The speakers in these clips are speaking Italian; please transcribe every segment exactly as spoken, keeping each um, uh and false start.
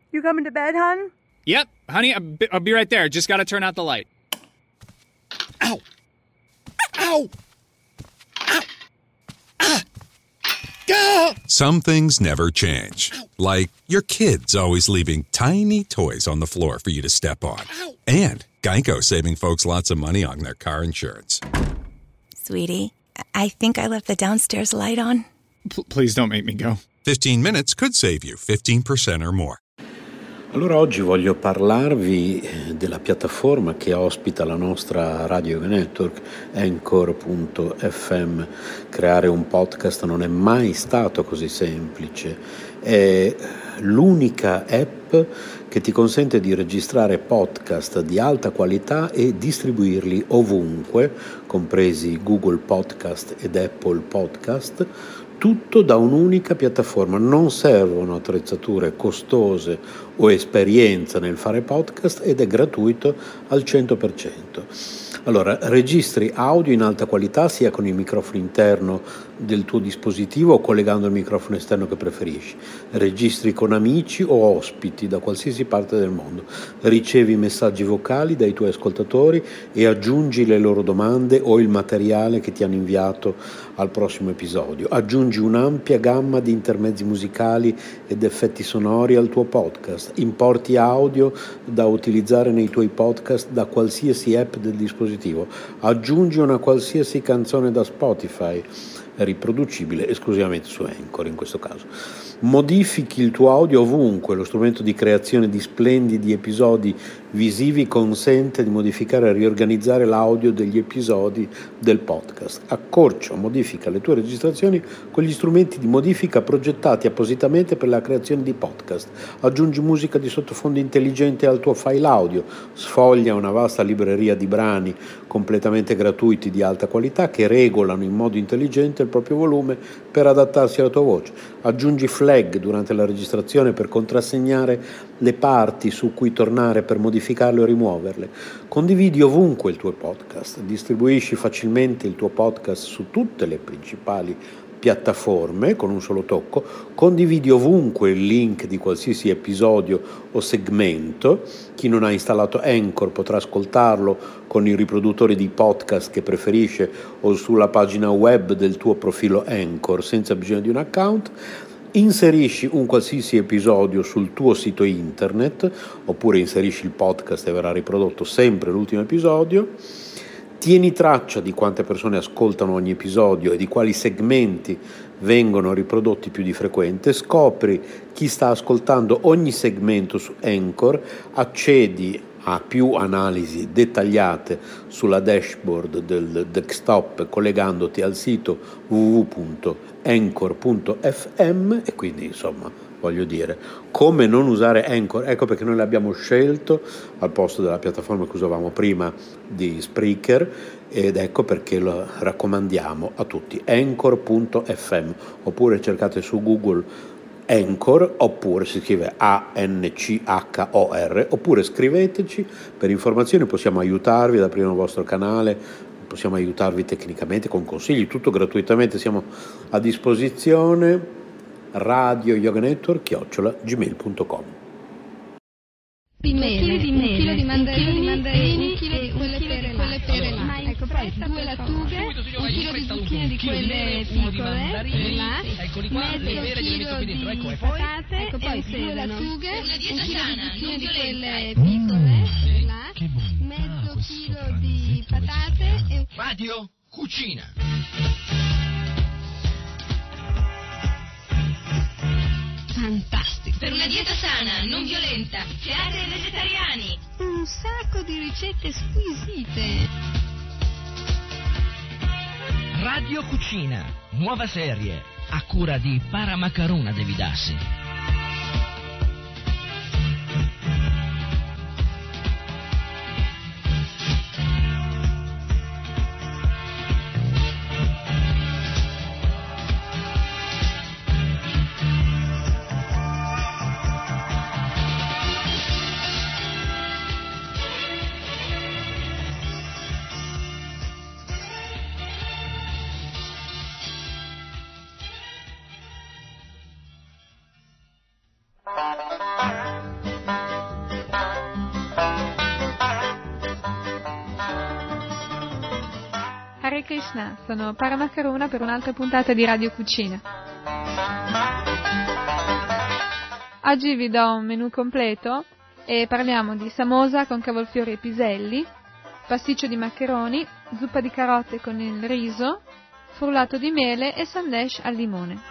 You coming to bed, hon? Yep, honey, I'll be, I'll be right there. Just gotta turn out the light. Ow! Ow! Ow! Ah! Ah! Some things never change. Like your kids always leaving tiny toys on the floor for you to step on. And Geico saving folks lots of money on their car insurance. Sweetie, I think I left the downstairs light on. P- please don't make me go. fifteen minutes could save you fifteen percent or more. Allora oggi voglio parlarvi della piattaforma che ospita la nostra Radio Network, Anchor punto effe emme. Creare un podcast non è mai stato così semplice. È l'unica app che ti consente di registrare podcast di alta qualità e distribuirli ovunque, compresi Google Podcast ed Apple Podcast, tutto da un'unica piattaforma. Non servono attrezzature costose o esperienza nel fare podcast ed è gratuito al cento per cento. Allora, registri audio in alta qualità sia con il microfono interno del tuo dispositivo o collegando il microfono esterno che preferisci. Registri con amici o ospiti da qualsiasi parte del mondo. Ricevi messaggi vocali dai tuoi ascoltatori e aggiungi le loro domande o il materiale che ti hanno inviato al prossimo episodio. Aggiungi un'ampia gamma di intermezzi musicali ed effetti sonori al tuo podcast. Importi audio da utilizzare nei tuoi podcast da qualsiasi app del dispositivo. Aggiungi una qualsiasi canzone da Spotify, riproducibile esclusivamente su Anchor in questo caso. Modifichi il tuo audio ovunque. Lo strumento di creazione di splendidi episodi visivi consente di modificare e riorganizzare l'audio degli episodi del podcast. Accorcia o modifica le tue registrazioni con gli strumenti di modifica progettati appositamente per la creazione di podcast. Aggiungi musica di sottofondo intelligente al tuo file audio. Sfoglia una vasta libreria di brani completamente gratuiti di alta qualità che regolano in modo intelligente il proprio volume per adattarsi alla tua voce. Aggiungi flag durante la registrazione per contrassegnare le parti su cui tornare per modificarle o rimuoverle. Condividi ovunque il tuo podcast. Distribuisci facilmente il tuo podcast su tutte le principali piattaforme con un solo tocco. Condividi ovunque il link di qualsiasi episodio o segmento. Chi non ha installato Anchor potrà ascoltarlo con i riproduttori di podcast che preferisce o sulla pagina web del tuo profilo Anchor senza bisogno di un account. Inserisci un qualsiasi episodio sul tuo sito internet oppure inserisci il podcast e verrà riprodotto sempre l'ultimo episodio. Tieni traccia di quante persone ascoltano ogni episodio e di quali segmenti vengono riprodotti più di frequente. Scopri chi sta ascoltando ogni segmento su Anchor, accedi a più analisi dettagliate sulla dashboard del desktop collegandoti al sito w w w punto anchor punto effe emme e quindi insomma voglio dire come non usare Anchor. Ecco perché noi l'abbiamo scelto al posto della piattaforma che usavamo prima di Spreaker ed ecco perché lo raccomandiamo a tutti. Anchor punto effe emme oppure cercate su Google Anchor oppure si scrive A N C H O R oppure scriveteci per informazioni, possiamo aiutarvi ad aprire un vostro canale, possiamo aiutarvi tecnicamente con consigli, tutto gratuitamente, siamo a disposizione. Radio Yoga Network chiocciola gmail punto com. Di mele, un chilo di mandarini, mandarini e quelle pere, quelle pere là. Ecco, poi due lattughe, un chilo di zucchine di quelle piccole, là, mezzo chilo di patate, ecco, poi due lattughe, un chilo di zucchine di quelle piccole, là, mezzo chilo di patate e... Radio Cucina. Fantastico! Per una dieta sana, non violenta, creata ai vegetariani. Un sacco di ricette squisite. Radio Cucina, nuova serie, a cura di Paramacaruna Devidassi. Krishna, sono Paramakaruna per un'altra puntata di Radio Cucina. Oggi vi do un menù completo e parliamo di samosa con cavolfiori e piselli, pasticcio di maccheroni, zuppa di carote con il riso, frullato di mele e sandesh al limone.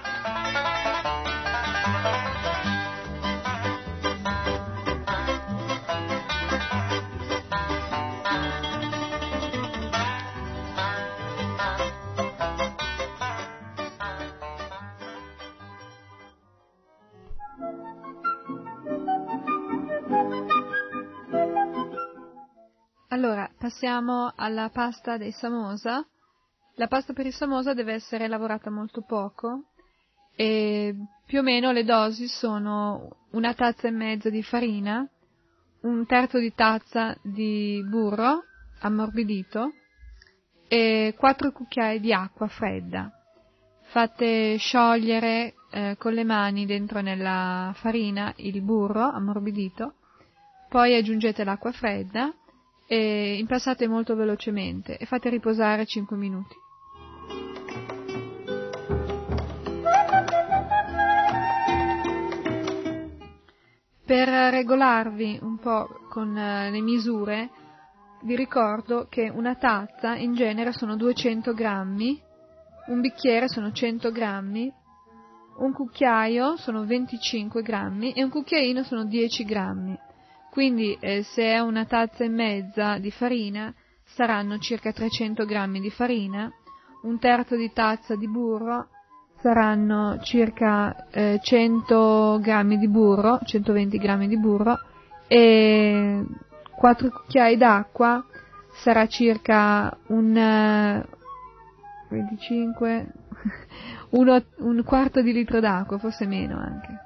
Allora, passiamo alla pasta dei samosa. La pasta per il samosa deve essere lavorata molto poco e più o meno le dosi sono una tazza e mezza di farina, un terzo di tazza di burro ammorbidito e quattro cucchiai di acqua fredda. Fate sciogliere eh, con le mani dentro nella farina il burro ammorbidito, poi aggiungete l'acqua fredda e impastate molto velocemente e fate riposare cinque minuti. Per regolarvi un po' con le misure, vi ricordo che una tazza in genere sono duecento grammi, un bicchiere sono cento grammi, un cucchiaio sono venticinque grammi e un cucchiaino sono dieci grammi. Quindi eh, se è una tazza e mezza di farina saranno circa trecento grammi di farina, un terzo di tazza di burro saranno circa eh, cento grammi di burro, centoventi grammi di burro e quattro cucchiai d'acqua sarà circa un uh, venticinque, uno, un quarto di litro d'acqua, forse meno anche.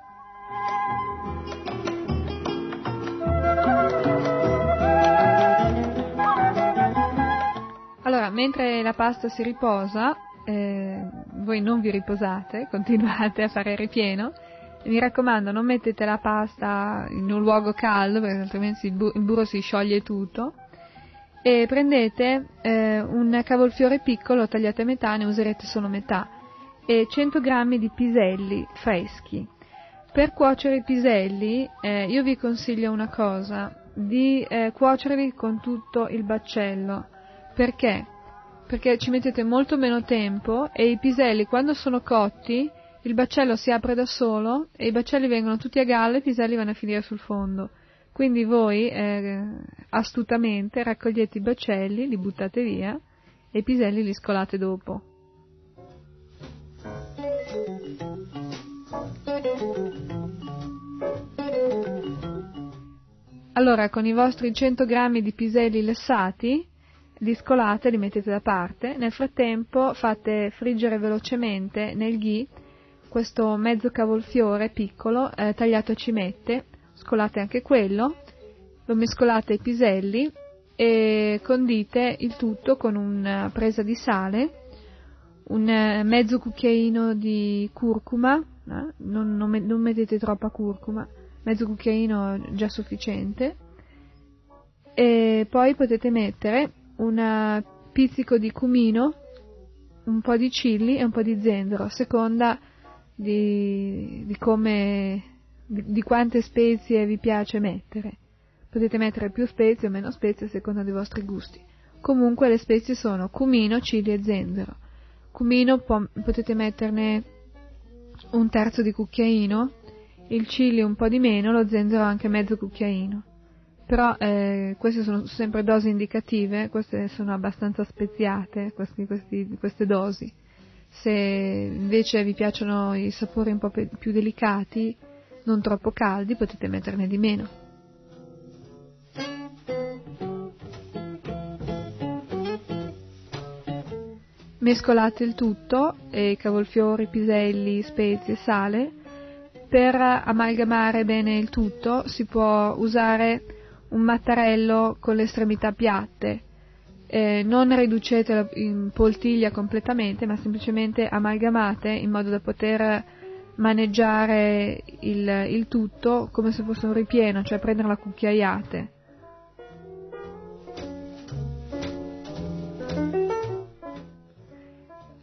Allora, mentre la pasta si riposa, eh, voi non vi riposate, continuate a fare ripieno. Mi raccomando, non mettete la pasta in un luogo caldo, perché altrimenti il, bu- il burro si scioglie tutto. E prendete eh, un cavolfiore piccolo, tagliate a metà, ne userete solo metà, e cento grammi di piselli freschi. Per cuocere i piselli, eh, io vi consiglio una cosa, di eh, cuocerli con tutto il baccello. Perché? Perché ci mettete molto meno tempo e i piselli, quando sono cotti, il baccello si apre da solo e i baccelli vengono tutti a galla e i piselli vanno a finire sul fondo. Quindi voi eh, astutamente raccogliete i baccelli, li buttate via e i piselli li scolate dopo. Allora, con i vostri cento grammi di piselli lessati, li scolate, li mettete da parte. Nel frattempo fate friggere velocemente nel ghee questo mezzo cavolfiore piccolo eh, tagliato a cimette, scolate anche quello, lo mescolate ai piselli e condite il tutto con una presa di sale, un mezzo cucchiaino di curcuma, eh? non, non, non mettete troppa curcuma, mezzo cucchiaino già sufficiente, e poi potete mettere un pizzico di cumino, un po' di chilli e un po' di zenzero, a seconda di, di come, di, di quante spezie vi piace mettere. Potete mettere più spezie o meno spezie a seconda dei vostri gusti. Comunque le spezie sono cumino, chilli e zenzero. Cumino po- potete metterne un terzo di cucchiaino, il chilli un po' di meno, lo zenzero anche mezzo cucchiaino. Però eh, queste sono sempre dosi indicative, queste sono abbastanza speziate, questi, questi, queste dosi. Se invece vi piacciono i sapori un po' pe- più delicati, non troppo caldi, potete metterne di meno. Mescolate il tutto, e cavolfiori, piselli, spezie, sale. Per amalgamare bene il tutto si può usare un mattarello con le estremità piatte. Eh, non riducetelo in poltiglia completamente, ma semplicemente amalgamate in modo da poter maneggiare il, il tutto come se fosse un ripieno, cioè prenderlo a cucchiaiate.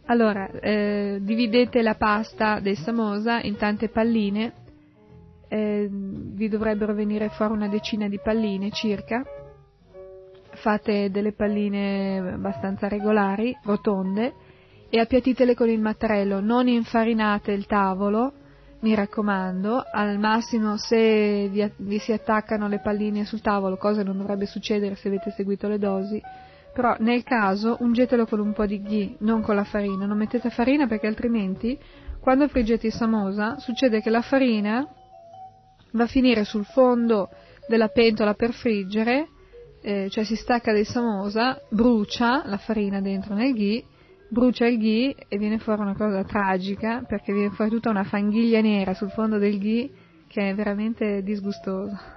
Allora, eh, dividete la pasta del samosa in tante palline, eh, vi dovrebbero venire fuori una decina di palline circa, fate delle palline abbastanza regolari, rotonde, e appiattitele con il mattarello, non infarinate il tavolo, mi raccomando, al massimo se vi, vi si attaccano le palline sul tavolo, cosa non dovrebbe succedere se avete seguito le dosi, però nel caso ungetelo con un po' di ghee, non con la farina, non mettete farina perché altrimenti quando friggete il samosa succede che la farina va a finire sul fondo della pentola per friggere, eh, cioè si stacca del samosa, brucia la farina dentro nel ghee, brucia il ghee e viene fuori una cosa tragica perché viene fuori tutta una fanghiglia nera sul fondo del ghee che è veramente disgustosa.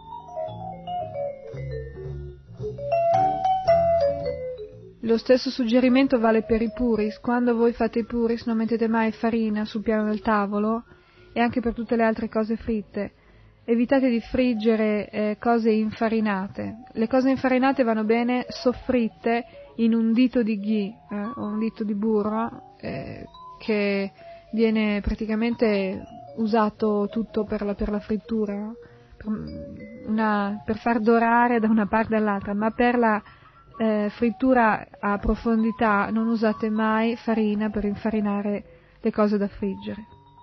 Lo stesso suggerimento vale per i puris. Quando voi fate i puris non mettete mai farina sul piano del tavolo, e anche per tutte le altre cose fritte. Evitate di friggere eh, cose infarinate. Le cose infarinate vanno bene soffritte in un dito di ghee eh, o un dito di burro eh, che viene praticamente usato tutto per la, per la frittura, per, una, per far dorare da una parte all'altra, ma per la Eh, frittura a profondità non usate mai farina per infarinare le cose da friggere.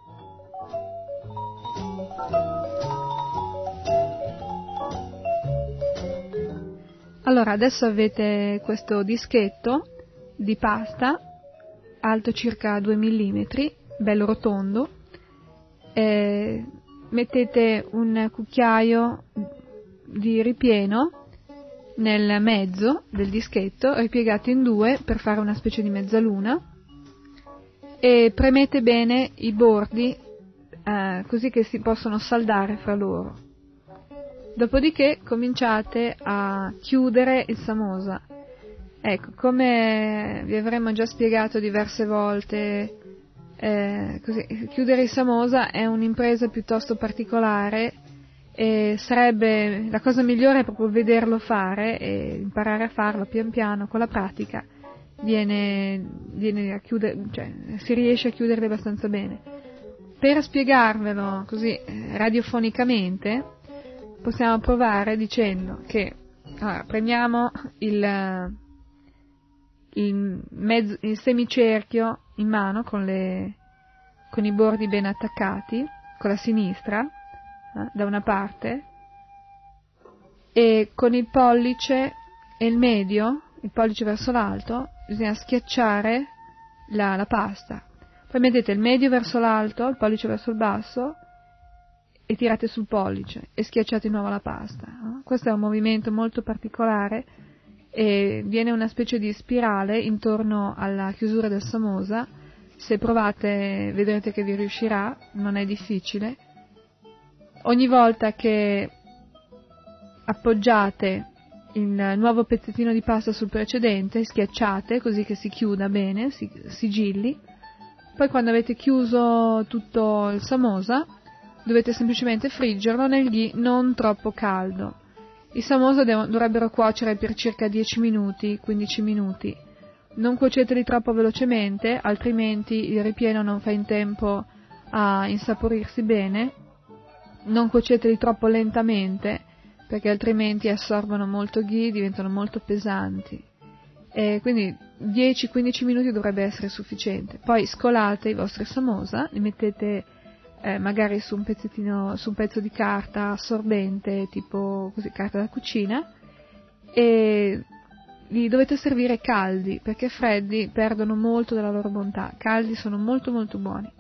Allora, adesso avete questo dischetto di pasta alto circa due millimetri, bello rotondo, eh, mettete un cucchiaio di ripieno nel mezzo del dischetto, ripiegato in due per fare una specie di mezzaluna, e premete bene i bordi eh, così che si possono saldare fra loro. Dopodiché cominciate a chiudere il samosa. Ecco, come vi avremmo già spiegato diverse volte, eh, così, chiudere il samosa è un'impresa piuttosto particolare. E sarebbe la cosa migliore è proprio vederlo fare e imparare a farlo pian piano. Con la pratica viene, viene a chiudere, cioè, si riesce a chiuderli abbastanza bene. Per spiegarvelo così radiofonicamente possiamo provare dicendo che allora, prendiamo il, il, mezzo, il semicerchio in mano con, le, con i bordi ben attaccati con la sinistra da una parte, e con il pollice e il medio, il pollice verso l'alto, bisogna schiacciare la, la pasta. Poi mettete il medio verso l'alto, il pollice verso il basso e tirate sul pollice e schiacciate di nuovo la pasta. Questo è un movimento molto particolare e viene una specie di spirale intorno alla chiusura del samosa. Se provate vedrete che vi riuscirà, non è difficile. Ogni volta che appoggiate il nuovo pezzettino di pasta sul precedente, schiacciate così che si chiuda bene, si sigilli. Poi quando avete chiuso tutto il samosa, dovete semplicemente friggerlo nel ghee non troppo caldo. I samosa dev- dovrebbero cuocere per circa dieci minuti, quindici minuti. Non cuoceteli troppo velocemente, altrimenti il ripieno non fa in tempo a insaporirsi bene. Non cuoceteli troppo lentamente, perché altrimenti assorbono molto ghee, diventano molto pesanti. E quindi dieci quindici minuti dovrebbe essere sufficiente. Poi scolate i vostri samosa, li mettete eh, magari su un pezzettino, su un pezzo di carta assorbente, tipo così, carta da cucina, e li dovete servire caldi, perché freddi perdono molto della loro bontà. Caldi sono molto molto buoni.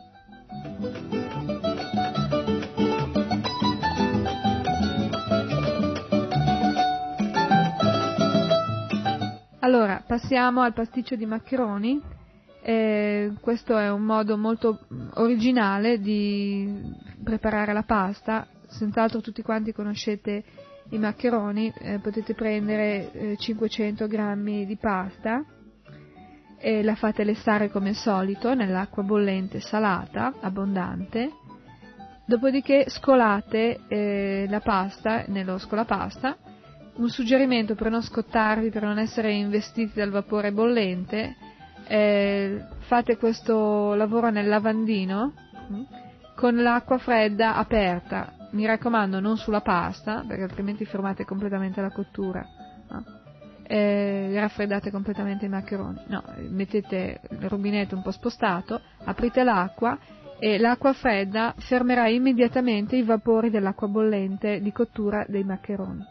Allora, passiamo al pasticcio di maccheroni. Eh, questo è un modo molto originale di preparare la pasta. Senz'altro tutti quanti conoscete i maccheroni. Eh, potete prendere eh, cinquecento grammi di pasta e la fate lessare come al solito nell'acqua bollente salata, abbondante. Dopodiché scolate eh, la pasta nello scolapasta. Un suggerimento per non scottarvi, per non essere investiti dal vapore bollente, eh, fate questo lavoro nel lavandino mh, con l'acqua fredda aperta, mi raccomando non sulla pasta, perché altrimenti fermate completamente la cottura, no? eh, raffreddate completamente i maccheroni, no, mettete il rubinetto un po' spostato, aprite l'acqua e l'acqua fredda fermerà immediatamente i vapori dell'acqua bollente di cottura dei maccheroni.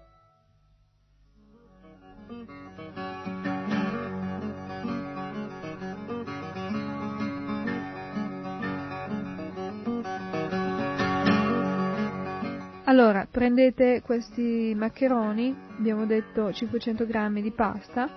Allora, prendete questi maccheroni, abbiamo detto cinquecento grammi di pasta,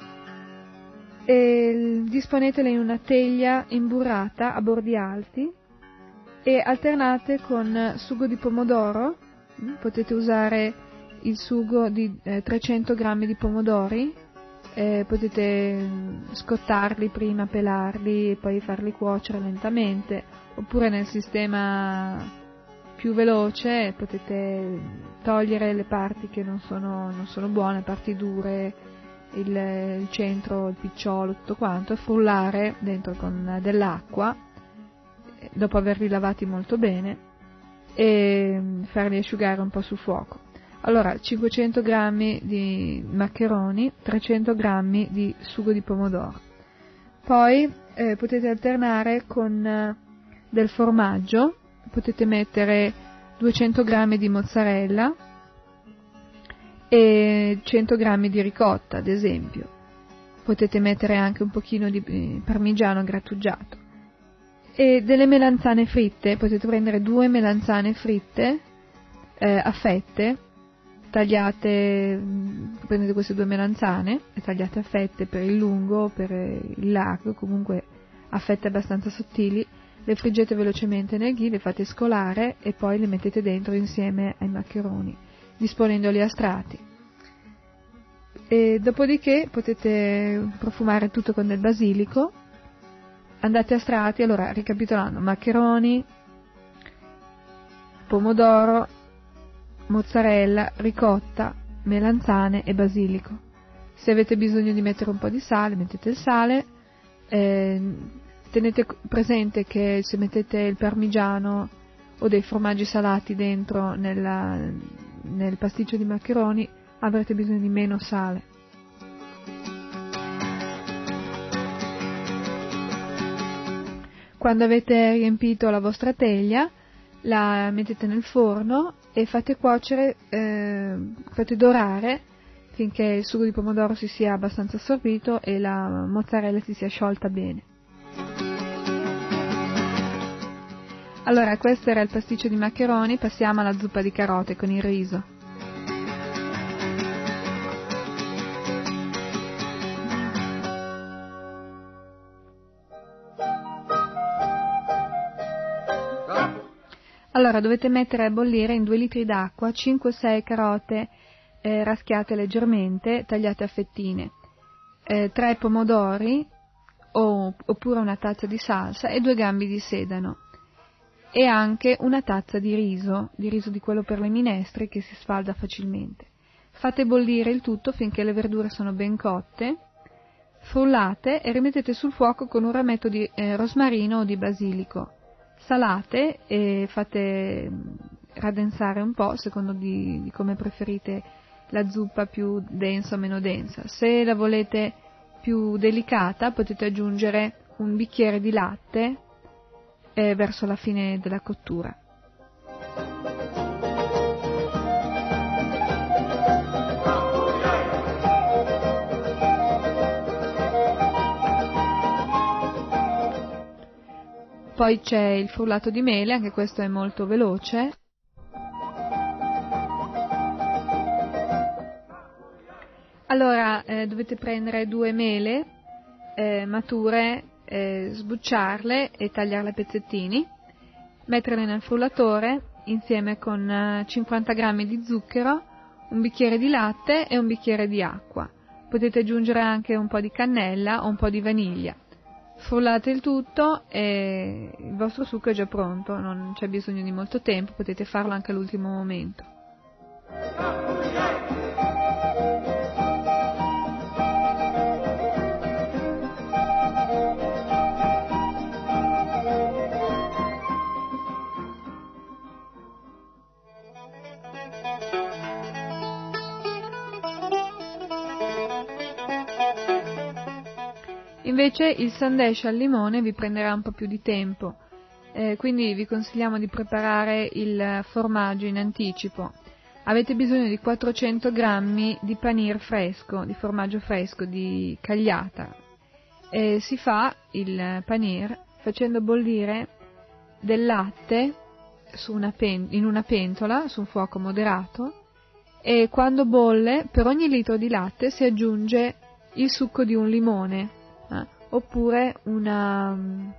e disponetele in una teglia imburrata a bordi alti e alternate con sugo di pomodoro. Potete usare il sugo di eh, trecento grammi di pomodori, eh, potete scottarli prima, pelarli e poi farli cuocere lentamente, oppure nel sistema più veloce potete togliere le parti che non sono, non sono buone, parti dure, il, il centro, il picciolo, tutto quanto, e frullare dentro con dell'acqua dopo averli lavati molto bene e farli asciugare un po' sul fuoco. Allora, cinquecento grammi di maccheroni, trecento grammi di sugo di pomodoro. Poi eh, potete alternare con eh, del formaggio. Potete mettere duecento grammi di mozzarella e cento grammi di ricotta, ad esempio. Potete mettere anche un pochino di parmigiano grattugiato. E delle melanzane fritte, potete prendere due melanzane fritte eh, a fette, tagliate, prendete queste due melanzane e tagliate a fette per il lungo, per il largo, comunque a fette abbastanza sottili. Le friggete velocemente nel ghee, le fate scolare e poi le mettete dentro insieme ai maccheroni, disponendoli a strati. E dopodiché potete profumare tutto con del basilico. Andate a strati, allora ricapitolando: maccheroni, pomodoro, mozzarella, ricotta, melanzane e basilico. Se avete bisogno di mettere un po' di sale, mettete il sale. Eh, Tenete presente che se mettete il parmigiano o dei formaggi salati dentro nella, nel pasticcio di maccheroni avrete bisogno di meno sale. Quando avete riempito la vostra teglia, la mettete nel forno e fate cuocere, eh, fate dorare finché il sugo di pomodoro si sia abbastanza assorbito e la mozzarella si sia sciolta bene. Allora, questo era il pasticcio di maccheroni, passiamo alla zuppa di carote con il riso. Allora, dovete mettere a bollire in due litri d'acqua cinque sei carote eh, raschiate leggermente, tagliate a fettine, eh, tre pomodori o, oppure una tazza di salsa e due gambi di sedano. E anche una tazza di riso, di riso di quello per le minestre che si sfalda facilmente. Fate bollire il tutto finché le verdure sono ben cotte, frullate e rimettete sul fuoco con un rametto di eh, rosmarino o di basilico. Salate e fate raddensare un po', secondo di, di come preferite la zuppa, più densa o meno densa. Se la volete più delicata potete aggiungere un bicchiere di latte Eh, verso la fine della cottura. Poi c'è il frullato di mele, anche questo è molto veloce. Allora eh, dovete prendere due mele eh, mature, Eh, sbucciarle e tagliarle a pezzettini, metterle nel frullatore insieme con eh, cinquanta grammi di zucchero, un bicchiere di latte e un bicchiere di acqua. Potete aggiungere anche un po' di cannella o un po' di vaniglia. Frullate il tutto e il vostro succo è già pronto, non c'è bisogno di molto tempo, potete farlo anche all'ultimo momento. Invece il sandesh al limone vi prenderà un po' più di tempo, eh, quindi vi consigliamo di preparare il formaggio in anticipo. Avete bisogno di quattrocento grammi di panir fresco, di formaggio fresco, di cagliata. E si fa il panir facendo bollire del latte su una pen- in una pentola, su un fuoco moderato, e quando bolle, per ogni litro di latte si aggiunge il succo di un limone, eh, oppure una,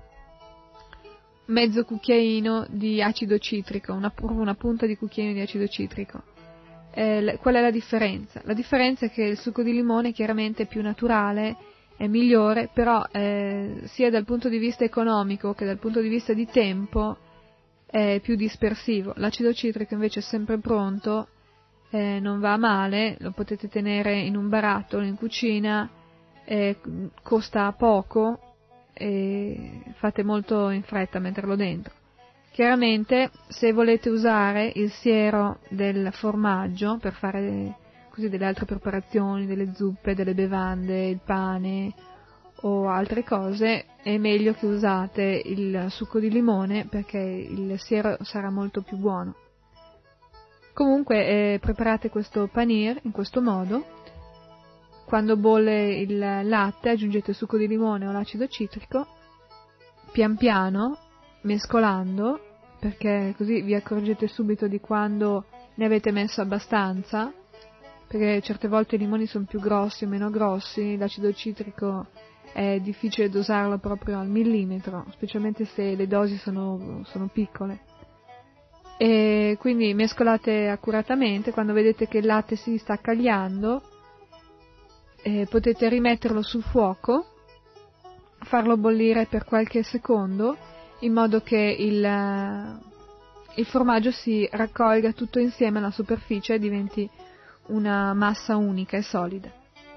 mezzo cucchiaino di acido citrico, una, una punta di cucchiaino di acido citrico. Eh, qual è la differenza? La differenza è che il succo di limone chiaramente è più naturale, è migliore, però eh, sia dal punto di vista economico che dal punto di vista di tempo è più dispersivo. L'acido citrico invece è sempre pronto, eh, non va male, lo potete tenere in un barattolo in cucina, eh, costa poco e fate molto in fretta a metterlo dentro. Chiaramente, se volete usare il siero del formaggio per fare così delle altre preparazioni, delle zuppe, delle bevande, il pane o altre cose, è meglio che usate il succo di limone perché il siero sarà molto più buono. Comunque eh, preparate questo panir in questo modo. Quando bolle il latte aggiungete il succo di limone o l'acido citrico, pian piano mescolando, perché così vi accorgete subito di quando ne avete messo abbastanza, perché certe volte i limoni sono più grossi o meno grossi, l'acido citrico è difficile dosarlo proprio al millimetro, specialmente se le dosi sono, sono piccole. E quindi mescolate accuratamente. Quando vedete che il latte si sta cagliando, eh, potete rimetterlo sul fuoco, farlo bollire per qualche secondo, in modo che il, il formaggio si raccolga tutto insieme alla superficie e diventi una massa unica e solida.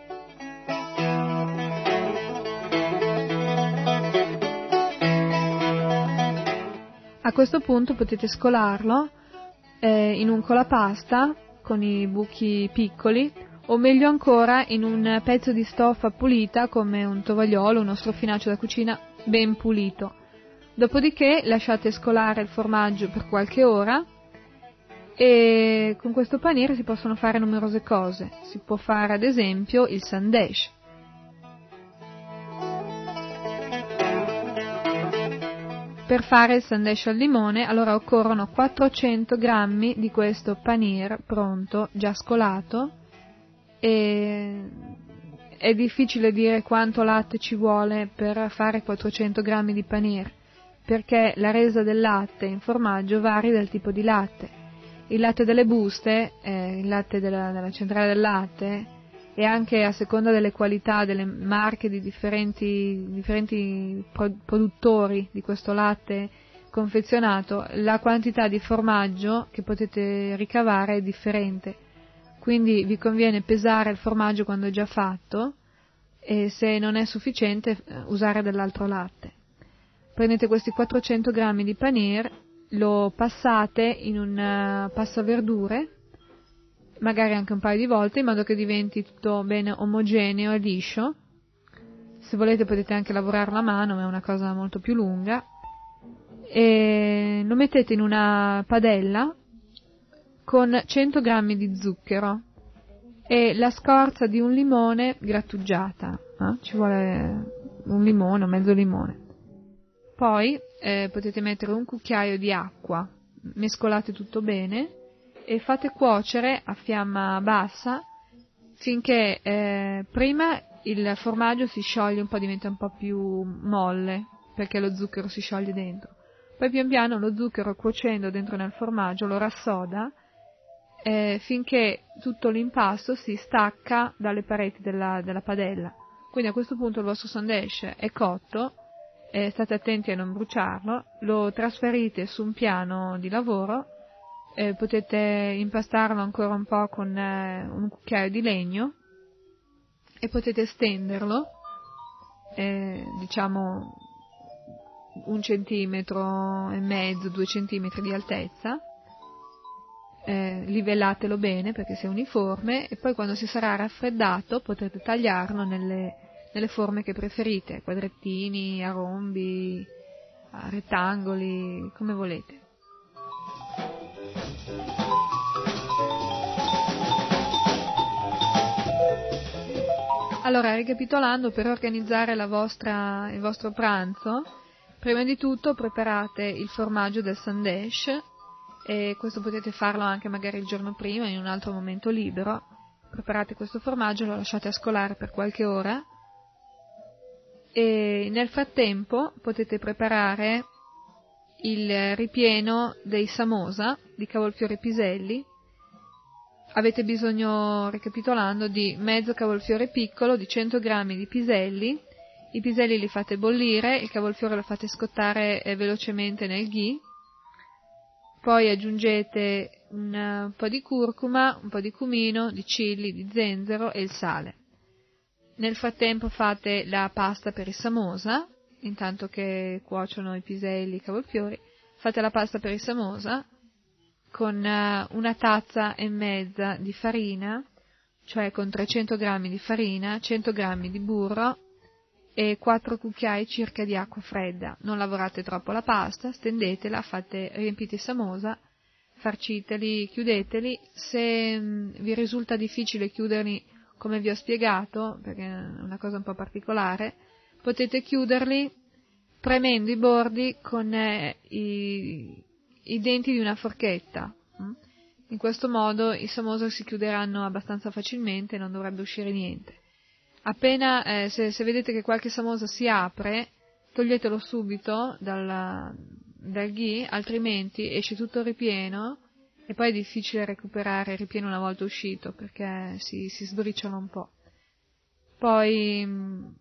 A questo punto potete scolarlo eh, in un colapasta con i buchi piccoli, o meglio ancora in un pezzo di stoffa pulita come un tovagliolo, uno strofinaccio da cucina ben pulito. Dopodiché lasciate scolare il formaggio per qualche ora e con questo panir si possono fare numerose cose. Si può fare ad esempio il sandesh. Per fare il sandesh al limone allora occorrono quattrocento grammi di questo panir pronto, già scolato, e è difficile dire quanto latte ci vuole per fare quattrocento grammi di panir, perché la resa del latte in formaggio varia dal tipo di latte. Il latte delle buste, eh, il latte della, della centrale del latte, e anche a seconda delle qualità, delle marche di differenti, differenti pro- produttori di questo latte confezionato, la quantità di formaggio che potete ricavare è differente. Quindi vi conviene pesare il formaggio quando è già fatto e se non è sufficiente usare dell'altro latte. Prendete questi quattrocento grammi di panir, lo passate in un passaverdure, magari anche un paio di volte, in modo che diventi tutto bene omogeneo e liscio. Se volete potete anche lavorarlo a mano, ma è una cosa molto più lunga. E lo mettete in una padella con cento grammi di zucchero e la scorza di un limone grattugiata. Eh? Ci vuole un limone, o mezzo limone. Poi eh, potete mettere un cucchiaio di acqua, mescolate tutto bene e fate cuocere a fiamma bassa finché eh, prima il formaggio si scioglie un po', diventa un po' più molle, perché lo zucchero si scioglie dentro. Poi pian piano lo zucchero, cuocendo dentro nel formaggio, lo rassoda eh, finché tutto l'impasto si stacca dalle pareti della, della padella. Quindi a questo punto il vostro sandesh è cotto, eh, state attenti a non bruciarlo, lo trasferite su un piano di lavoro, eh, potete impastarlo ancora un po' con eh, un cucchiaio di legno e potete stenderlo, eh, diciamo un centimetro e mezzo, due centimetri di altezza, eh, livellatelo bene perché sia uniforme, e poi quando si sarà raffreddato potrete tagliarlo nelle, nelle forme che preferite, quadrettini, a rombi, a rettangoli, come volete. Allora, ricapitolando, per organizzare la vostra, il vostro pranzo, prima di tutto preparate il formaggio del sandesh, e questo potete farlo anche magari il giorno prima, in un altro momento libero. Preparate questo formaggio, lo lasciate ascolare per qualche ora, e nel frattempo potete preparare il ripieno dei samosa di cavolfiore piselli. Avete bisogno, ricapitolando, di mezzo cavolfiore piccolo, di cento grammi di piselli. I piselli li fate bollire, il cavolfiore lo fate scottare eh, velocemente nel ghee. Poi aggiungete un po' di curcuma, un po' di cumino, di chili, di zenzero e il sale. Nel frattempo fate la pasta per i samosa, intanto che cuociono i piselli, i cavolfiori. Fate la pasta per i samosa con una tazza e mezza di farina, cioè con trecento grammi di farina, cento grammi di burro e quattro cucchiai circa di acqua fredda. Non lavorate troppo la pasta, stendetela, fate, riempite i samosa, farciteli, chiudeteli. Se mh, vi risulta difficile chiuderli come vi ho spiegato, perché è una cosa un po' particolare, potete chiuderli premendo i bordi con eh, i i denti di una forchetta. In questo modo i samosa si chiuderanno abbastanza facilmente e non dovrebbe uscire niente. Appena, eh, se, se vedete che qualche samosa si apre, toglietelo subito dal, dal ghee, altrimenti esce tutto il ripieno e poi è difficile recuperare il ripieno una volta uscito, perché si, si sbriciola un po'. Poi,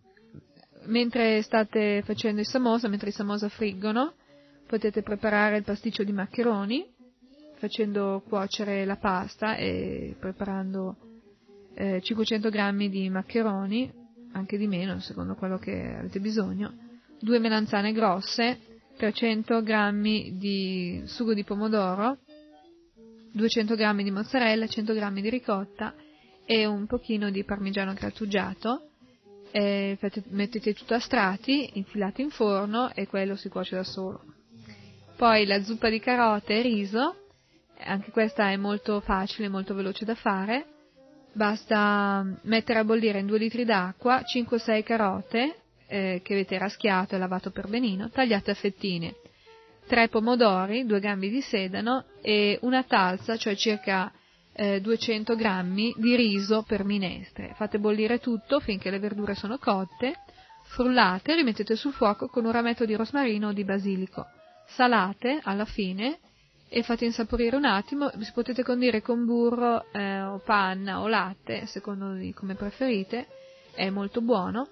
mentre state facendo i samosa, mentre i samosa friggono, potete preparare il pasticcio di maccheroni facendo cuocere la pasta e preparando eh, cinquecento grammi di maccheroni, anche di meno secondo quello che avete bisogno, due melanzane grosse, trecento grammi di sugo di pomodoro, duecento grammi di mozzarella, cento grammi di ricotta e un pochino di parmigiano grattugiato. E fate, mettete tutto a strati, infilate in forno e quello si cuoce da solo. Poi la zuppa di carote e riso, anche questa è molto facile, molto veloce da fare. Basta mettere a bollire in due litri d'acqua cinque sei carote eh, che avete raschiato e lavato per benino, tagliate a fettine, tre pomodori, due gambi di sedano e una tazza, cioè circa eh, duecento grammi di riso per minestre. Fate bollire tutto finché le verdure sono cotte, frullate, rimettete sul fuoco con un rametto di rosmarino o di basilico. Salate alla fine e fate insaporire un attimo. Si potete condire con burro eh, o panna o latte, secondo di come preferite, è molto buono.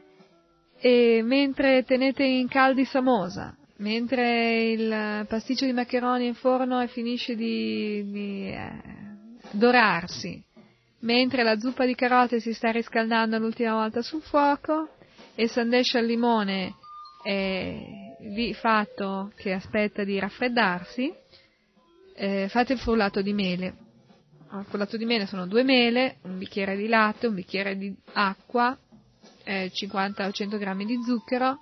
E mentre tenete in caldi samosa, mentre il pasticcio di maccheroni è in forno e finisce di, di eh, dorarsi, mentre la zuppa di carote si sta riscaldando l'ultima volta sul fuoco e il sandesh al limone è vi fatto che aspetta di raffreddarsi, eh, fate il frullato di mele. Il frullato di mele sono due mele, un bicchiere di latte, un bicchiere di acqua, eh, cinquanta o cento grammi di zucchero,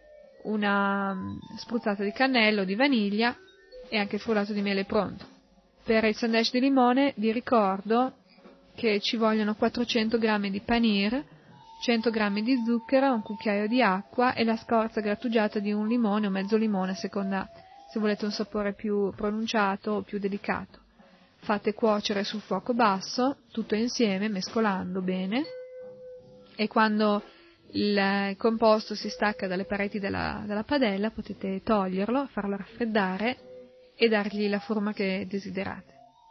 una spruzzata di cannello, di vaniglia e anche il frullato di mele pronto. Per il sandesh di limone vi ricordo che ci vogliono quattrocento grammi di panir, cento grammi di zucchero, un cucchiaio di acqua e la scorza grattugiata di un limone o mezzo limone, a seconda se volete un sapore più pronunciato o più delicato. Fate cuocere sul fuoco basso, tutto insieme, mescolando bene, e quando il composto si stacca dalle pareti della, della padella potete toglierlo, farlo raffreddare e dargli la forma che desiderate.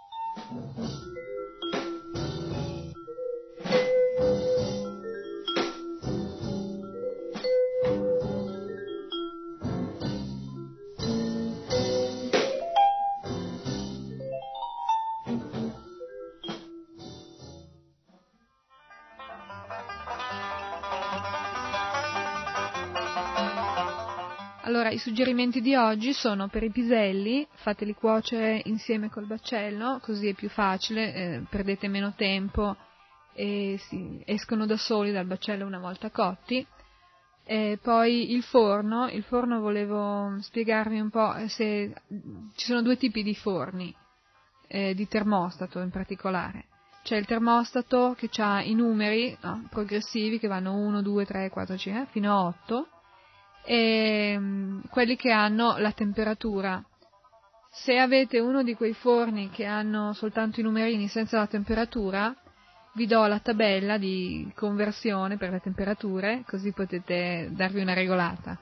Allora, i suggerimenti di oggi sono: per i piselli, fateli cuocere insieme col baccello, così è più facile, eh, perdete meno tempo e si escono da soli dal baccello una volta cotti. E poi il forno, il forno volevo spiegarvi un po' se ci sono due tipi di forni, eh, di termostato in particolare. C'è il termostato che ha i numeri, no, progressivi che vanno uno, due, tre, quattro, cinque fino a otto, e um, quelli che hanno la temperatura. Se avete uno di quei forni che hanno soltanto i numerini senza la temperatura, vi do la tabella di conversione per le temperature, così potete darvi una regolata.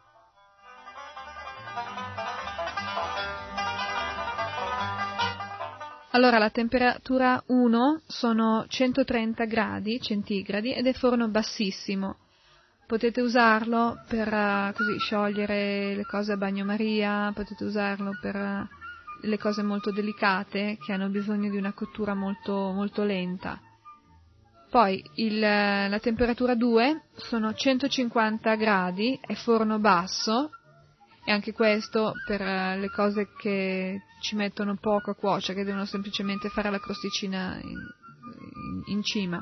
Allora, la temperatura uno sono centotrenta gradi centigradi ed è forno bassissimo. Potete usarlo per uh, così sciogliere le cose a bagnomaria, potete usarlo per uh, le cose molto delicate che hanno bisogno di una cottura molto, molto lenta. Poi il, la temperatura due sono centocinquanta gradi, è forno basso, e anche questo per uh, le cose che ci mettono poco a cuocere, che devono semplicemente fare la crosticina in, in, in cima.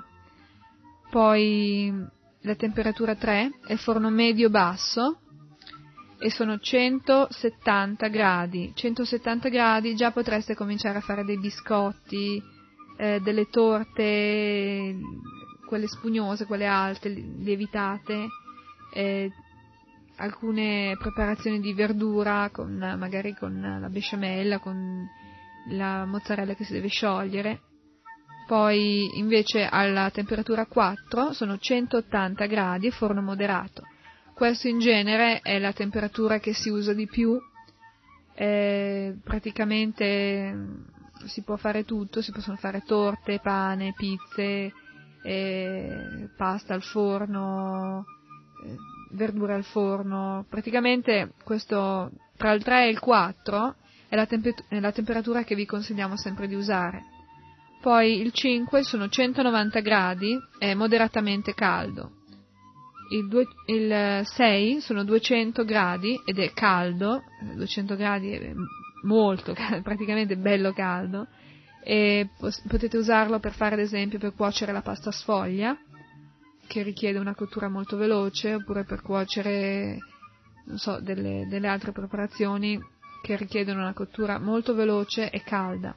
Poi la temperatura tre è forno medio-basso e sono centosettanta gradi. centosettanta gradi già potreste cominciare a fare dei biscotti, eh, delle torte, quelle spugnose, quelle alte, lievitate, eh, alcune preparazioni di verdura, con, magari con la besciamella, con la mozzarella che si deve sciogliere. Poi invece alla temperatura quattro sono centottanta gradi e forno moderato. Questo in genere è la temperatura che si usa di più, eh, praticamente si può fare tutto, si possono fare torte, pane, pizze, eh, pasta al forno, eh, verdure al forno. Praticamente questo tra il tre e il quattro è la, tempe- è la temperatura che vi consigliamo sempre di usare. Poi il cinque sono centonovanta gradi, è moderatamente caldo. Il, due, il sei sono duecento gradi ed è caldo, duecento gradi è molto caldo, praticamente bello caldo, e potete usarlo per fare ad esempio per cuocere la pasta sfoglia, che richiede una cottura molto veloce, oppure per cuocere, non so, delle, delle altre preparazioni che richiedono una cottura molto veloce e calda.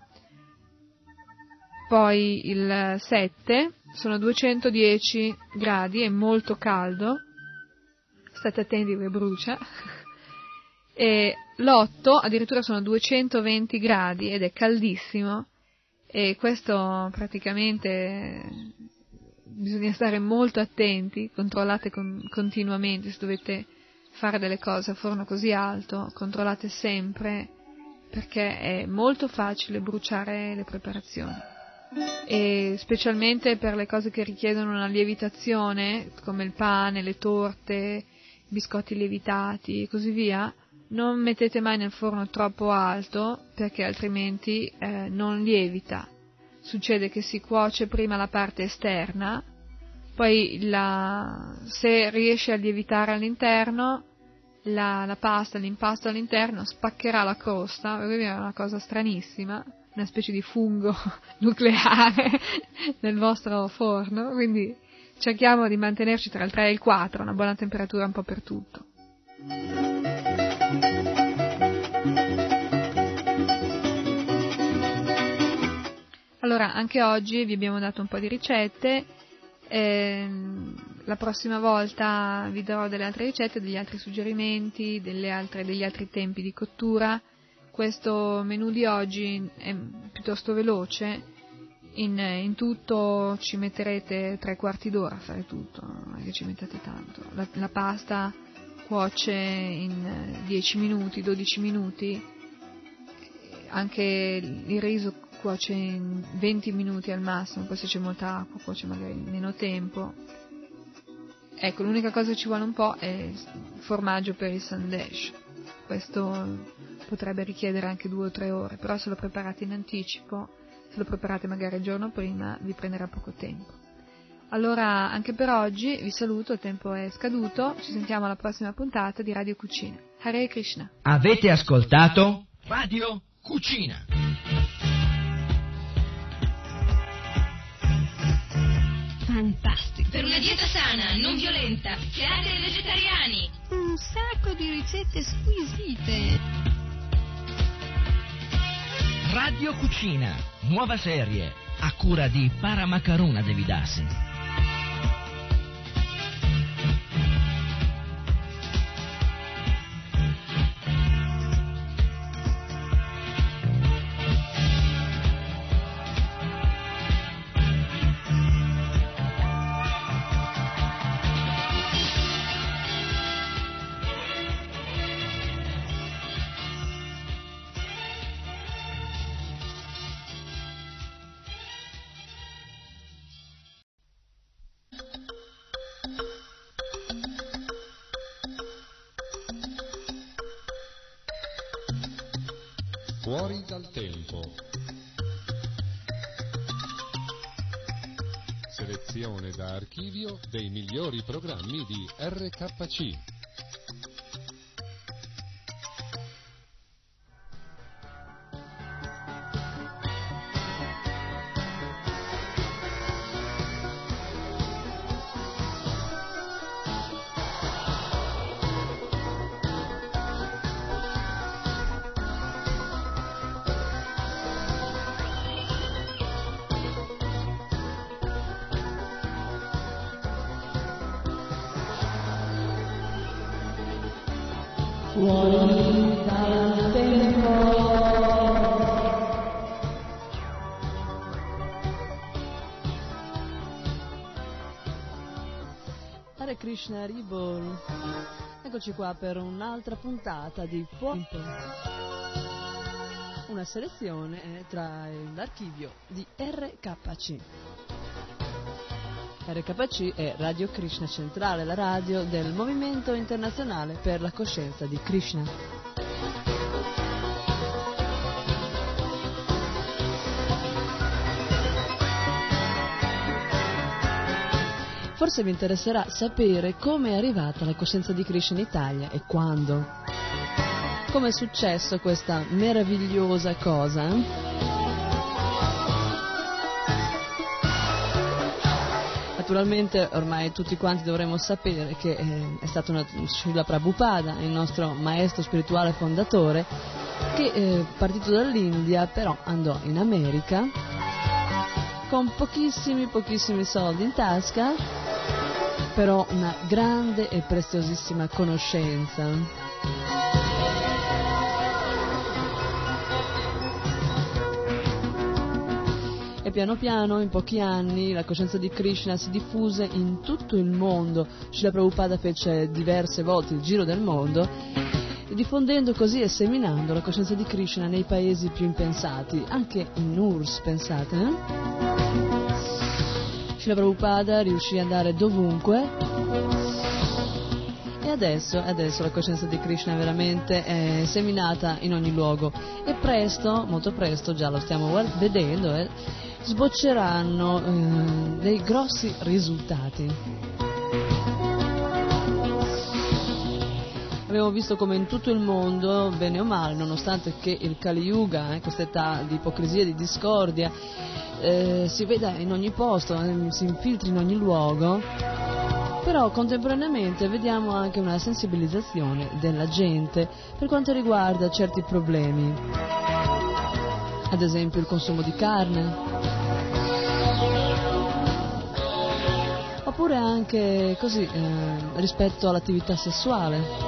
Poi il sette sono duecentodieci gradi, è molto caldo, state attenti che brucia, e l'otto addirittura sono duecentoventi gradi ed è caldissimo, e questo praticamente bisogna stare molto attenti, controllate con, continuamente, se dovete fare delle cose a forno così alto, controllate sempre, perché è molto facile bruciare le preparazioni. E specialmente per le cose che richiedono una lievitazione, come il pane, le torte, biscotti lievitati e così via, non mettete mai nel forno troppo alto, perché altrimenti eh, non lievita. Succede che si cuoce prima la parte esterna, poi la, se riesce a lievitare all'interno, la, la pasta, l'impasto all'interno spaccherà la crosta, è una cosa stranissima, una specie di fungo nucleare nel vostro forno, quindi cerchiamo di mantenerci tra il tre e il quattro, una buona temperatura un po' per tutto. Allora, anche oggi vi abbiamo dato un po' di ricette, eh, la prossima volta vi darò delle altre ricette, degli altri suggerimenti, delle altre, degli altri tempi di cottura. Questo menù di oggi è piuttosto veloce, in, in tutto ci metterete tre quarti d'ora a fare tutto, non è che ci mettete tanto. La, la pasta cuoce in dieci minuti, dodici minuti, anche il riso cuoce in venti minuti al massimo, poi se c'è molta acqua cuoce magari in meno tempo. Ecco, l'unica cosa che ci vuole un po' è il formaggio per il sandesh. Questo potrebbe richiedere anche due o tre ore, però se lo preparate in anticipo, se lo preparate magari il giorno prima, vi prenderà poco tempo. Allora, anche per oggi vi saluto, il tempo è scaduto, ci sentiamo alla prossima puntata di Radio Cucina. Hare Krishna. Avete ascoltato Radio Cucina. Dieta sana, non violenta, teatri vegetariani. Un sacco di ricette squisite. Radio Cucina, nuova serie, a cura di Paramacaruna Devidasi. Fuori dal tempo. Selezione da archivio dei migliori programmi di R K C. Fuori dal tempo. Hare Krishna Ribol. Eccoci qua per un'altra puntata di Fuori dal Tempo. Una selezione tra l'archivio di R K C. R K C è Radio Krishna Centrale, la radio del Movimento Internazionale per la Coscienza di Krishna. Forse vi interesserà sapere come è arrivata la coscienza di Krishna in Italia e quando. Come è successo questa meravigliosa cosa? Naturalmente ormai tutti quanti dovremmo sapere che eh, è stato una Srila Prabhupada, il nostro maestro spirituale fondatore, che eh, partito dall'India però andò in America con pochissimi pochissimi soldi in tasca, però una grande e preziosissima conoscenza. E piano piano, in pochi anni, la coscienza di Krishna si diffuse in tutto il mondo. Srila Prabhupada fece diverse volte il giro del mondo, diffondendo così e seminando la coscienza di Krishna nei paesi più impensati, anche in U R S S, pensate, eh? Srila Prabhupada riuscì ad andare dovunque, e adesso, adesso la coscienza di Krishna veramente è seminata in ogni luogo, e presto, molto presto, già lo stiamo vedendo, eh, sbocceranno eh, dei grossi risultati. Abbiamo visto come in tutto il mondo, bene o male, nonostante che il Kali Yuga, eh, questa età di ipocrisia e di discordia, eh, si veda in ogni posto, eh, si infiltri in ogni luogo, però contemporaneamente vediamo anche una sensibilizzazione della gente per quanto riguarda certi problemi, ad esempio il consumo di carne, oppure anche così eh, rispetto all'attività sessuale.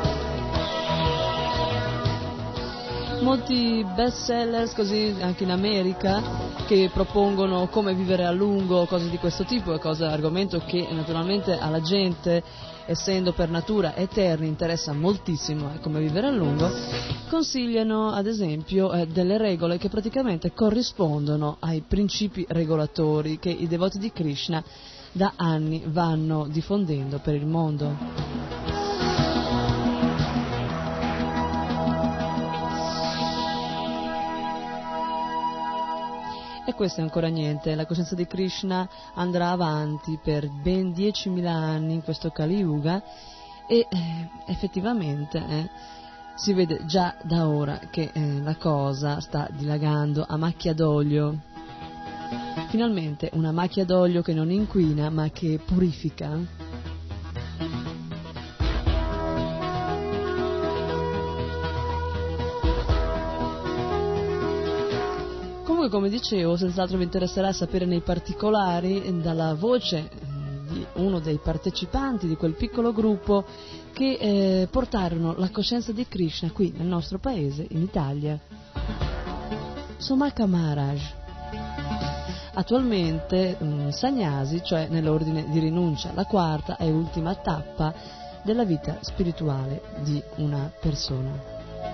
Molti best sellers così anche in America che propongono come vivere a lungo, cose di questo tipo, è cosa, argomento che naturalmente alla gente, essendo per natura eterni, interessa moltissimo, eh, come vivere a lungo. Consigliano ad esempio eh, delle regole che praticamente corrispondono ai principi regolatori che i devoti di Krishna da anni vanno diffondendo per il mondo. E questo è ancora niente, la coscienza di Krishna andrà avanti per ben diecimila anni in questo Kali Yuga e eh, effettivamente eh, si vede già da ora che eh, la cosa sta dilagando a macchia d'olio. Finalmente una macchia d'olio che non inquina ma che purifica. Come dicevo, senz'altro vi interesserà sapere nei particolari dalla voce di uno dei partecipanti di quel piccolo gruppo che eh, portarono la coscienza di Krishna qui nel nostro paese, in Italia. Somaka Maharaj, attualmente um, Sannyasi, cioè nell'ordine di rinuncia, la quarta e ultima tappa della vita spirituale di una persona.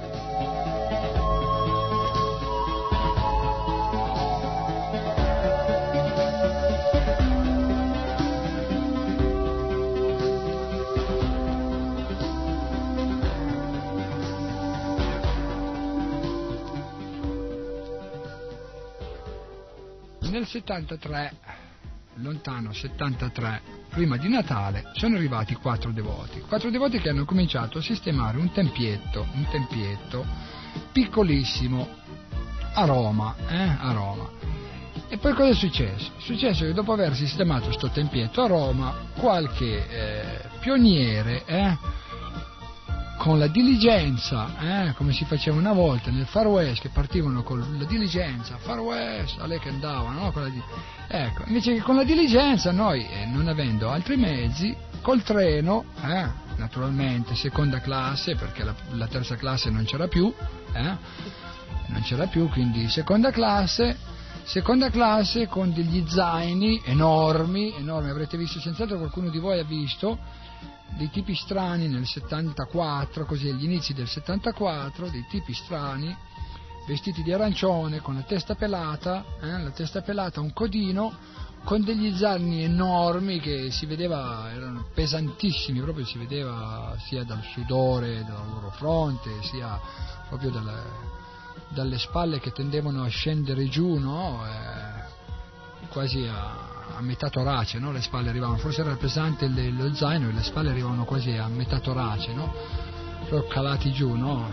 Nel settantatré, lontano settantatré, prima di Natale, sono arrivati quattro devoti, quattro devoti che hanno cominciato a sistemare un tempietto, un tempietto piccolissimo a Roma, eh, a Roma. E poi cosa è successo? È successo che dopo aver sistemato questo tempietto a Roma, qualche eh, pioniere, eh, con la diligenza, eh, come si faceva una volta nel Far West, che partivano con la diligenza, Far West, a lei che andavano, no? Con la di... ecco, invece che con la diligenza noi, eh, non avendo altri mezzi, col treno, eh, naturalmente seconda classe, perché la, la terza classe non c'era più, eh, non c'era più, quindi seconda classe, seconda classe con degli zaini enormi, enormi, avrete visto, senz'altro qualcuno di voi ha visto, dei tipi strani nel settantaquattro, così agli inizi del settantaquattro, dei tipi strani, vestiti di arancione, con la testa pelata, eh, la testa pelata, un codino, con degli zaini enormi che si vedeva, erano pesantissimi, proprio si vedeva sia dal sudore della loro fronte, sia proprio dalle, dalle spalle che tendevano a scendere giù, no? Eh, quasi a a metà torace, no? Le spalle arrivavano, forse era pesante le, lo zaino e le spalle arrivavano quasi a metà torace, no? Proprio calati giù, no?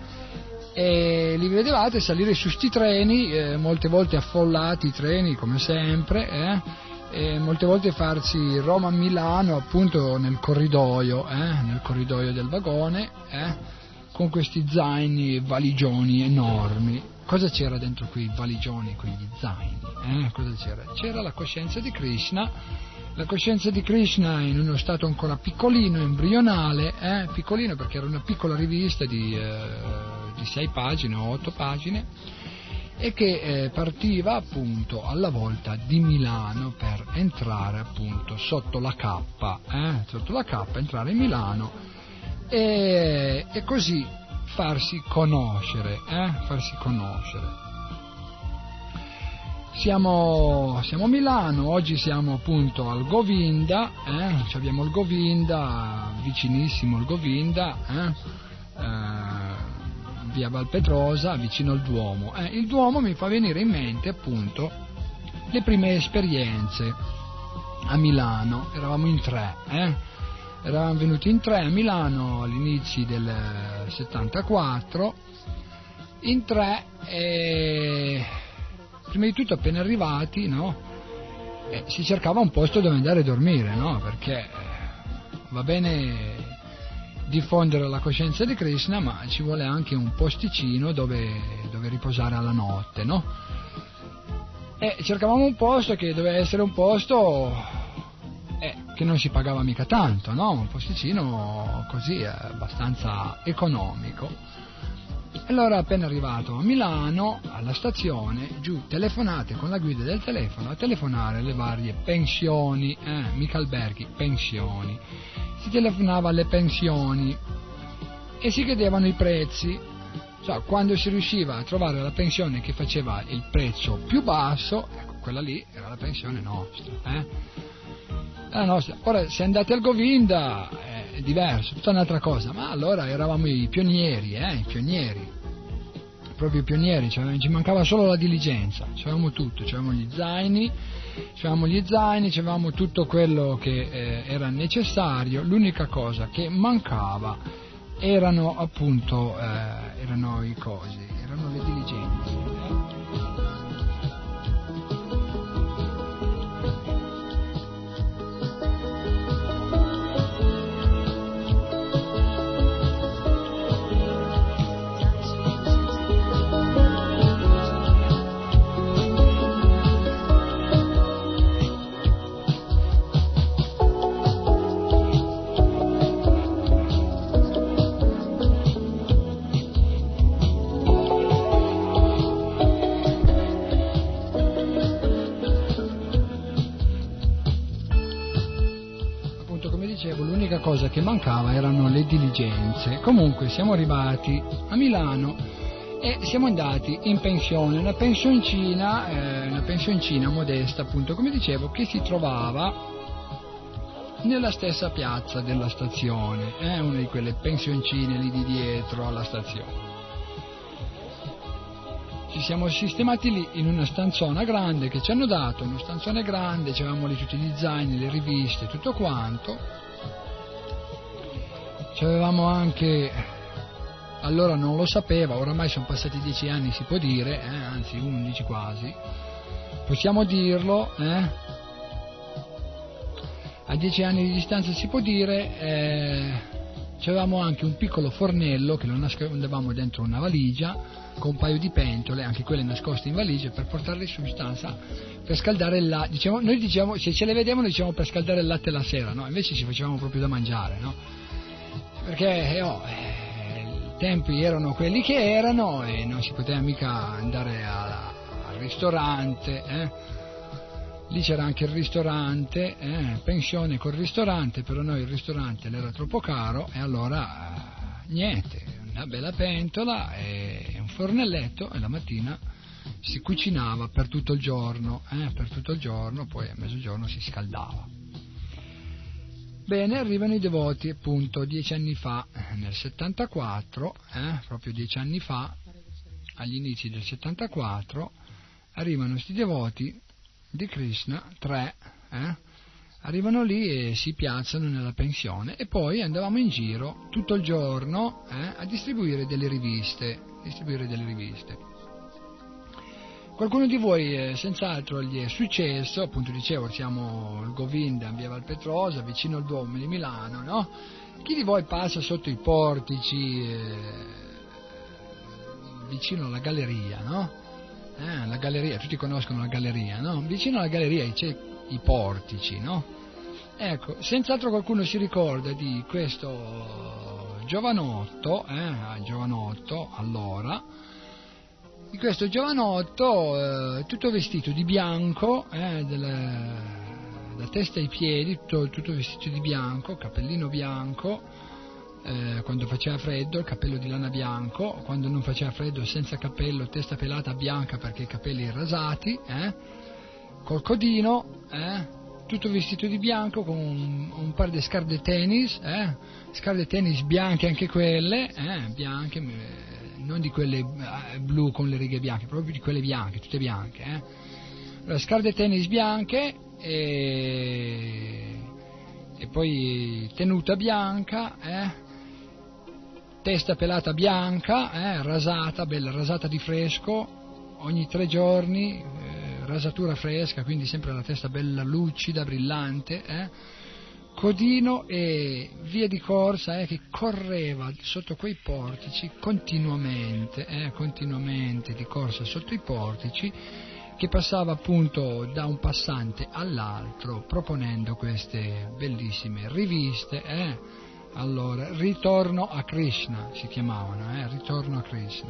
E li vedevate salire su sti treni, eh, molte volte affollati i treni come sempre, eh? E molte volte farsi Roma-Milano appunto nel corridoio, eh? Nel corridoio del vagone, eh? Con questi zaini, valigioni enormi. Cosa c'era dentro quei valigioni, quegli zaini? Eh? Cosa c'era? C'era la coscienza di Krishna, la coscienza di Krishna in uno stato ancora piccolino, embrionale, eh? Piccolino perché era una piccola rivista di, eh, di sei pagine o otto pagine, e che eh, partiva appunto alla volta di Milano per entrare appunto sotto la K, eh? Sotto la K, entrare in Milano e, e così farsi conoscere, eh? Farsi conoscere. Siamo, siamo a Milano, oggi siamo appunto al Govinda, eh? Ci abbiamo il Govinda, vicinissimo il Govinda, eh? Eh, via Valpetrosa, vicino al Duomo. Eh? Il Duomo mi fa venire in mente appunto le prime esperienze a Milano, eravamo in tre, eh? Eravamo venuti in tre a Milano all'inizio del settantaquattro, in tre, e prima di tutto appena arrivati, no? Eh, si cercava un posto dove andare a dormire, no? Perché va bene diffondere la coscienza di Krishna, ma ci vuole anche un posticino dove, dove riposare alla notte, no? E cercavamo un posto che doveva essere un posto Eh, che non si pagava mica tanto, no? Un posticino così eh, abbastanza economico. Allora, appena arrivato a Milano, alla stazione, giù, telefonate con la guida del telefono, a telefonare alle varie pensioni, eh, mica alberghi, pensioni. Si telefonava alle pensioni e si chiedevano i prezzi. Cioè, quando si riusciva a trovare la pensione che faceva il prezzo più basso, ecco, quella lì era la pensione nostra, eh? La nostra. Ora, se andate al Govinda è diverso, tutta un'altra cosa, ma allora eravamo i pionieri, eh, i pionieri, proprio i pionieri, cioè, ci mancava solo la diligenza, c'avevamo tutto, c'avevamo gli zaini, c'avevamo gli zaini, c'avevamo tutto quello che eh, era necessario, l'unica cosa che mancava erano appunto, eh, erano i cosi, erano le diligenze. l'unica cosa che mancava erano le diligenze. Comunque siamo arrivati a Milano e siamo andati in pensione, una pensioncina, eh, una pensioncina modesta, appunto, come dicevo, che si trovava nella stessa piazza della stazione, eh, una di quelle pensioncine lì di dietro alla stazione. Ci siamo sistemati lì in una stanzona grande che ci hanno dato, una stanzone grande, c'avevamo lì tutti gli zaini, le riviste, tutto quanto. C'avevamo anche, allora non lo sapeva, oramai sono passati dieci anni, si può dire, eh, anzi undici quasi, possiamo dirlo, eh? A dieci anni di distanza si può dire, eh, c'avevamo anche un piccolo fornello che lo nascondevamo dentro una valigia, con un paio di pentole, anche quelle nascoste in valigia, per portarle su in stanza per scaldare il latte. Diciamo, noi diciamo, se ce le vedevano diciamo per scaldare il latte la sera, no? Invece ci facevamo proprio da mangiare, no? Perché oh, eh, i tempi erano quelli che erano e non si poteva mica andare a, al ristorante, eh? Lì c'era anche il ristorante, eh? Pensione col ristorante, però noi il ristorante l'era troppo caro e allora eh, niente. Una bella pentola e un fornelletto e la mattina si cucinava per tutto il giorno, eh, per tutto il giorno, poi a mezzogiorno si scaldava. Bene, arrivano i devoti, appunto, dieci anni fa, nel settantaquattro, eh, proprio dieci anni fa, agli inizi del settantaquattro, arrivano questi devoti di Krishna, tre, eh, arrivano lì e si piazzano nella pensione e poi andavamo in giro tutto il giorno eh, a distribuire delle riviste, distribuire delle riviste. Qualcuno di voi eh, senz'altro gli è successo, appunto dicevo, siamo il Govinda in via Valpetrosa, vicino al Duomo di Milano, no? Chi di voi passa sotto i portici eh, vicino alla galleria, no? Eh, la galleria, tutti conoscono la galleria, no? Vicino alla galleria c'è i portici, no? Ecco, senz'altro qualcuno si ricorda di questo giovanotto, eh, giovanotto allora, di questo giovanotto eh, tutto vestito di bianco, eh, delle, da testa ai piedi, tutto, tutto vestito di bianco, cappellino bianco, eh, quando faceva freddo, il cappello di lana bianco, quando non faceva freddo senza cappello, testa pelata bianca perché i capelli rasati, eh, col codino, eh, tutto vestito di bianco con un, un paio di scarpe tennis, eh, scarpe tennis bianche anche quelle, eh, bianche, eh, non di quelle eh, blu con le righe bianche, proprio di quelle bianche, tutte bianche, eh. Allora, scarpe tennis bianche e, e poi tenuta bianca, eh, testa pelata bianca, eh, rasata, bella rasata di fresco, ogni tre giorni, eh, rasatura fresca, quindi sempre la testa bella lucida, brillante, eh, codino e via di corsa, eh, che correva sotto quei portici continuamente, eh, continuamente di corsa sotto i portici, che passava appunto da un passante all'altro proponendo queste bellissime riviste, eh. Allora, Ritorno a Krishna si chiamavano, eh, Ritorno a Krishna.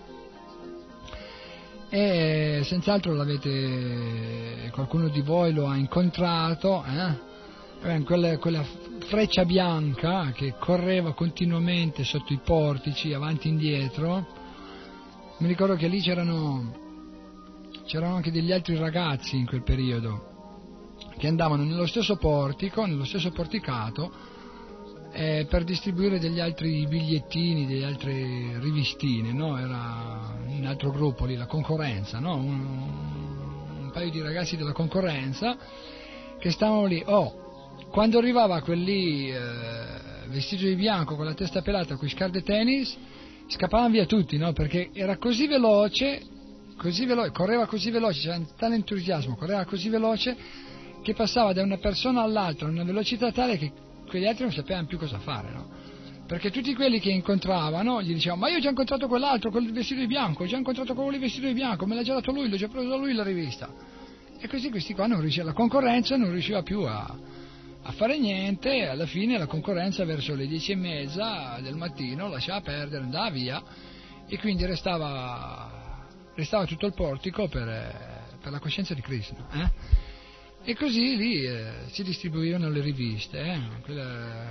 E senz'altro l'avete, qualcuno di voi lo ha incontrato, eh? Quella, quella freccia bianca che correva continuamente sotto i portici, avanti e indietro. Mi ricordo che lì c'erano c'erano anche degli altri ragazzi in quel periodo che andavano nello stesso portico, nello stesso porticato, eh, per distribuire degli altri bigliettini, delle altre rivistine, no? Era un altro gruppo lì, la concorrenza, no? un, un paio di ragazzi della concorrenza che stavano lì. Oh, quando arrivava quel lì eh, vestito di bianco con la testa pelata, con i scarpe tennis, scappavano via tutti, no? Perché era così veloce, così veloce, correva così veloce, c'era tale entusiasmo, correva così veloce che passava da una persona all'altra a una velocità tale che quegli altri non sapevano più cosa fare, no? Perché tutti quelli che incontravano gli dicevano: ma io ho già incontrato quell'altro, quel vestito di bianco, ho già incontrato quello lì vestito di bianco, me l'ha già dato lui, l'ho già preso da lui la rivista. E così questi qua non riuscivano, la concorrenza non riusciva più a, a fare niente, e alla fine la concorrenza verso le dieci e mezza del mattino lasciava perdere, andava via, e quindi restava, restava tutto il portico per, per la coscienza di Krishna, eh? E così lì eh, si distribuivano le riviste, eh? Quella,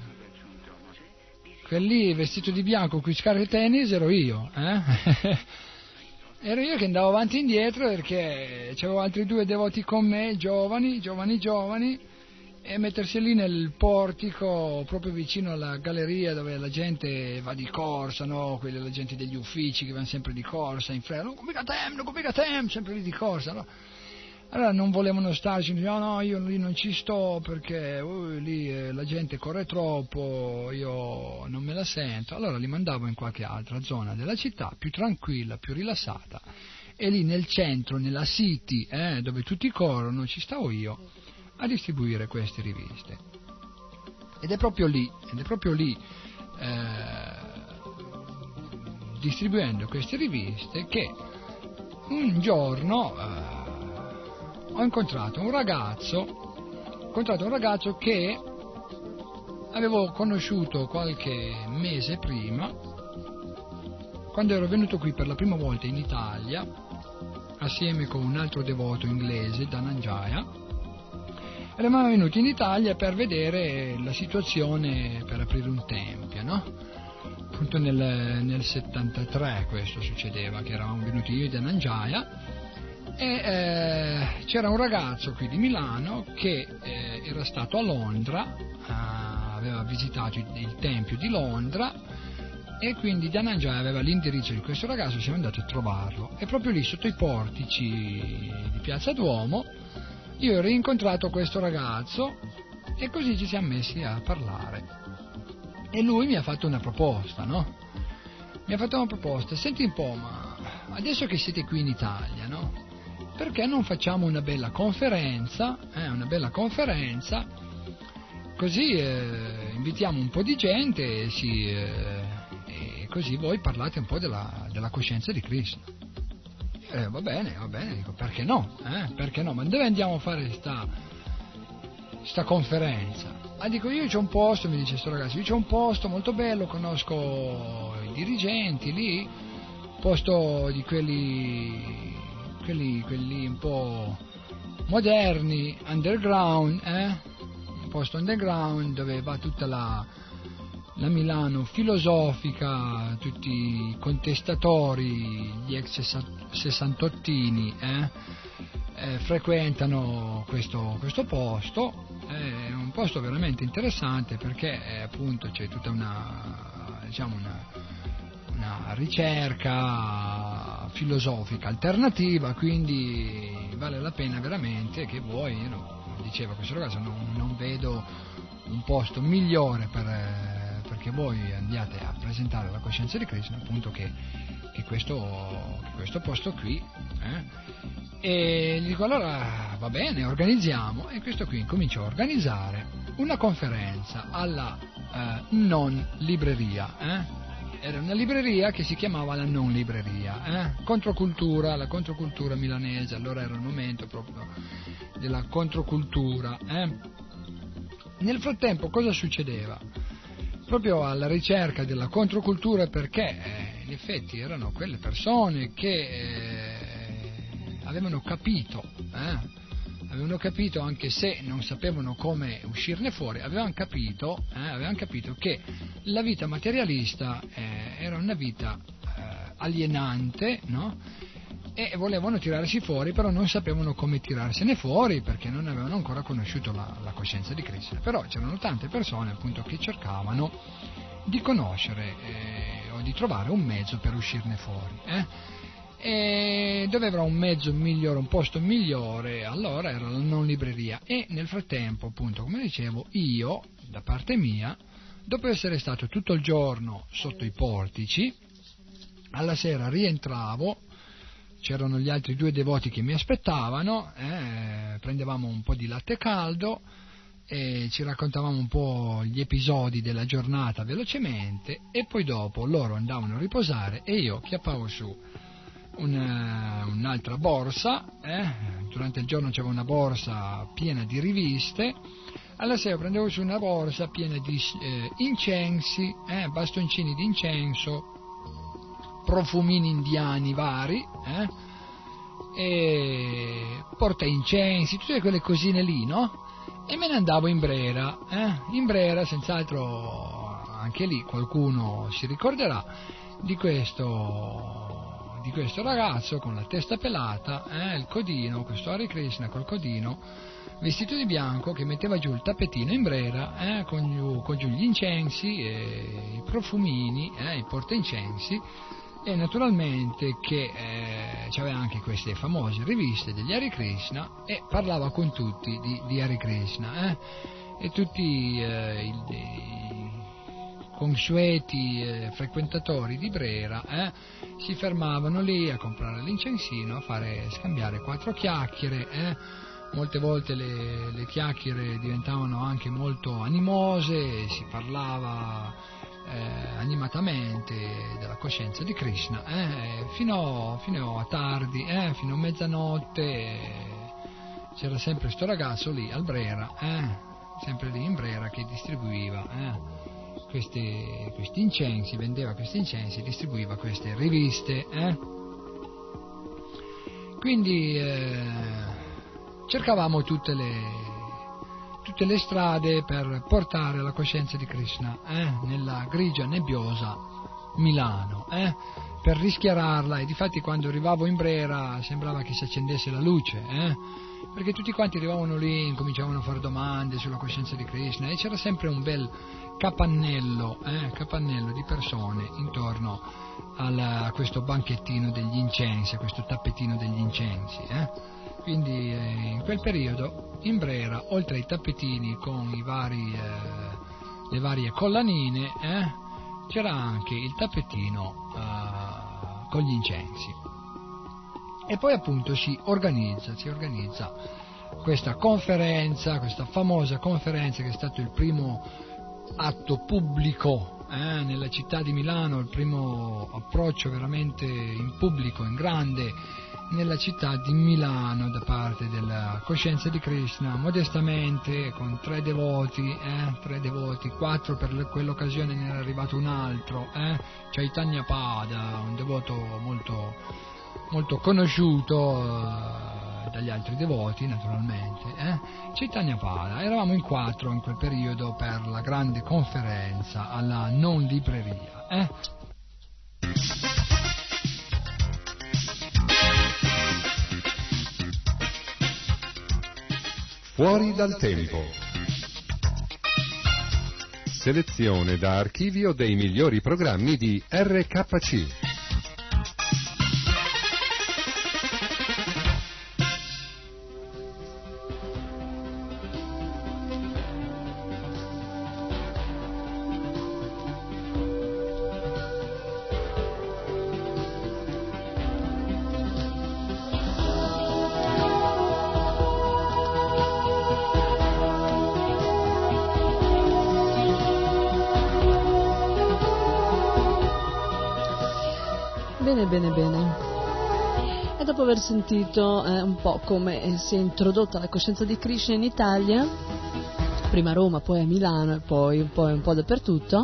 quel lì vestito di bianco con scarpe tennis ero io, eh? Ero io che andavo avanti e indietro perché c'avevo altri due devoti con me, giovani, giovani, giovani, e mettersi lì nel portico proprio vicino alla galleria dove la gente va di corsa, no? Quelli, la gente degli uffici che vanno sempre di corsa in fretta, non comica tem, non comica tem, sempre lì di corsa, no? Allora non volevano starci, no, no, io lì non ci sto perché uh, lì eh, la gente corre troppo, io non me la sento. Allora li mandavo in qualche altra zona della città, più tranquilla, più rilassata, e lì nel centro, nella city, eh, dove tutti corrono, ci stavo io a distribuire queste riviste. Ed è proprio lì, ed è proprio lì, eh, distribuendo queste riviste, che un giorno eh, ho incontrato un ragazzo, ho incontrato un ragazzo che avevo conosciuto qualche mese prima, quando ero venuto qui per la prima volta in Italia, assieme con un altro devoto inglese, Dhananjaya. Eravamo venuti in Italia per vedere la situazione per aprire un tempio, no? Appunto nel, nel settantatré questo succedeva, che eravamo venuti io e Dhananjaya, e eh, c'era un ragazzo qui di Milano che eh, era stato a Londra, eh, aveva visitato il, il tempio di Londra, e quindi Dhananjaya aveva l'indirizzo di questo ragazzo, siamo andati a trovarlo, e proprio lì sotto i portici di Piazza Duomo io ho rincontrato questo ragazzo e così ci siamo messi a parlare. E lui mi ha fatto una proposta, no? Mi ha fatto una proposta, senti un po', ma adesso che siete qui in Italia, no? Perché non facciamo una bella conferenza, eh, una bella conferenza, così eh, invitiamo un po' di gente e, si, eh, e così voi parlate un po' della, della coscienza di Krishna. Eh, va bene, va bene, dico, perché no? Eh? Perché no? Ma dove andiamo a fare sta, sta conferenza? Ah, dico, io c'ho un posto, mi dice questo ragazzo, io c'ho un posto molto bello, conosco i dirigenti lì, posto di quelli, quelli, quelli un po' moderni, underground, eh? Un posto underground dove va tutta la... la Milano filosofica, tutti i contestatori, gli ex sessantottini eh, eh, frequentano questo, questo posto, è un posto veramente interessante perché eh, appunto c'è tutta una, diciamo una, una ricerca filosofica alternativa, quindi vale la pena veramente che voi, io non, diceva questo ragazzo, non, non vedo un posto migliore per... perché voi andiate a presentare la coscienza di Krishna, appunto che, che, questo, che questo posto qui, eh? E gli dico allora va bene, organizziamo, e questo qui cominciò a organizzare una conferenza alla eh, non libreria, eh? Era una libreria che si chiamava la non libreria, eh? Controcultura, la controcultura milanese, allora era il momento proprio della controcultura, eh? Nel frattempo cosa succedeva? Proprio alla ricerca della controcultura, perché eh, in effetti erano quelle persone che eh, avevano capito, eh, avevano capito, anche se non sapevano come uscirne fuori, avevano capito, eh, avevano capito che la vita materialista eh, era una vita eh, alienante, no? E volevano tirarsi fuori, però non sapevano come tirarsene fuori perché non avevano ancora conosciuto la, la coscienza di Krishna. Però c'erano tante persone appunto che cercavano di conoscere eh, o di trovare un mezzo per uscirne fuori, eh? E doveva un mezzo migliore, un posto migliore, allora era la non libreria. E nel frattempo, appunto, come dicevo, io da parte mia, dopo essere stato tutto il giorno sotto i portici, alla sera rientravo. C'erano gli altri due devoti che mi aspettavano, eh, prendevamo un po' di latte caldo e ci raccontavamo un po' gli episodi della giornata velocemente, e poi dopo loro andavano a riposare e io chiappavo su una, un'altra borsa, eh, durante il giorno c'era una borsa piena di riviste, alla sera prendevo su una borsa piena di eh, incensi, eh, bastoncini di incenso, profumini indiani vari, eh? e porta incensi, tutte quelle cosine lì, no? E me ne andavo in Brera, eh? In Brera, senz'altro, anche lì qualcuno si ricorderà di questo, di questo ragazzo con la testa pelata, eh? Il codino, questo Hare Krishna col codino, vestito di bianco, che metteva giù il tappetino in Brera, eh? con, giù, con giù gli incensi, e i profumini, eh? i portaincensi, e naturalmente che eh, c'aveva anche queste famose riviste degli Hare Krishna e parlava con tutti di, di Hare Krishna, eh? E tutti eh, i, i consueti eh, frequentatori di Brera eh, si fermavano lì a comprare l'incensino, a fare scambiare quattro chiacchiere, eh? Molte volte le, le chiacchiere diventavano anche molto animose, si parlava Eh, animatamente della coscienza di Krishna, eh, fino, fino a tardi, eh, fino a mezzanotte. Eh, c'era sempre sto ragazzo lì al Brera, eh, sempre lì in Brera, che distribuiva eh, questi, questi incensi, vendeva questi incensi, distribuiva queste riviste. Eh. Quindi eh, cercavamo tutte le tutte le strade per portare la coscienza di Krishna eh, nella grigia nebbiosa Milano, eh, per rischiararla, e difatti quando arrivavo in Brera sembrava che si accendesse la luce, eh, perché tutti quanti arrivavano lì, incominciavano a fare domande sulla coscienza di Krishna, e c'era sempre un bel capannello, eh, capannello di persone intorno alla, a questo banchettino degli incensi, a questo tappetino degli incensi, eh. Quindi eh, in quel periodo in Brera, oltre ai tappetini con i vari, eh, le varie collanine, eh, c'era anche il tappetino eh, con gli incensi. E poi appunto si organizza, si organizza questa conferenza, questa famosa conferenza, che è stato il primo atto pubblico eh, nella città di Milano, il primo approccio veramente in pubblico, in grande, nella città di Milano da parte della coscienza di Krishna, modestamente, con tre devoti, eh, tre devoti, quattro per quell'occasione ne era arrivato un altro, eh, Chaitanya Pada, un devoto molto, molto conosciuto eh, dagli altri devoti naturalmente, eh, Chaitanya Pada. Eravamo in quattro in quel periodo per la grande conferenza alla non libreria. Eh. Fuori dal tempo. Selezione da archivio dei migliori programmi di R K C. Bene, bene, bene. E dopo aver sentito eh, un po' come si è introdotta la coscienza di Krishna in Italia, prima a Roma, poi a Milano e poi un po', un po' dappertutto,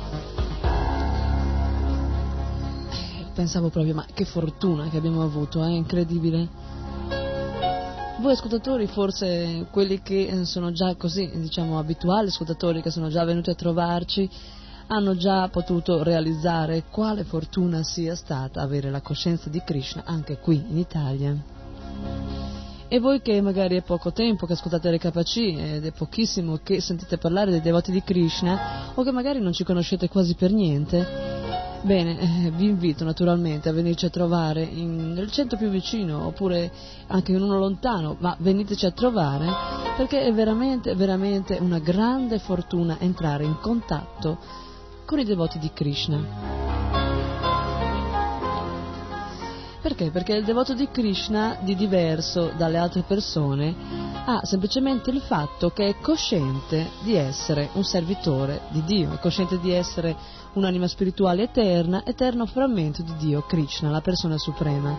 pensavo proprio, ma che fortuna che abbiamo avuto, è eh? incredibile. Voi ascoltatori, forse quelli che sono già così, diciamo, abituali ascoltatori, che sono già venuti a trovarci, hanno già potuto realizzare quale fortuna sia stata avere la coscienza di Krishna anche qui in Italia. E voi che magari è poco tempo che ascoltate R K C ed è pochissimo che sentite parlare dei devoti di Krishna, o che magari non ci conoscete quasi per niente, bene, eh, vi invito naturalmente a venirci a trovare in, nel centro più vicino, oppure anche in uno lontano, ma veniteci a trovare, perché è veramente, veramente una grande fortuna entrare in contatto con i devoti di Krishna. Perché? Perché il devoto di Krishna, di diverso dalle altre persone, ha semplicemente il fatto che è cosciente di essere un servitore di Dio, è cosciente di essere un'anima spirituale eterna, eterno frammento di Dio, Krishna, la persona suprema.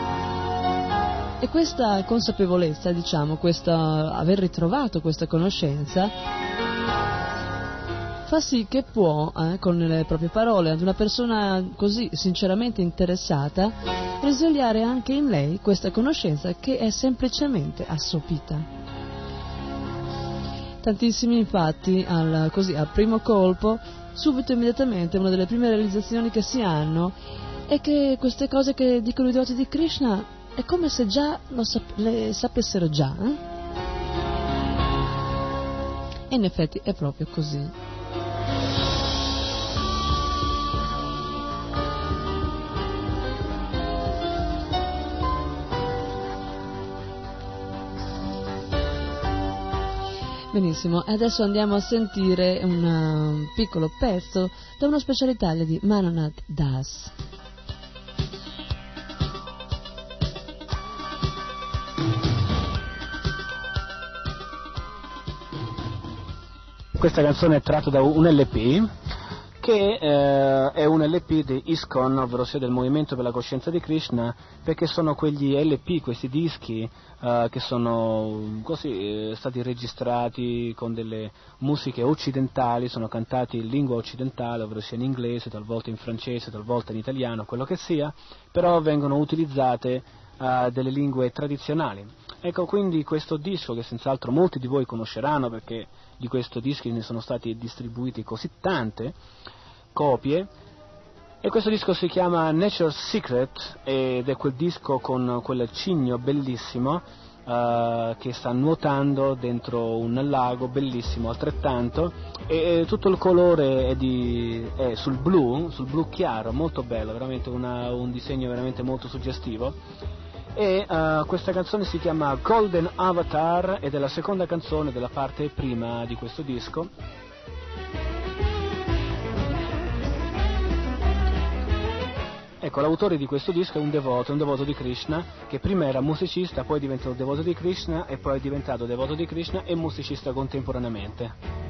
E questa consapevolezza, diciamo, questa, aver ritrovato questa conoscenza, fa sì che può, eh, con le proprie parole, ad una persona così sinceramente interessata, risvegliare anche in lei questa conoscenza che è semplicemente assopita. Tantissimi infatti, al, così, al primo colpo, subito immediatamente, una delle prime realizzazioni che si hanno è che queste cose che dicono i devoti di Krishna è come se già lo sap- le sapessero già, eh? E in effetti è proprio così. Benissimo, e adesso andiamo a sentire un, un piccolo pezzo da uno speciale Italia di Mananath Das. Questa canzone è tratta da un L P che eh, è un L P di ISKCON, ovvero sia del Movimento per la Coscienza di Krishna, perché sono quegli L P, questi dischi eh, che sono così eh, stati registrati con delle musiche occidentali, sono cantati in lingua occidentale, ovvero sia in inglese, talvolta in francese, talvolta in italiano, quello che sia, però vengono utilizzate eh, delle lingue tradizionali. Ecco, quindi questo disco, che senz'altro molti di voi conosceranno perché di questo disco ne sono stati distribuiti così tante copie, e questo disco si chiama Nature's Secret ed è quel disco con quel cigno bellissimo uh, che sta nuotando dentro un lago bellissimo altrettanto, e, e tutto il colore è, di, è sul blu, sul blu chiaro, molto bello, veramente una, un disegno veramente molto suggestivo. E uh, questa canzone si chiama Golden Avatar ed è la seconda canzone della parte prima di questo disco. Ecco, l'autore di questo disco è un devoto, un devoto di Krishna, che prima era musicista, poi è diventato devoto di Krishna e poi è diventato devoto di Krishna e musicista contemporaneamente.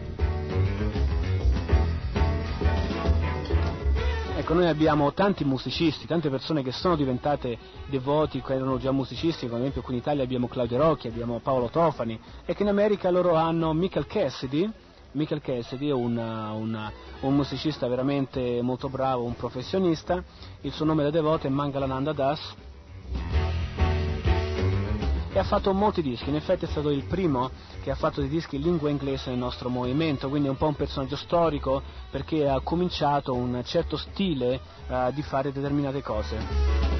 Ecco, noi abbiamo tanti musicisti, tante persone che sono diventate devoti, che erano già musicisti, come ad esempio qui in Italia abbiamo Claudio Rocchi, abbiamo Paolo Tofani, e che in America loro hanno Michael Cassidy. Michael Cassidy è una, una, un musicista veramente molto bravo, un professionista, il suo nome da devoto è Mangalananda Das, e ha fatto molti dischi, in effetti è stato il primo che ha fatto dei dischi in lingua inglese nel nostro movimento, quindi è un po' un personaggio storico perché ha cominciato un certo stile uh, di fare determinate cose.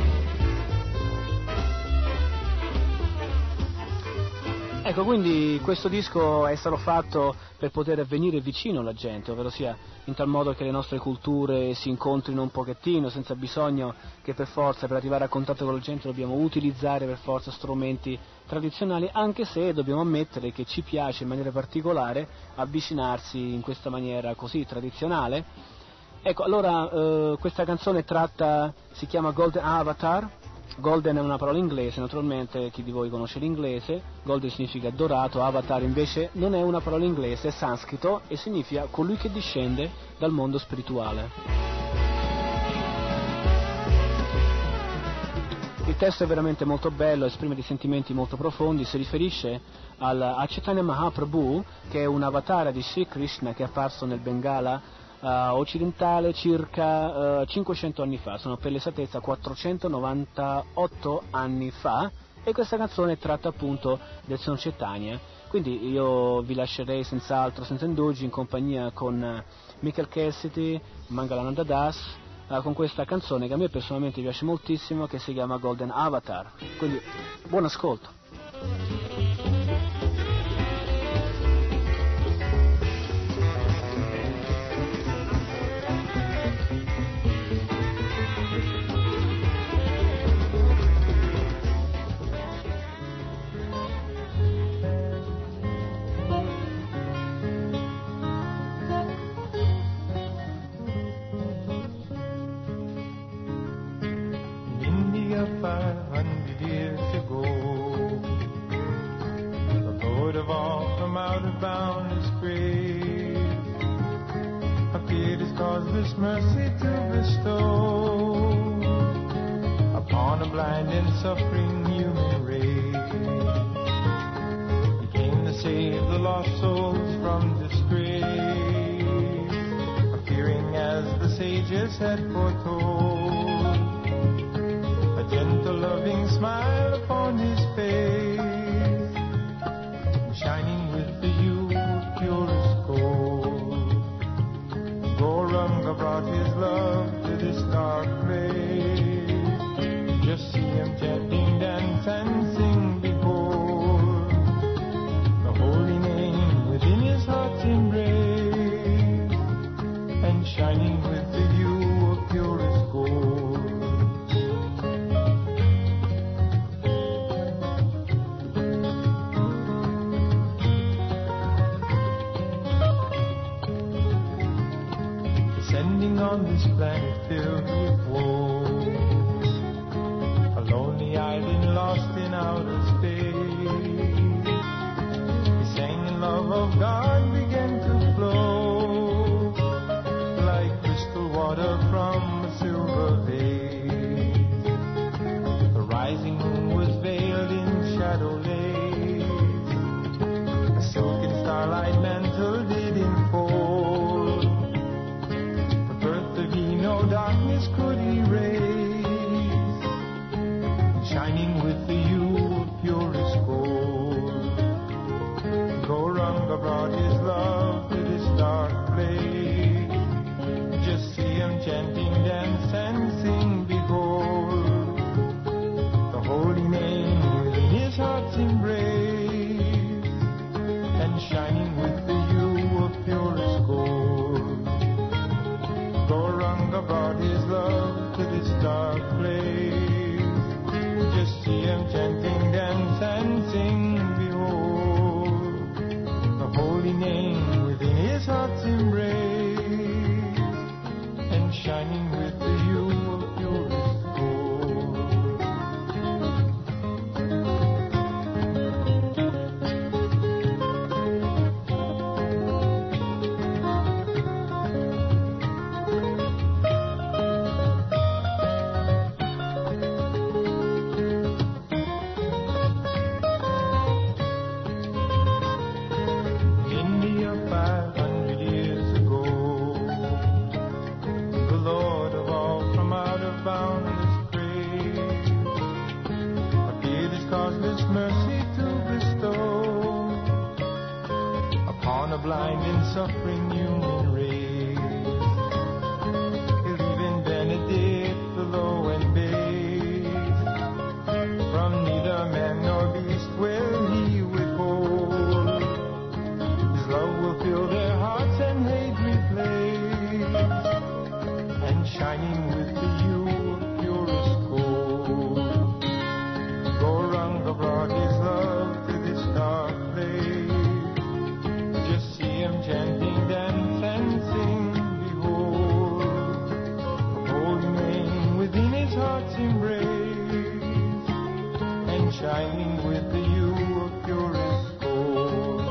Ecco, quindi questo disco è stato fatto per poter venire vicino alla gente, ovvero sia in tal modo che le nostre culture si incontrino un pochettino, senza bisogno che per forza, per arrivare a contatto con la gente, dobbiamo utilizzare per forza strumenti tradizionali, anche se dobbiamo ammettere che ci piace in maniera particolare avvicinarsi in questa maniera così tradizionale. Ecco, allora eh, questa canzone tratta, si chiama Golden Avatar. Golden è una parola inglese, naturalmente chi di voi conosce l'inglese. Golden significa dorato, avatar invece non è una parola inglese, è sanscrito e significa colui che discende dal mondo spirituale. Il testo è veramente molto bello, esprime dei sentimenti molto profondi, si riferisce al, a Chaitanya Mahaprabhu, che è un avatar di Sri Krishna che è apparso nel Bengala Uh, occidentale circa uh, cinquecento anni fa, sono per l'esattezza quattrocentonovantotto anni fa, e questa canzone tratta appunto del Signor Chaitanya. Quindi io vi lascerei senz'altro, senza indugi, in compagnia con uh, Michael Cassidy, Mangalananda Das, uh, con questa canzone che a me personalmente piace moltissimo, che si chiama Golden Avatar. Quindi buon ascolto. five hundred years ago, the Lord of all from out of boundless grave appeared His causeless mercy to bestow upon a blind and suffering human race. He came to save the lost souls from disgrace. years had foretold. A gentle loving smile upon his face, shining with the hue of purest gold. Gauranga brought his love to this dark place. Just see him chanting, dance and sing, behold the holy name within his heart's embrace, and shining with the hue of purest gold. Descending on this planet filled with woe, a lonely island lost in outer space, he sang in love of God began to flow, like crystal water from a silver vase. The rising moon was veiled in shadow lace, a silken starlight mantle did enfold. The birth of ye no darkness could erase, shining with the hue of purest gold. Gauranga brought his love to this dark place. Just see him chanting, dance and sing, behold the holy name within his heart's embrace, and shining with the hue of purest gold. Gauranga brought his love to this dark place. Just see him chanting, dance and sing, behold the holy name within his heart's embrace, and shining with the hue of purest gold. India five hundred years ago, the Lord of all from out of boundless grace appeared his causeless mercy to bestow upon a blind and suffering human race. Even Benedict, the low and base, from neither man nor beast will he withhold. His love will fill their hearts and hate replace, and shining with the hue of purest gold. Gauranga brought his love to this dark place. Just see him chanting, dance and sing, behold the holy name within his heart's embrace, and shining with the hue of purest gold.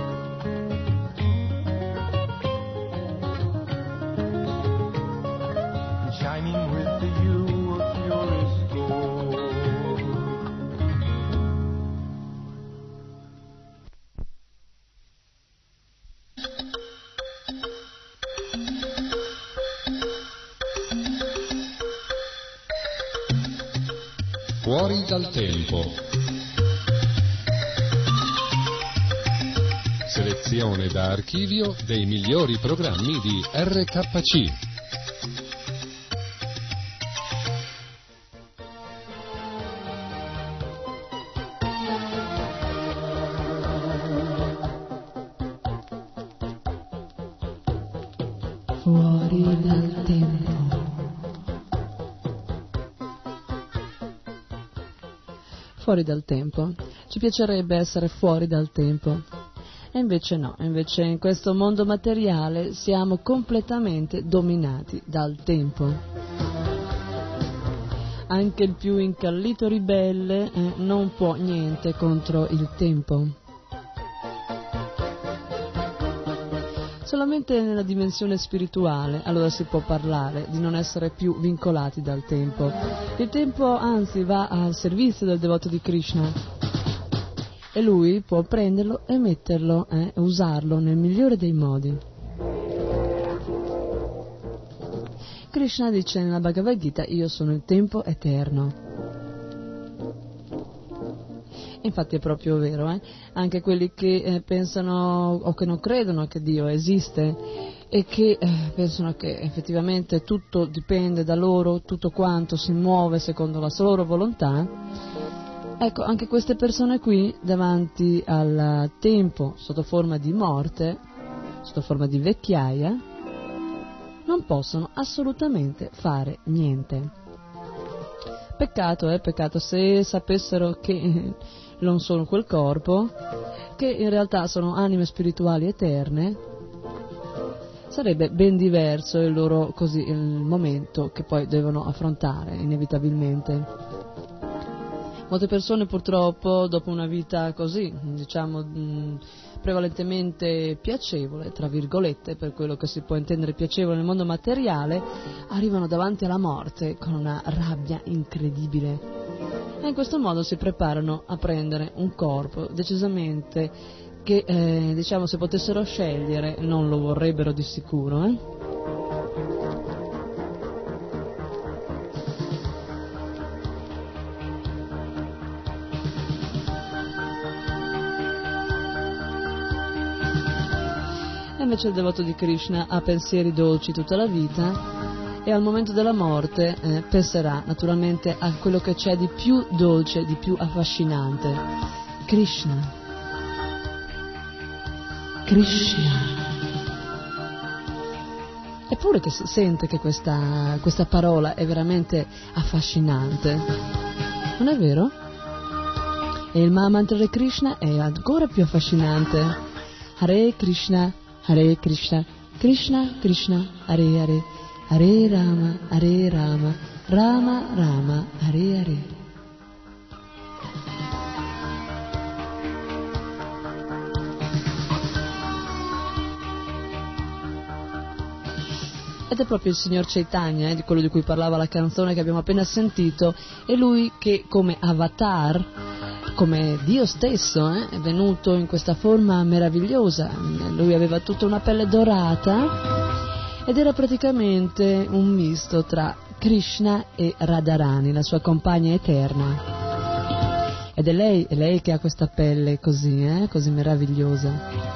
And shining with the hue of purest gold. Fuori dal tempo. Selezione da archivio dei migliori programmi di R K C. Fuori dal tempo. Fuori dal tempo. Ci piacerebbe essere fuori dal tempo. E invece no, invece in questo mondo materiale siamo completamente dominati dal tempo. Anche il più incallito ribelle eh, non può niente contro il tempo. Solamente nella dimensione spirituale allora si può parlare di non essere più vincolati dal tempo. Il tempo anzi va al servizio del devoto di Krishna e lui può prenderlo e metterlo e eh, usarlo nel migliore dei modi. Krishna dice nella Bhagavad Gita: io sono il tempo eterno. Infatti è proprio vero, eh? Anche quelli che eh, pensano o che non credono che Dio esiste e che eh, pensano che effettivamente tutto dipende da loro, tutto quanto si muove secondo la loro volontà, ecco, anche queste persone qui davanti al tempo sotto forma di morte, sotto forma di vecchiaia, non possono assolutamente fare niente. Peccato, eh, peccato se sapessero che non sono quel corpo, che in realtà sono anime spirituali eterne, sarebbe ben diverso il loro così il momento che poi devono affrontare inevitabilmente. Molte persone purtroppo dopo una vita così, diciamo, mh, prevalentemente piacevole, tra virgolette, per quello che si può intendere piacevole nel mondo materiale, arrivano davanti alla morte con una rabbia incredibile. E in questo modo si preparano a prendere un corpo decisamente che, eh, diciamo, se potessero scegliere non lo vorrebbero di sicuro, eh? E invece il devoto di Krishna ha pensieri dolci tutta la vita e al momento della morte eh, penserà naturalmente a quello che c'è di più dolce, di più affascinante. Krishna. Krishna. Eppure che si sente che questa, questa parola è veramente affascinante. Non è vero? E il Mahamantra di Krishna è ancora più affascinante. Hare Krishna, Hare Krishna, Krishna Krishna, Hare Hare, Hare Rama, Hare Rama, Rama Rama, Hare Hare. Ed è proprio il signor Chaitanya, eh, di quello di cui parlava la canzone che abbiamo appena sentito, è lui che come avatar, come Dio stesso, eh, è venuto in questa forma meravigliosa. Lui aveva tutta una pelle dorata ed era praticamente un misto tra Krishna e Radharani, la sua compagna eterna. Ed è lei, è lei che ha questa pelle così, eh, così meravigliosa.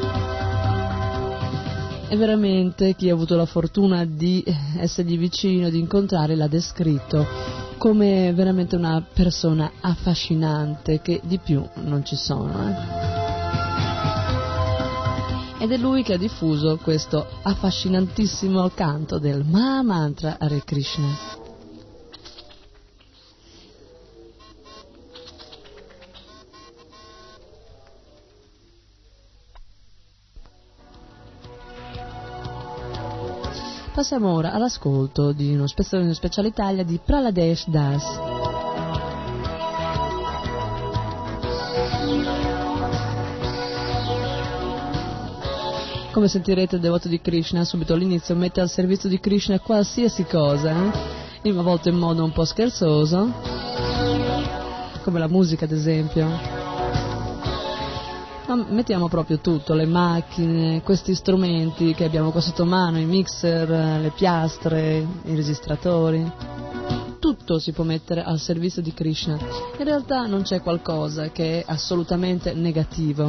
E veramente chi ha avuto la fortuna di essergli vicino, di incontrare, l'ha descritto come veramente una persona affascinante, che di più non ci sono. Eh? Ed è lui che ha diffuso questo affascinantissimo canto del Mahamantra Hare Krishna. Passiamo ora all'ascolto di uno spezzone di Special Italia di Praladesh Das. Come sentirete, il devoto di Krishna subito all'inizio mette al servizio di Krishna qualsiasi cosa, eh? A volte in modo un po' scherzoso, come la musica ad esempio. Ma mettiamo proprio tutto, le macchine, questi strumenti che abbiamo qua sotto mano, i mixer, le piastre, i registratori, tutto si può mettere al servizio di Krishna. In realtà non c'è qualcosa che è assolutamente negativo.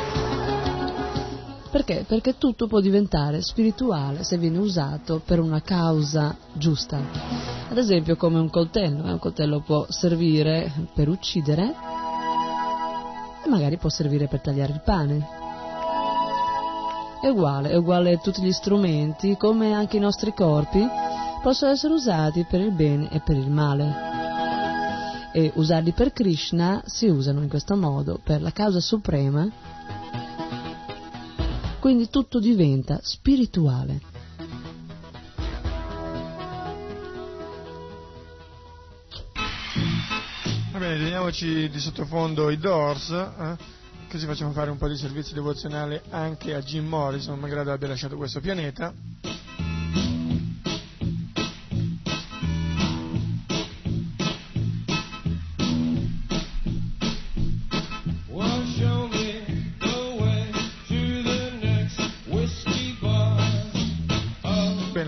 Perché? Perché tutto può diventare spirituale se viene usato per una causa giusta. Ad esempio come un coltello, un coltello può servire per uccidere, e magari può servire per tagliare il pane. È uguale, è uguale a tutti gli strumenti, come anche i nostri corpi possono essere usati per il bene e per il male. E usarli per Krishna si usano in questo modo, per la causa suprema, quindi tutto diventa spirituale. Bene, teniamoci di sottofondo i Doors, eh? Così facciamo fare un po' di servizio devozionale anche a Jim Morrison, malgrado abbia lasciato questo pianeta.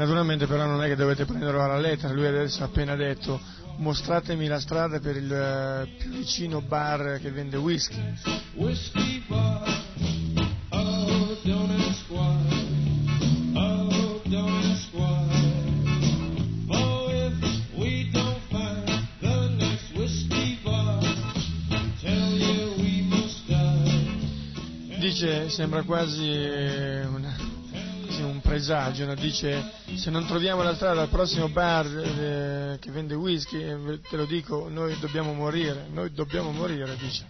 naturalmente però non è che dovete prenderlo alla lettera, lui adesso ha appena detto mostratemi la strada per il uh, più vicino bar che vende whisky. Whisky bar, oh, donut squad, oh, donut squad, oh, if we don't find the next whisky bar, tell you we must die. Dice, sembra quasi una... un presagio, no? Dice se non troviamo la strada al prossimo bar eh, che vende whisky, eh, te lo dico, noi dobbiamo morire, noi dobbiamo morire, dice.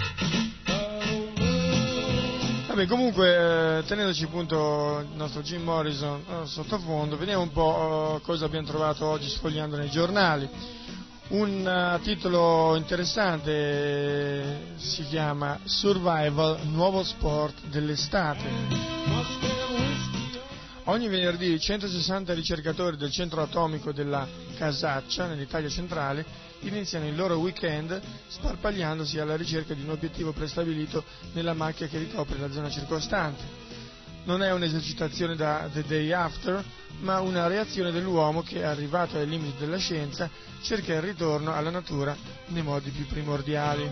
Vabbè, comunque eh, tenendoci appunto il nostro Jim Morrison eh, sottofondo, vediamo un po' eh, cosa abbiamo trovato oggi sfogliando nei giornali. Un uh, titolo interessante eh, si chiama Survival, nuovo sport dell'estate. Ogni venerdì centosessanta ricercatori del centro atomico della Casaccia, nell'Italia centrale, iniziano il loro weekend sparpagliandosi alla ricerca di un obiettivo prestabilito nella macchia che ricopre la zona circostante. Non è un'esercitazione da The Day After, ma una reazione dell'uomo che, arrivato ai limiti della scienza, cerca il ritorno alla natura nei modi più primordiali.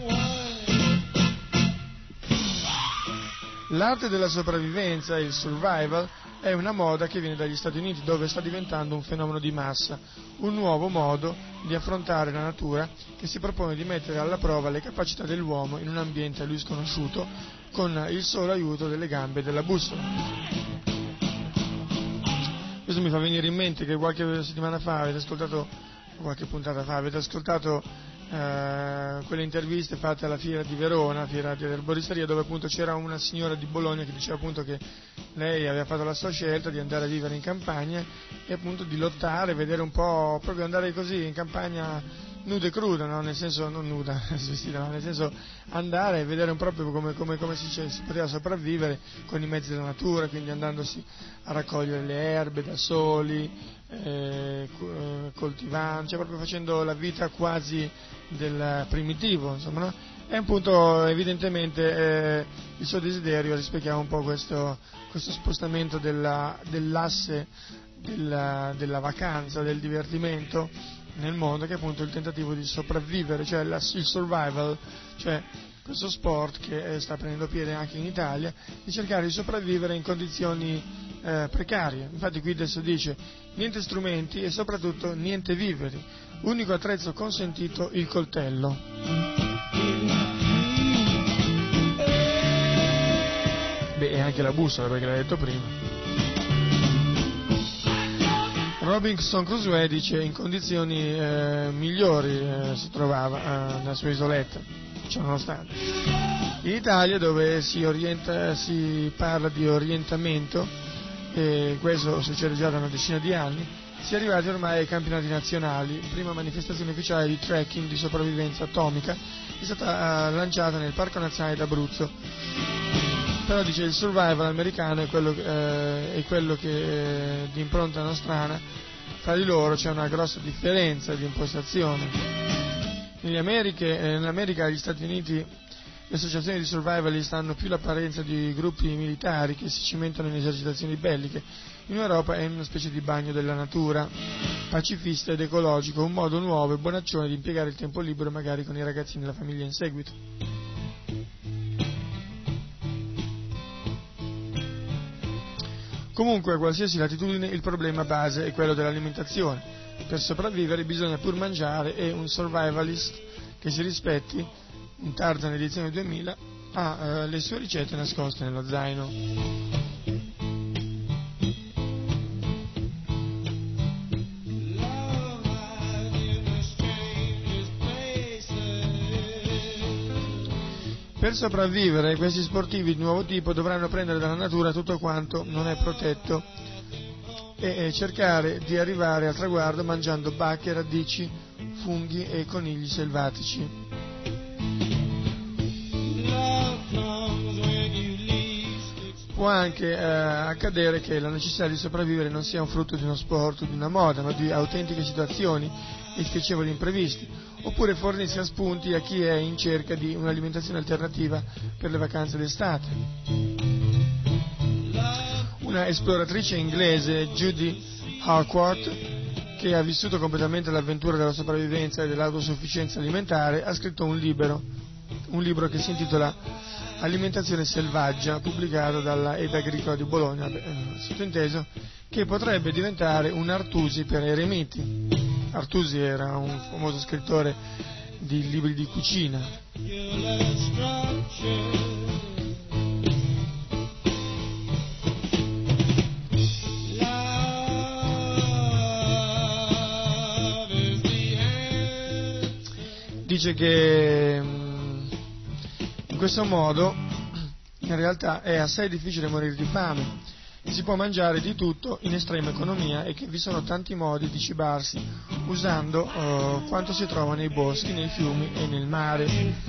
L'arte della sopravvivenza, il survival, è una moda che viene dagli Stati Uniti, dove sta diventando un fenomeno di massa, un nuovo modo di affrontare la natura che si propone di mettere alla prova le capacità dell'uomo in un ambiente a lui sconosciuto con il solo aiuto delle gambe e della bussola. Questo mi fa venire in mente che qualche settimana fa avete ascoltato, qualche puntata fa avete ascoltato Uh, quelle interviste fatte alla fiera di Verona, fiera dell'erboristeria, dove appunto c'era una signora di Bologna che diceva appunto che lei aveva fatto la sua scelta di andare a vivere in campagna e appunto di lottare, vedere un po', proprio andare così in campagna nuda e cruda, no? Nel senso, non nuda, svestita, no? Nel senso andare e vedere un proprio come, come, come si, cioè, si poteva sopravvivere con i mezzi della natura, quindi andandosi a raccogliere le erbe da soli, eh, coltivando, cioè proprio facendo la vita quasi del primitivo, insomma, no? E appunto evidentemente eh, il suo desiderio rispecchiava un po' questo, questo spostamento della, dell'asse della, della vacanza, del divertimento nel mondo, che è appunto il tentativo di sopravvivere, cioè la, il survival, cioè questo sport che eh, sta prendendo piede anche in Italia, di cercare di sopravvivere in condizioni eh, precarie. Infatti qui adesso dice niente strumenti e soprattutto niente viveri, unico attrezzo consentito il coltello. Beh, e anche la bussola, perché l'hai detto prima. Robinson Crusoe dice in condizioni eh, migliori eh, si trovava eh, nella sua isoletta, ciononostante. In Italia, dove si, orienta, si parla di orientamento, e questo succede già da una decina di anni, si è arrivati ormai ai campionati nazionali. Prima manifestazione ufficiale di trekking di sopravvivenza atomica è stata uh, lanciata nel Parco Nazionale d'Abruzzo. Però dice il survival americano è quello, eh, è quello che eh, di impronta nostrana, fra di loro c'è una grossa differenza di impostazione. Negli Americhe, eh, nell'America e negli Stati Uniti le associazioni di survivalist hanno più l'apparenza di gruppi militari che si cimentano in esercitazioni belliche. In Europa è una specie di bagno della natura, pacifista ed ecologico, un modo nuovo e bonaccione di impiegare il tempo libero magari con i ragazzini della famiglia in seguito. Comunque, a qualsiasi latitudine, il problema base è quello dell'alimentazione. Per sopravvivere bisogna pur mangiare e un survivalist che si rispetti, in Tarzan edizione duemila, ha eh, le sue ricette nascoste nello zaino. Per sopravvivere questi sportivi di nuovo tipo dovranno prendere dalla natura tutto quanto non è protetto e cercare di arrivare al traguardo mangiando bacche, radici, funghi e conigli selvatici. Può anche eh, accadere che la necessità di sopravvivere non sia un frutto di uno sport o di una moda, ma di autentiche situazioni e spiacevoli imprevisti, oppure fornisca spunti a chi è in cerca di un'alimentazione alternativa per le vacanze d'estate. Una esploratrice inglese, Judy Harcourt, che ha vissuto completamente l'avventura della sopravvivenza e dell'autosufficienza alimentare, ha scritto un libro, un libro che si intitola Alimentazione selvaggia, pubblicato dalla Ed Agricola di Bologna, eh, sottinteso che potrebbe diventare un Artusi per eremiti. Artusi era un famoso scrittore di libri di cucina. Dice che in questo modo in realtà è assai difficile morire di fame, si può mangiare di tutto in estrema economia e che vi sono tanti modi di cibarsi usando uh, quanto si trova nei boschi, nei fiumi e nel mare.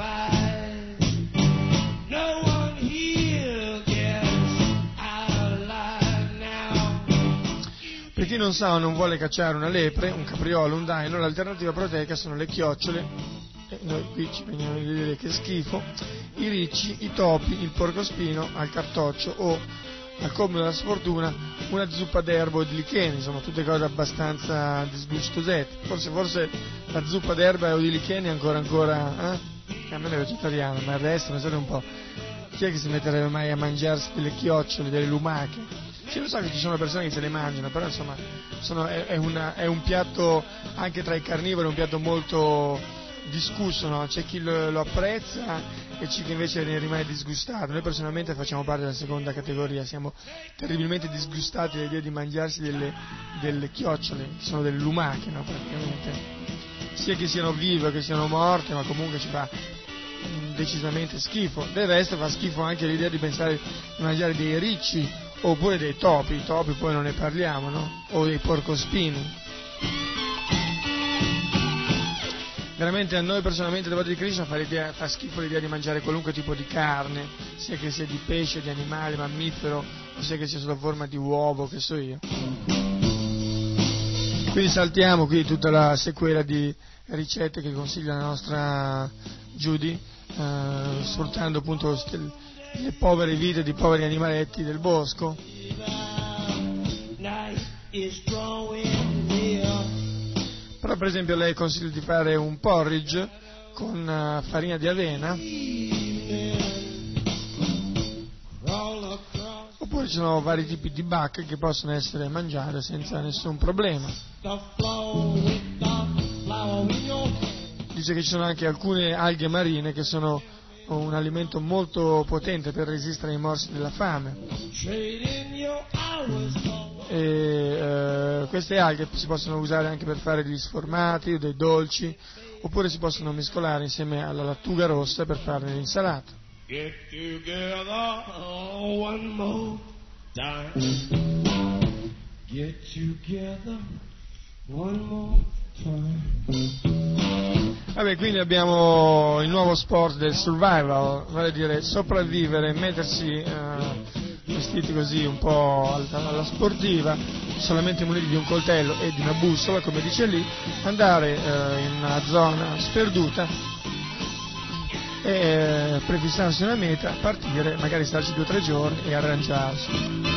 Per chi non sa o non vuole cacciare una lepre, un capriolo, un daino, l'alternativa proteica sono le chiocciole. E noi qui ci veniamo a dire che schifo, i ricci, i topi, il porcospino al cartoccio o, al colmo della sfortuna, una zuppa d'erba o di licheni, insomma tutte cose abbastanza disgustosette. Forse, forse la zuppa d'erba o di licheni ancora ancora, eh? Che a me è vegetariano, ma il resto non so un po'. Chi è che si metterebbe mai a mangiarsi delle chiocciole, delle lumache? Sì, lo so che ci sono persone che se le mangiano, però insomma sono, è, è, una, è un piatto, anche tra i carnivori, un piatto molto discusso, no? C'è chi lo, lo apprezza e c'è chi invece ne rimane disgustato. Noi personalmente facciamo parte della seconda categoria, siamo terribilmente disgustati dall'idea di mangiarsi delle, delle chiocciole, che sono delle lumache, no? Praticamente, sia che siano vive che siano morte, ma comunque ci fa decisamente schifo. Del resto fa schifo anche l'idea di pensare di mangiare dei ricci oppure dei topi, i topi poi non ne parliamo, no? O dei porcospini. Veramente a noi personalmente devoti di Krishna fa, fa schifo l'idea di mangiare qualunque tipo di carne, sia che sia di pesce, di animale, mammifero, o sia che sia sotto forma di uovo, che so io. Quindi saltiamo qui tutta la sequela di ricette che consiglia la nostra Judy, eh, sfruttando appunto le povere vite di poveri animaletti del bosco. Però per esempio lei consiglia di fare un porridge con uh, farina di avena, oppure ci sono vari tipi di bacche che possono essere mangiate senza nessun problema. Dice che ci sono anche alcune alghe marine che sono un alimento molto potente per resistere ai morsi della fame. E eh, queste alghe si possono usare anche per fare degli sformati o dei dolci, oppure si possono mescolare insieme alla lattuga rossa per fare l'insalata. Get together one more time. Get together one more time. Vabbè, quindi abbiamo il nuovo sport del survival, vale a dire sopravvivere, mettersi eh, vestiti così un po' alla sportiva, solamente muniti di un coltello e di una bussola, come dice lì, andare eh, in una zona sperduta e eh, prefissarsi una meta, partire, magari starci due o tre giorni e arrangiarsi.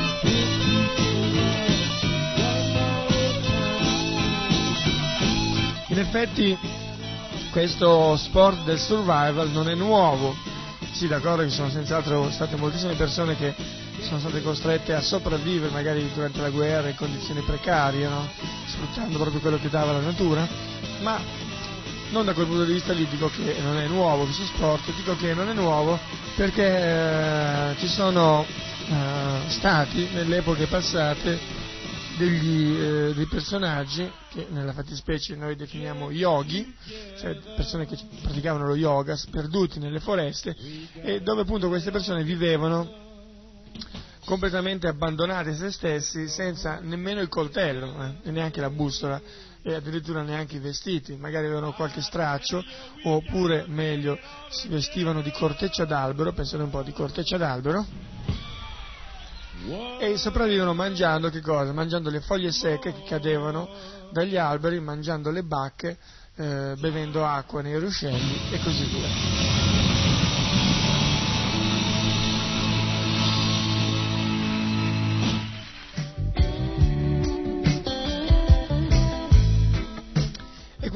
In effetti questo sport del survival non è nuovo. Sì, d'accordo che ci sono senz'altro state moltissime persone che sono state costrette a sopravvivere magari durante la guerra in condizioni precarie, no? Sfruttando proprio quello che dava la natura, ma non da quel punto di vista lì dico che non è nuovo questo sport, dico che non è nuovo perché eh, ci sono eh, stati nelle epoche passate degli, eh, dei personaggi che nella fattispecie noi definiamo yogi, cioè persone che praticavano lo yoga, sperduti nelle foreste, e dove appunto queste persone vivevano completamente abbandonati a se stessi, senza nemmeno il coltello, eh, e neanche la bussola, e addirittura neanche i vestiti, magari avevano qualche straccio, oppure meglio si vestivano di corteccia d'albero, pensate un po' di corteccia d'albero, e sopravvivono mangiando che cosa? Mangiando le foglie secche che cadevano dagli alberi, mangiando le bacche, eh, bevendo acqua nei ruscelli e così via.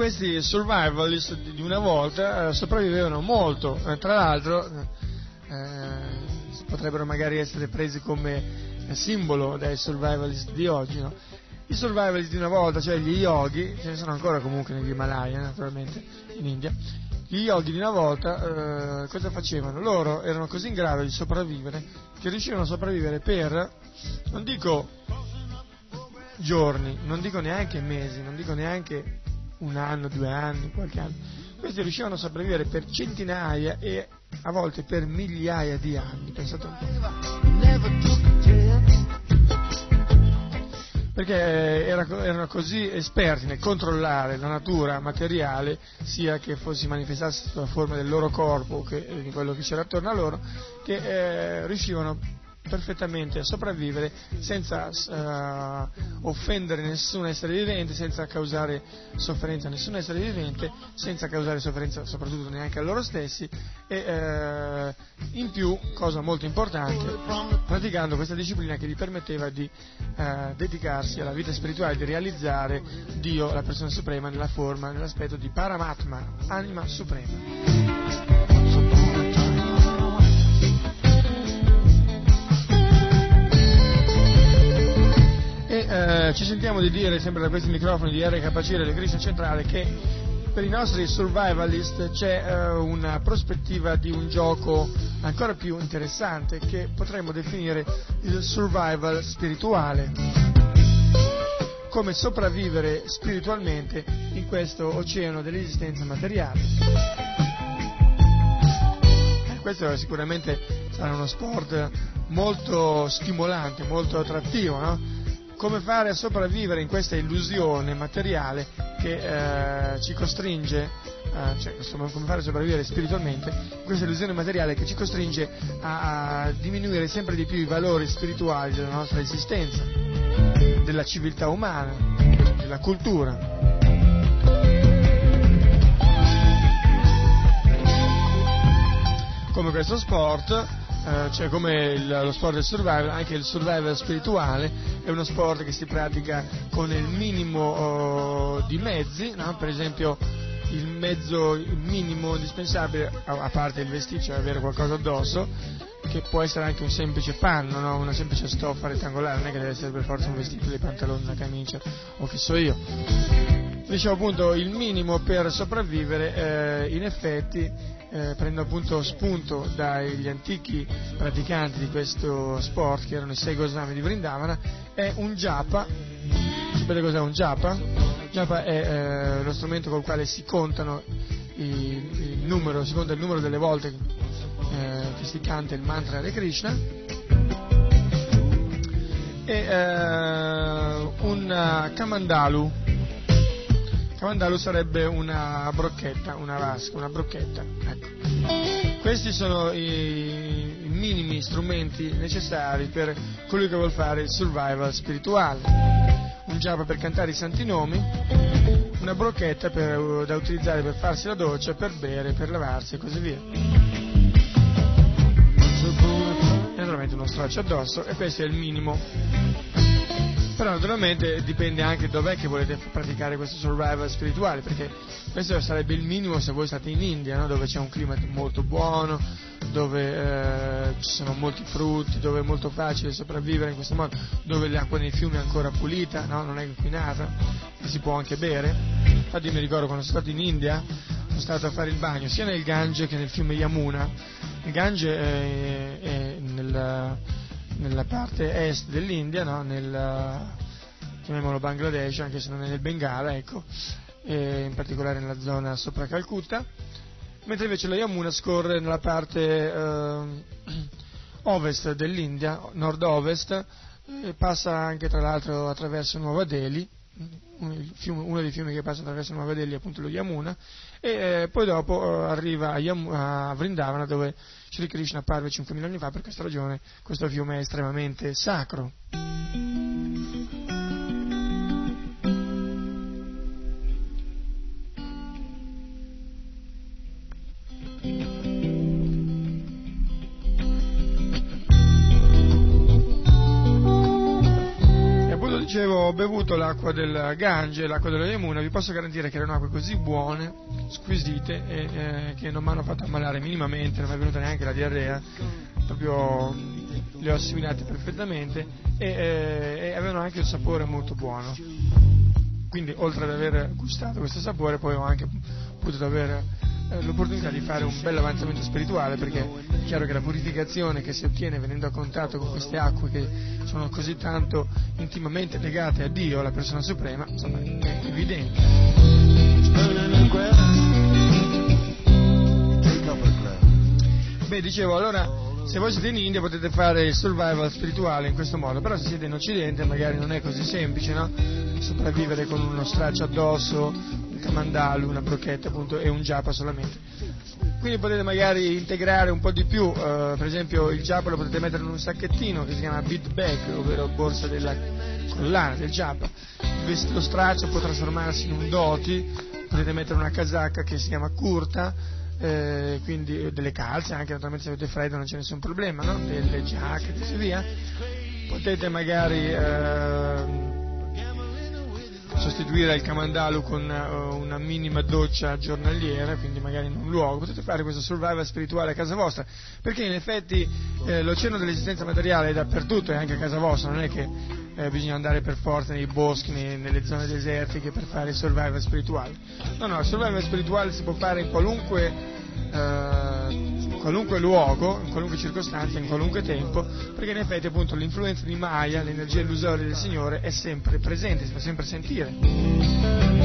questi survivalist di una volta eh, sopravvivevano molto, eh, tra l'altro eh, potrebbero magari essere presi come eh, simbolo dai survivalist di oggi, no? I survivalist di una volta, cioè gli yogi, ce ne sono ancora comunque negli Himalaya, naturalmente, in India. Gli yogi di una volta eh, cosa facevano? Loro erano così in grado di sopravvivere che riuscivano a sopravvivere per, non dico giorni, non dico neanche mesi, non dico neanche un anno, due anni, qualche anno. Questi riuscivano a sopravvivere per centinaia e a volte per migliaia di anni, pensate un po'. Perché era, erano così esperti nel controllare la natura materiale, sia che si manifestasse sulla forma del loro corpo che di quello che c'era attorno a loro, che eh, riuscivano perfettamente a sopravvivere senza uh, offendere nessun essere vivente, senza causare sofferenza a nessun essere vivente, senza causare sofferenza soprattutto neanche a loro stessi e uh, in più, cosa molto importante, praticando questa disciplina che gli permetteva di uh, dedicarsi alla vita spirituale, di realizzare Dio, la persona suprema, nella forma, nell'aspetto di Paramatma, anima suprema. Eh, ci sentiamo di dire sempre da questi microfoni di R K C Radio Krishna Centrale che per i nostri survivalist c'è eh, una prospettiva di un gioco ancora più interessante che potremmo definire il survival spirituale, come sopravvivere spiritualmente in questo oceano dell'esistenza materiale. Eh, questo sicuramente sarà uno sport molto stimolante, molto attrattivo, no? Come fare a sopravvivere in questa illusione materiale che eh, ci costringe, eh, cioè come fare a sopravvivere spiritualmente in questa illusione materiale che ci costringe a, a diminuire sempre di più i valori spirituali della nostra esistenza, della civiltà umana, della cultura. Come questo sport, Uh, cioè come il, lo sport del survival, anche il survival spirituale è uno sport che si pratica con il minimo uh, di mezzi, no? Per esempio il mezzo il minimo indispensabile, a, a parte il vestirsi, cioè avere qualcosa addosso, che può essere anche un semplice panno, no? Una semplice stoffa rettangolare, non è che deve essere per forza un vestito, dei pantaloni, una camicia o che so io. Dicevo appunto il minimo per sopravvivere, eh, in effetti Eh, prendo appunto spunto dagli antichi praticanti di questo sport, che erano i sei Goswami di Vrindavana, è un japa. Sapete cos'è un japa? Japa è eh, lo strumento col quale si contano il, il numero, si conta il numero delle volte eh, che si canta il mantra Hare Krishna, e eh, un kamandalu. Kamandalu sarebbe una brocchetta, una vasca, una brocchetta. Ecco. Questi sono i, i minimi strumenti necessari per colui che vuol fare il survival spirituale. Un japa per cantare i santi nomi, una brocchetta per, da utilizzare per farsi la doccia, per bere, per lavarsi e così via. E naturalmente uno straccio addosso, e questo è il minimo. Però naturalmente dipende anche dov'è che volete praticare questo survival spirituale, perché questo sarebbe il minimo se voi state in India, no? Dove c'è un clima molto buono, dove eh, ci sono molti frutti, dove è molto facile sopravvivere in questo modo, dove l'acqua nei fiumi è ancora pulita, no? Non è inquinata, e si può anche bere. Infatti mi ricordo quando sono stato in India, sono stato a fare il bagno sia nel Gange che nel fiume Yamuna. Il Gange è, è nel... nella parte est dell'India, no? Nel, chiamiamolo Bangladesh, anche se non è nel Bengala, ecco, e in particolare nella zona sopra Calcutta, mentre invece la Yamuna scorre nella parte eh, ovest dell'India, nord-ovest, e passa anche tra l'altro attraverso Nuova Delhi, fiume, uno dei fiumi che passa attraverso Nuova Delhi è appunto lo Yamuna, e eh, poi dopo eh, arriva a, Yam- a Vrindavana, dove Sri Krishna apparve cinquemila anni fa. Per questa ragione questo fiume è estremamente sacro. dicevo, ho bevuto l'acqua del Gange e l'acqua della Yamuna, vi posso garantire che erano acque così buone, squisite, e, eh, che non mi hanno fatto ammalare minimamente, non mi è venuta neanche la diarrea, proprio le ho assimilate perfettamente e, eh, e avevano anche un sapore molto buono. Quindi oltre ad aver gustato questo sapore, poi ho anche potuto avere eh, l'opportunità di fare un bel avanzamento spirituale, perché è chiaro che la purificazione che si ottiene venendo a contatto con queste acque che sono così tanto intimamente legate a Dio, alla persona suprema, insomma, è evidente. Beh, dicevo, allora, se voi siete in India potete fare il survival spirituale in questo modo, però se siete in Occidente magari non è così semplice, no? Sopravvivere con uno straccio addosso, un kamandalu, una brocchetta appunto e un japa solamente. Quindi potete magari integrare un po' di più, uh, per esempio il japa lo potete mettere in un sacchettino che si chiama bead bag, ovvero borsa della collana del japa. Lo straccio può trasformarsi in un dhoti, potete mettere una casacca che si chiama kurta, Eh, quindi delle calze, anche naturalmente se avete freddo non c'è nessun problema, no? Delle giacche e così via. Potete magari eh, sostituire il kamandalu con uh, una minima doccia giornaliera, quindi magari in un luogo. Potete fare questo survival spirituale a casa vostra, perché in effetti eh, l'oceano dell'esistenza materiale è dappertutto e anche a casa vostra, non è che eh, bisogna andare per forza nei boschi, nei, nelle zone desertiche per fare il survival spirituale. No, no, il survival spirituale si può fare in qualunque eh, qualunque luogo, in qualunque circostanza, in qualunque tempo, perché in effetti appunto l'influenza di Maya, l'energia illusoria del Signore è sempre presente, si fa sempre sentire.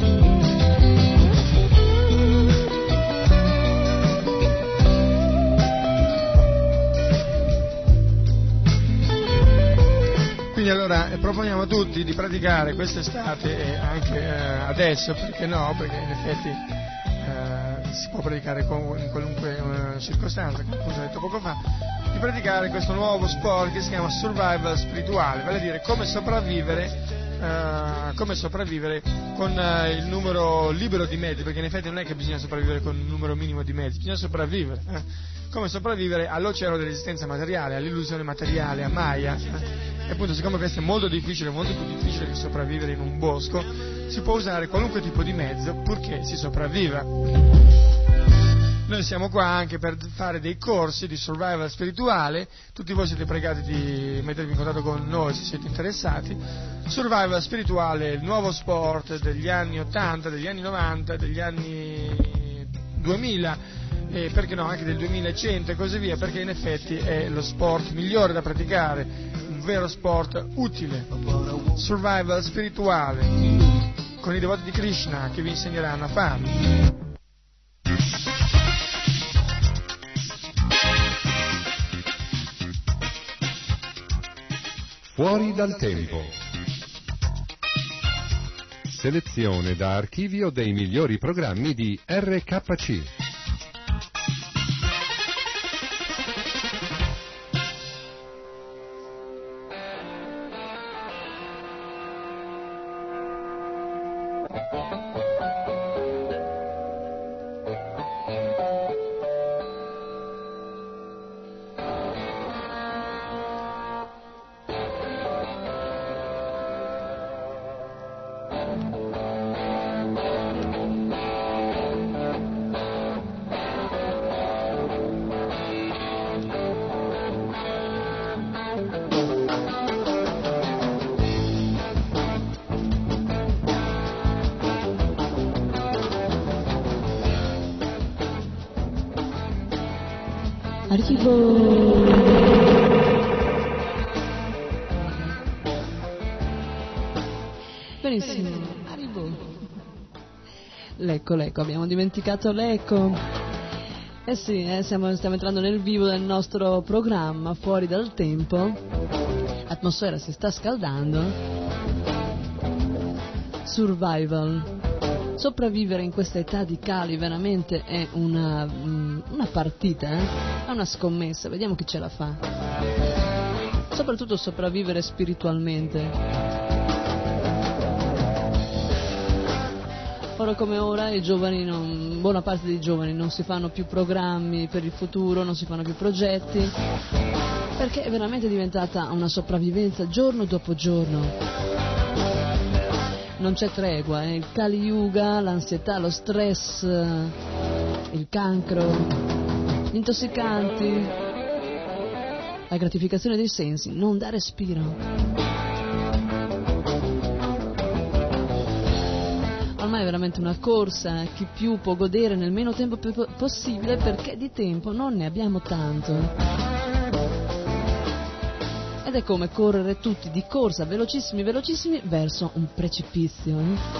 Quindi allora eh, proponiamo a tutti di praticare quest'estate e anche eh, adesso, perché no? Perché in effetti eh, si può praticare con, in qualunque eh, circostanza, come appunto ho detto poco fa, di praticare questo nuovo sport che si chiama survival spirituale, vale a dire come sopravvivere Uh, come sopravvivere con uh, il numero libero di mezzi, perché in effetti non è che bisogna sopravvivere con un numero minimo di mezzi, bisogna sopravvivere eh? come sopravvivere all'oceano dell'esistenza materiale, all'illusione materiale, a Maya eh? e appunto siccome questo è molto difficile, molto più difficile che sopravvivere in un bosco, si può usare qualunque tipo di mezzo purché si sopravviva. Noi siamo qua anche per fare dei corsi di survival spirituale, tutti voi siete pregati di mettervi in contatto con noi se siete interessati. Survival spirituale, il nuovo sport degli anni ottanta, degli anni novanta, degli anni duemila e perché no anche del duemilacento e così via, perché in effetti è lo sport migliore da praticare, un vero sport utile. Survival spirituale con i devoti di Krishna che vi insegneranno a farlo. Fuori dal tempo. Selezione da archivio dei migliori programmi di R K C. Benissimo, arrivo. L'eco, l'eco, abbiamo dimenticato l'eco. Eh sì, eh, stiamo, stiamo entrando nel vivo del nostro programma, fuori dal tempo. L'atmosfera si sta scaldando. Survival. Sopravvivere in questa età di cali veramente è una, una partita, eh? È una scommessa, vediamo chi ce la fa. Soprattutto sopravvivere spiritualmente. Ora come ora i giovani, non, buona parte dei giovani non si fanno più programmi per il futuro, non si fanno più progetti, perché è veramente diventata una sopravvivenza giorno dopo giorno. Non c'è tregua, eh? Il Kali Yuga, l'ansietà, lo stress, il cancro, gli intossicanti, la gratificazione dei sensi, non dà respiro. Ormai è veramente una corsa, chi più può godere nel meno tempo possibile, perché di tempo non ne abbiamo tanto. Ed è come correre tutti di corsa, velocissimi, velocissimi, verso un precipizio.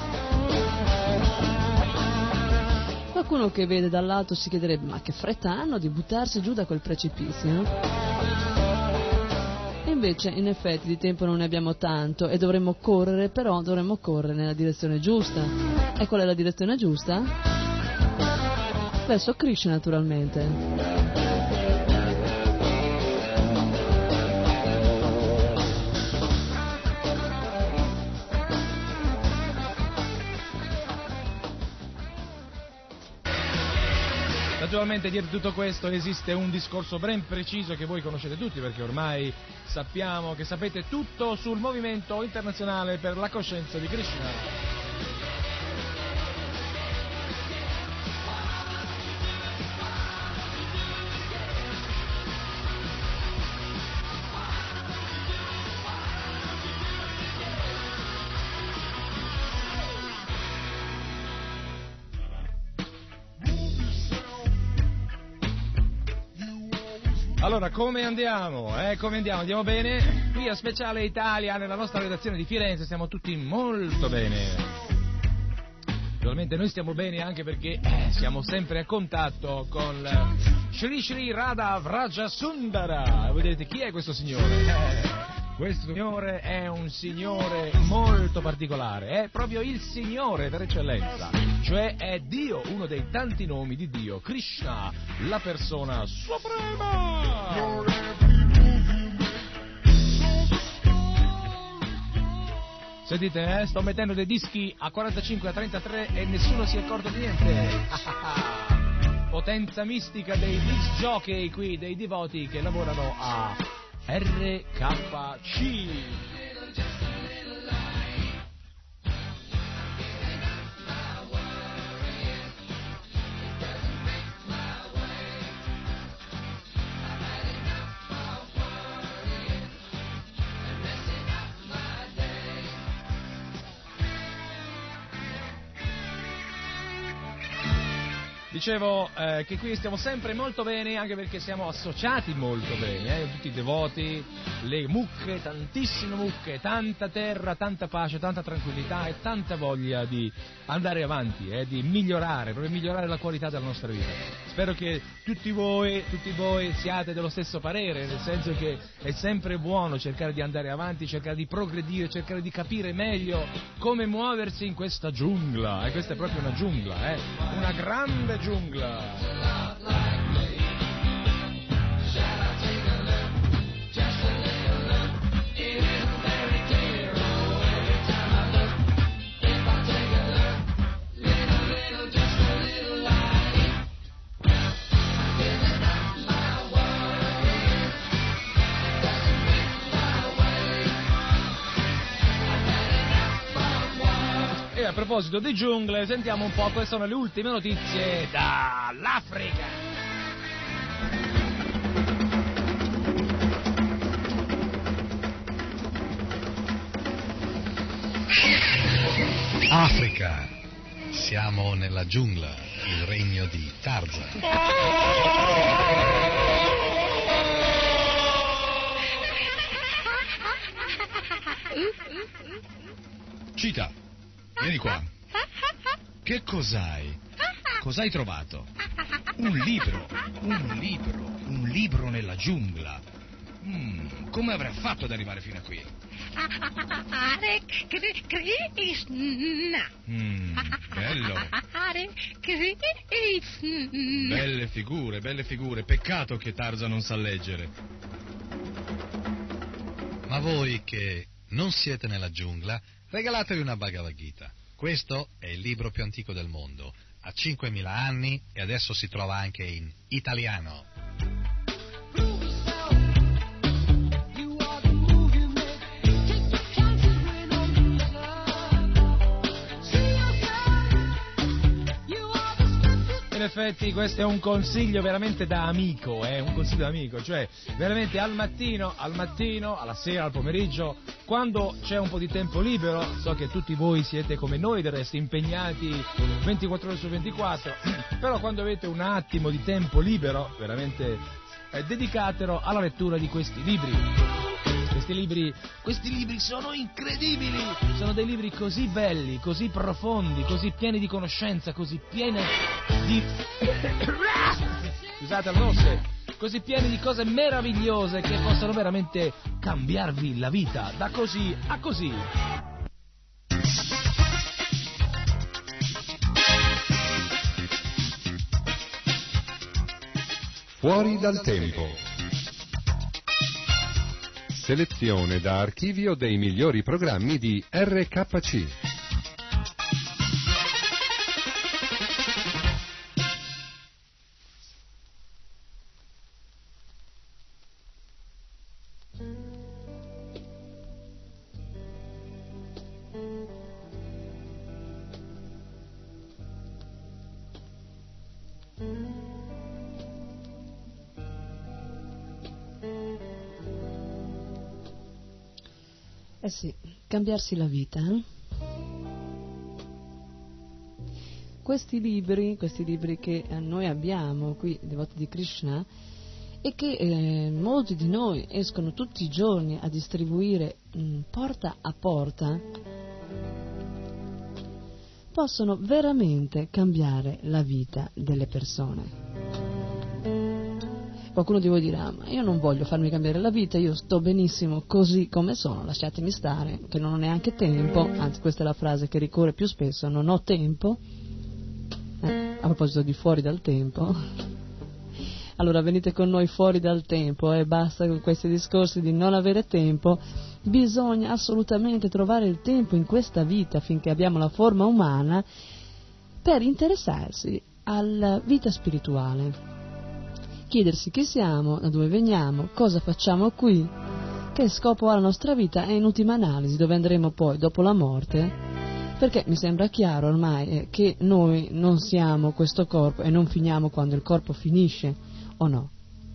Qualcuno che vede dall'alto si chiederebbe: ma che fretta hanno di buttarsi giù da quel precipizio? E invece, in effetti, di tempo non ne abbiamo tanto e dovremmo correre, però dovremmo correre nella direzione giusta. E qual è la direzione giusta? Verso Krishna, naturalmente. Naturalmente dietro tutto questo esiste un discorso ben preciso che voi conoscete tutti, perché ormai sappiamo che sapete tutto sul movimento internazionale per la coscienza di Krishna. Allora, come andiamo? Eh, come andiamo? Andiamo bene? Qui a Speciale Italia, nella nostra redazione di Firenze, stiamo tutti molto bene. Naturalmente noi stiamo bene anche perché eh, siamo sempre a contatto con Sri Sri Radha Vrajasundara. Voi direte, chi è questo signore? Eh, questo signore è un signore molto particolare, è proprio il Signore per eccellenza, cioè è Dio, uno dei tanti nomi di Dio, Krishna, la persona suprema. Sentite, eh, sto mettendo dei dischi a quarantacinque, a trentatré e nessuno si è accorto di niente. Potenza mistica dei disc jockey qui, dei devoti che lavorano a R K C. Dicevo eh, che qui stiamo sempre molto bene, anche perché siamo associati molto bene, eh, tutti i devoti, le mucche, tantissime mucche, tanta terra, tanta pace, tanta tranquillità e tanta voglia di andare avanti, eh, di migliorare, proprio migliorare la qualità della nostra vita. Spero che tutti voi, tutti voi siate dello stesso parere, nel senso che è sempre buono cercare di andare avanti, cercare di progredire, cercare di capire meglio come muoversi in questa giungla, e questa è proprio una giungla, eh, una grande giungla. A proposito di giungle, sentiamo un po' quali sono le ultime notizie dall'Africa. Africa, siamo nella giungla, il regno di Tarzan. Cita, vieni qua. Che cos'hai? Cos'hai trovato? Un libro, un libro, un libro nella giungla. Mm, come avrei fatto ad arrivare fino a qui? Hare Krishna. Mm, bello. Hare Krishna. Belle figure, belle figure. Peccato che Tarzan non sa leggere. Ma voi che non siete nella giungla, regalatevi una Bhagavad Gita. Questo è il libro più antico del mondo, ha cinquemila anni e adesso si trova anche in italiano. effetti questo è un consiglio veramente da amico, è eh? un consiglio da amico, cioè veramente al mattino, al mattino, alla sera, al pomeriggio, quando c'è un po' di tempo libero, so che tutti voi siete come noi del resto impegnati ventiquattro ore su ventiquattro, però quando avete un attimo di tempo libero, veramente eh, dedicatelo alla lettura di questi libri. Questi libri, questi libri sono incredibili, sono dei libri così belli, così profondi, così pieni di conoscenza, così pieni di... scusate la tosse, così pieni di cose meravigliose che possono veramente cambiarvi la vita, da così a così. Fuori dal tempo. Selezione da archivio dei migliori programmi di R K C. Eh sì, cambiarsi la vita. Eh? Questi libri, questi libri che noi abbiamo qui, devoti di Krishna, e che eh, molti di noi escono tutti i giorni a distribuire mh, porta a porta, possono veramente cambiare la vita delle persone. Qualcuno di voi dirà, ma io non voglio farmi cambiare la vita, io sto benissimo così come sono, lasciatemi stare, che non ho neanche tempo, anzi questa è la frase che ricorre più spesso, non ho tempo, eh, a proposito di fuori dal tempo, allora venite con noi fuori dal tempo e eh, basta con questi discorsi di non avere tempo, bisogna assolutamente trovare il tempo in questa vita, finché abbiamo la forma umana, per interessarsi alla vita spirituale. Chiedersi chi siamo, da dove veniamo, cosa facciamo qui, che scopo ha la nostra vita e in ultima analisi dove andremo poi dopo la morte, perché mi sembra chiaro ormai eh, che noi non siamo questo corpo e non finiamo quando il corpo finisce, o no?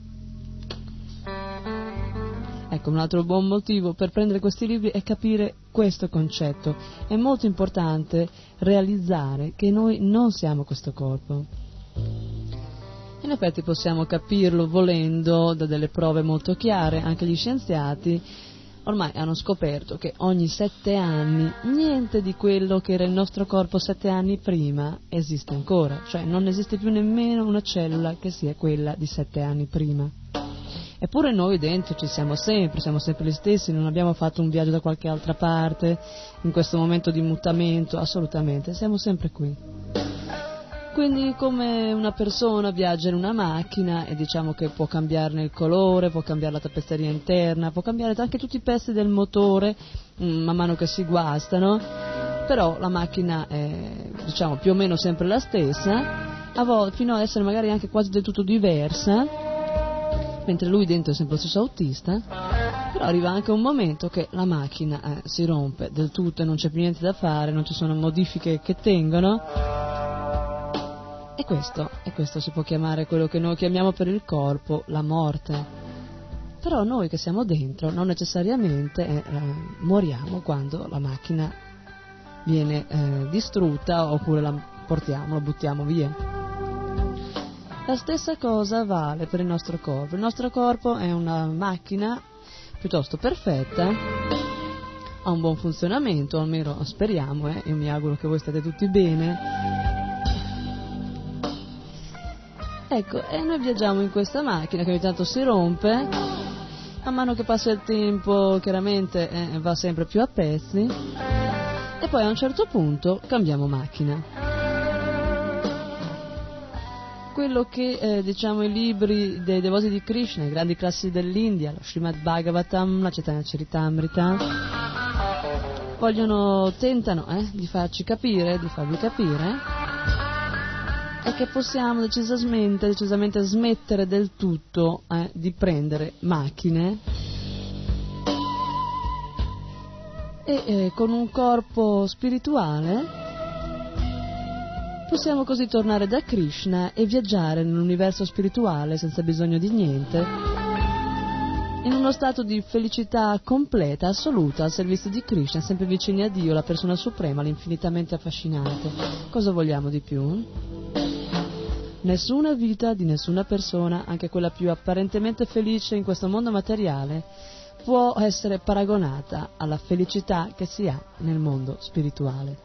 Ecco, un altro buon motivo per prendere questi libri è capire questo concetto. È molto importante realizzare che noi non siamo questo corpo. In effetti possiamo capirlo volendo da delle prove molto chiare, anche gli scienziati ormai hanno scoperto che ogni sette anni niente di quello che era il nostro corpo sette anni prima esiste ancora, cioè non esiste più nemmeno una cellula che sia quella di sette anni prima. Eppure noi dentro ci siamo sempre, siamo sempre gli stessi, non abbiamo fatto un viaggio da qualche altra parte, in questo momento di mutamento, assolutamente, siamo sempre qui. Quindi come una persona viaggia in una macchina e diciamo che può cambiarne il colore, può cambiare la tappezzeria interna, può cambiare anche tutti i pezzi del motore mm, man mano che si guastano, però la macchina è diciamo più o meno sempre la stessa, a volte fino ad essere magari anche quasi del tutto diversa, mentre lui dentro è sempre lo stesso autista, però arriva anche un momento che la macchina eh, si rompe del tutto e non c'è più niente da fare, non ci sono modifiche che tengono. E questo, e questo si può chiamare quello che noi chiamiamo per il corpo la morte. Però noi che siamo dentro non necessariamente eh, moriamo quando la macchina viene eh, distrutta oppure la portiamo, la buttiamo via. La stessa cosa vale per il nostro corpo. Il nostro corpo è una macchina piuttosto perfetta, ha un buon funzionamento, almeno speriamo, eh, io mi auguro che voi state tutti bene. Ecco, e noi viaggiamo in questa macchina che ogni tanto si rompe, man mano che passa il tempo chiaramente eh, va sempre più a pezzi e poi a un certo punto cambiamo macchina. Quello che eh, diciamo i libri dei devoti di Krishna, i grandi classi dell'India, lo Srimad Bhagavatam, la Chaitanya Charitamrita, vogliono, tentano eh, di farci capire, di farvi capire è che possiamo decisamente, decisamente smettere del tutto eh, di prendere macchine e eh, con un corpo spirituale Possiamo così tornare da Krishna e viaggiare nell'universo spirituale senza bisogno di niente, in uno stato di felicità completa, assoluta, al servizio di Krishna, sempre vicini a Dio, la persona suprema, l'infinitamente affascinante. Cosa vogliamo di più? Nessuna vita di nessuna persona, anche quella più apparentemente felice in questo mondo materiale, può essere paragonata alla felicità che si ha nel mondo spirituale.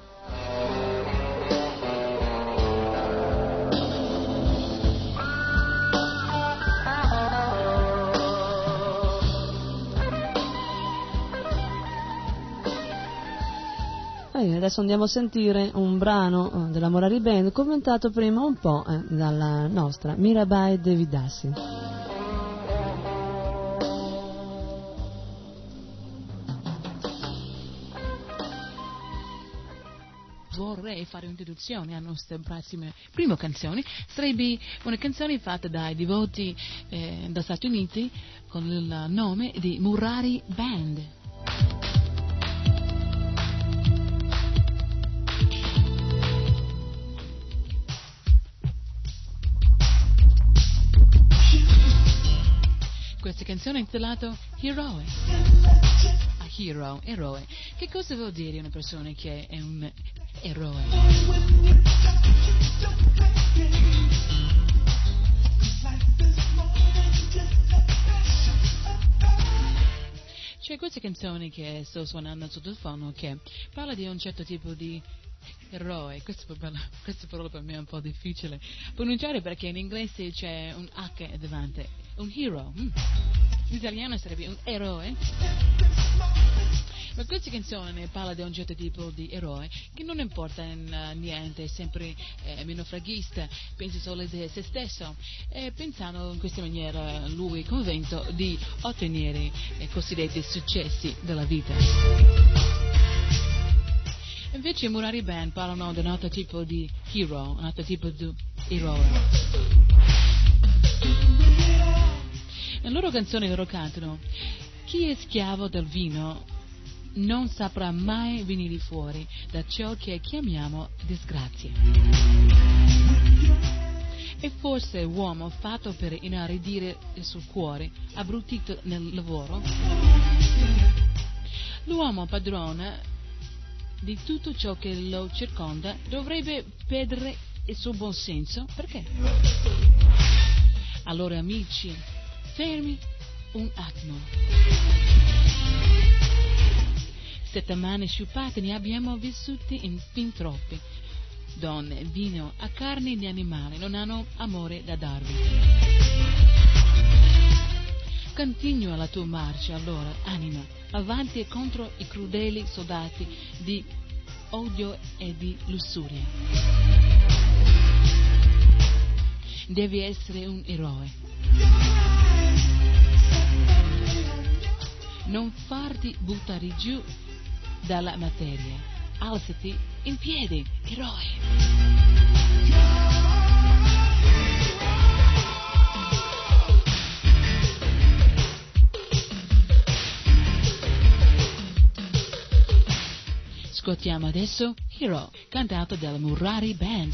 Adesso andiamo a sentire un brano della Murari Band commentato prima un po' eh, dalla nostra Mirabai Devidasi. Vorrei fare un'introduzione alle nostre prossime prime canzoni. Sarebbe una canzone fatta dai devoti eh, dagli Stati Uniti con il nome di Murari Band. Questa canzone è intitolata Heroe. A hero, eroe. Che cosa vuol dire una persona che è un eroe? C'è questa canzone che sto suonando sottofondo che parla di un certo tipo di eroe. Questa parola, questa parola per me è un po' difficile pronunciare perché in inglese c'è un H davanti. Un hero. Mm. In italiano sarebbe un eroe. Ma questa canzone parla di un certo tipo di eroe che non importa in, uh, niente, è sempre eh, menofraghista, pensa solo a se stesso e pensando in questa maniera lui è convinto di ottenere i eh, cosiddetti successi della vita. Invece i Murari Band parlano di un altro tipo di hero, un altro tipo di eroe. Nella loro canzone loro cantano: chi è schiavo del vino non saprà mai venire fuori da ciò che chiamiamo disgrazia. E forse l'uomo fatto per inaridire il suo cuore, abbruttito nel lavoro, l'uomo padrone di tutto ciò che lo circonda, dovrebbe perdere il suo buon senso. Perché? Allora amici, fermi un attimo. Settimane sciupate ne abbiamo vissuti in fin troppi. Donne, vino, a carne di animale non hanno amore da darvi. Continua la tua marcia allora, anima, avanti e contro i crudeli soldati di odio e di lussuria. Devi essere un eroe. Non farti buttare giù dalla materia. Alzati in piedi, eroe. Ascoltiamo adesso Hero, cantato dalla Murari Band.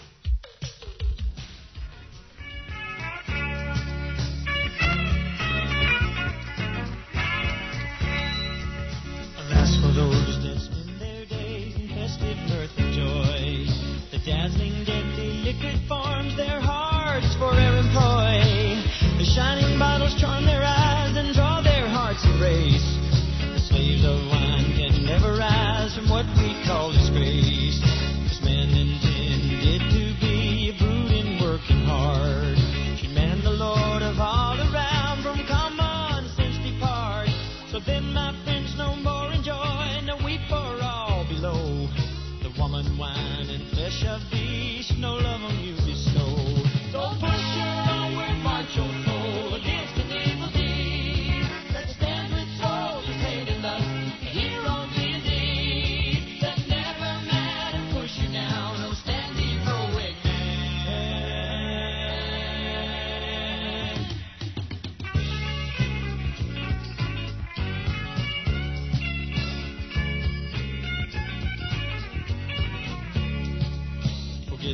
Alas for those that spend their days in festive mirth and joy, the dazzling, deadly liquid forms their hearts forever employ. The shining bottles charm their eyes and draw their hearts' embrace. The slaves of wine can never rise from what we call disgrace. 'Cause men intended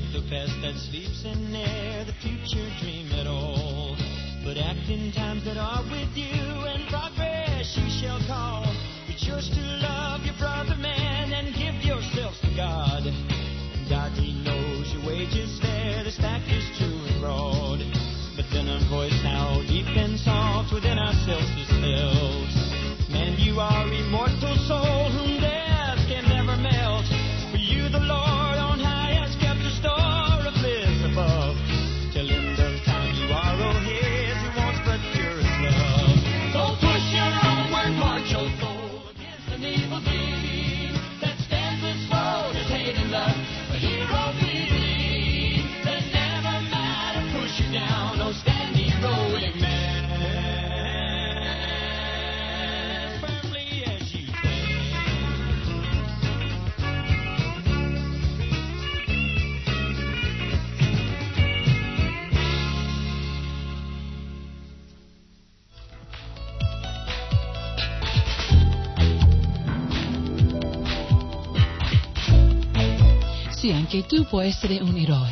the past that sleeps in air, the future dream at all. But act in times that are with you, and progress you shall call. Be sure to love your brother man, and give yourselves to God. And God, He knows your wages fair, this fact is true and broad. But then a voice how deep and soft within ourselves is felt. Man, you are immortal soul, whom death can never melt. For you the Lord on high has kept a store of bliss above. Till end of time you are all His, He wants but purest love. So push your onward march, O soul, against an evil deed that stands this road as hate and lust. A hero be that never matter, push you down, oh stand heroic man. Sì, anche tu puoi essere un eroe.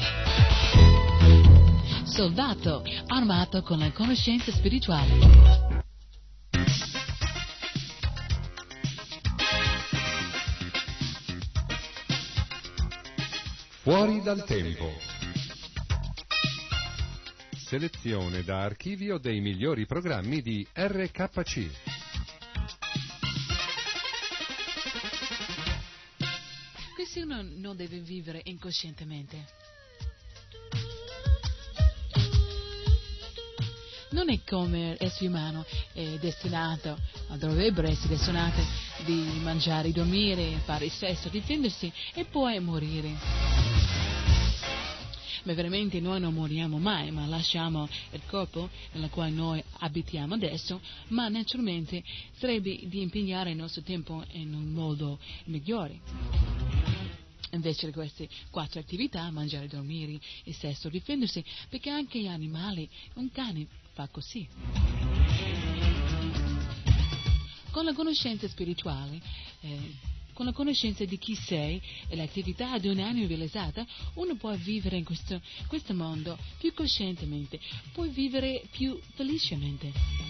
Soldato armato con la conoscenza spirituale. Fuori dal tempo. Selezione da archivio dei migliori programmi di R K C. Questo uno non deve vivere incoscientemente. Non è come essere umano, è destinato, dovrebbero essere destinati di mangiare, dormire, fare sesso, difendersi e poi morire. Ma veramente noi non moriamo mai, ma lasciamo il corpo nel quale noi abitiamo adesso, ma naturalmente sarebbe di impegnare il nostro tempo in un modo migliore. Invece di queste quattro attività, mangiare, dormire, il sesso, difendersi, perché anche gli animali, un cane fa così. Con la conoscenza spirituale, eh, con la conoscenza di chi sei e l'attività di un'anima realizzata, uno può vivere in questo, questo mondo più coscientemente, può vivere più felicemente.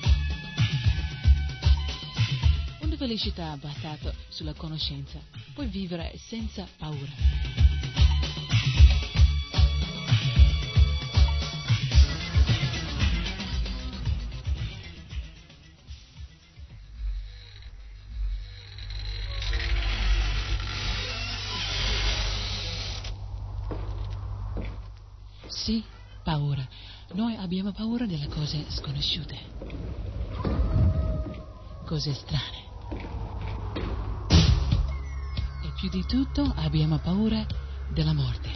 Una felicità basata sulla conoscenza, puoi vivere senza paura. Sì, paura. Noi abbiamo paura delle cose sconosciute, cose strane. E più di tutto abbiamo paura della morte.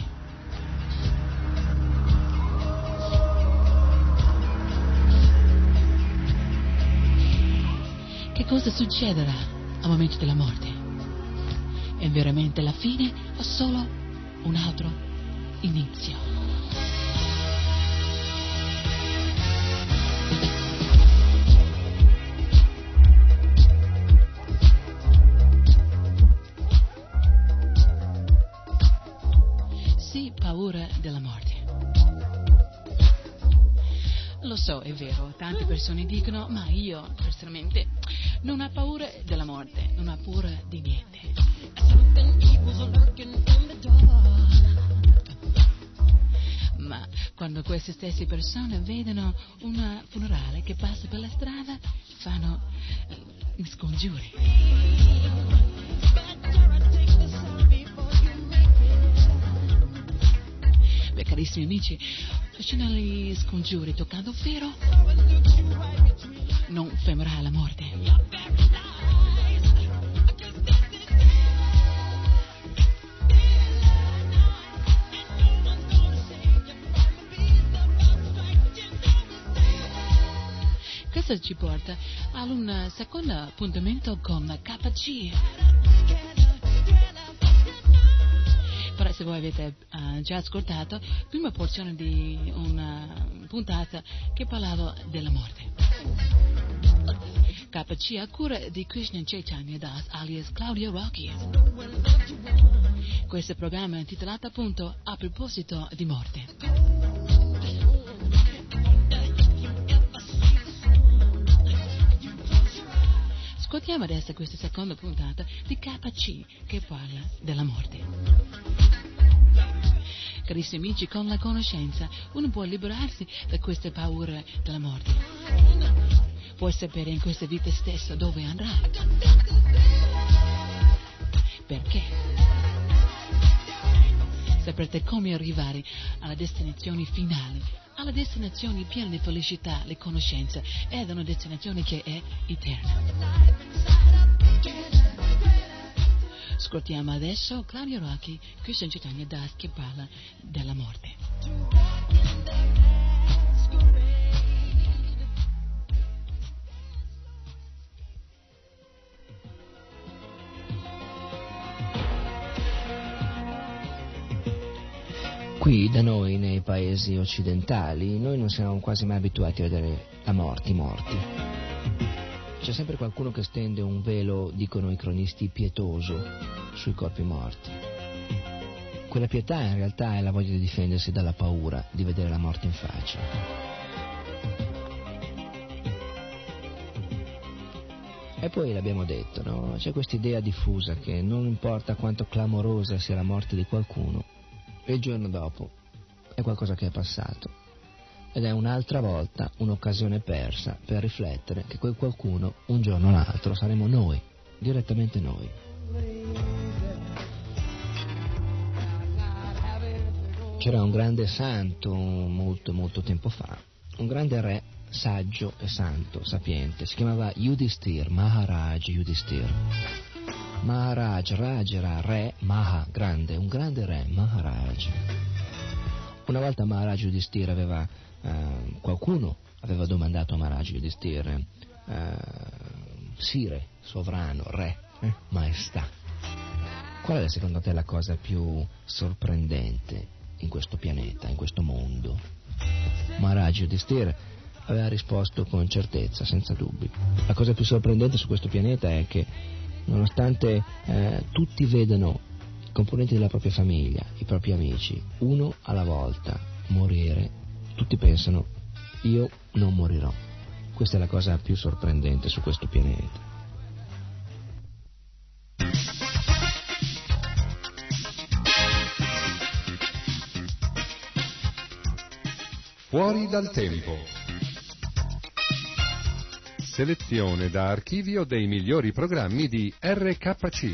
Che cosa succederà al momento della morte? È veramente la fine o solo un altro inizio? Paura della morte. Lo so, è vero, tante persone dicono, ma io personalmente non ho paura della morte, non ho paura di niente. Ma quando queste stesse persone vedono un funerale che passa per la strada, fanno uh, scongiuri. Beh, carissimi amici, facendo gli scongiuri toccando ferro, non fermerà la morte. Questo ci porta ad un secondo appuntamento con K C. Però se voi avete uh, già ascoltato la prima porzione di una puntata che parlava della morte. K C a cura di Krishna Chaitanya Das alias Claudio Rocky. questo programma intitolato appunto A proposito di morte. Ascoltiamo adesso questa seconda puntata di K C che parla della morte. Carissimi amici, con la conoscenza uno può liberarsi da queste paure della morte. Puoi sapere in questa vita stessa dove andrà. Perché? Saprete come arrivare alla destinazione finale, alla destinazione piena di felicità, di conoscenza, ed è una destinazione che è eterna. Ascoltiamo adesso Claudio Rocchi, Christian Chaitanya Das che parla della morte. Qui da noi, nei paesi occidentali, noi non siamo quasi mai abituati a vedere la morte, i morti. C'è sempre qualcuno che stende un velo, dicono i cronisti, pietoso sui corpi morti. Quella pietà in realtà è la voglia di difendersi dalla paura di vedere la morte in faccia. E poi l'abbiamo detto, no? C'è questa idea diffusa che non importa quanto clamorosa sia la morte di qualcuno, il giorno dopo è qualcosa che è passato ed è un'altra volta un'occasione persa per riflettere che quel qualcuno un giorno o l'altro saremo noi, direttamente noi. C'era un grande santo molto molto tempo fa, un grande re saggio e santo, sapiente, si chiamava Yudhishthir, Maharaj Yudhishthir. Maharaj, Raj era re, Maha, grande, un grande re, Maharaj. Una volta Maharaj Yudhishthir aveva, eh, qualcuno aveva domandato a Maharaj Yudhishthir, eh, Sire, sovrano, re, eh, maestà, qual è secondo te la cosa più sorprendente in questo pianeta, in questo mondo? Maharaj Yudhishthir aveva risposto con certezza, senza dubbi. La cosa più sorprendente su questo pianeta è che nonostante eh, tutti vedano i componenti della propria famiglia, i propri amici, uno alla volta morire, tutti pensano, io non morirò. Questa è la cosa più sorprendente su questo pianeta. Fuori dal tempo. Selezione da archivio dei migliori programmi di R K C.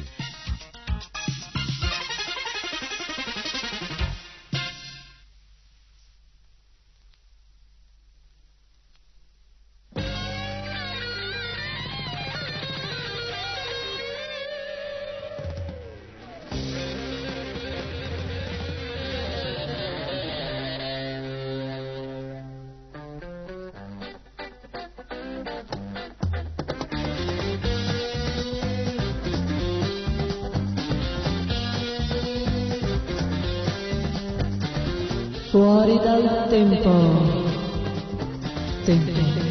Fuori dal tempo. Tempo.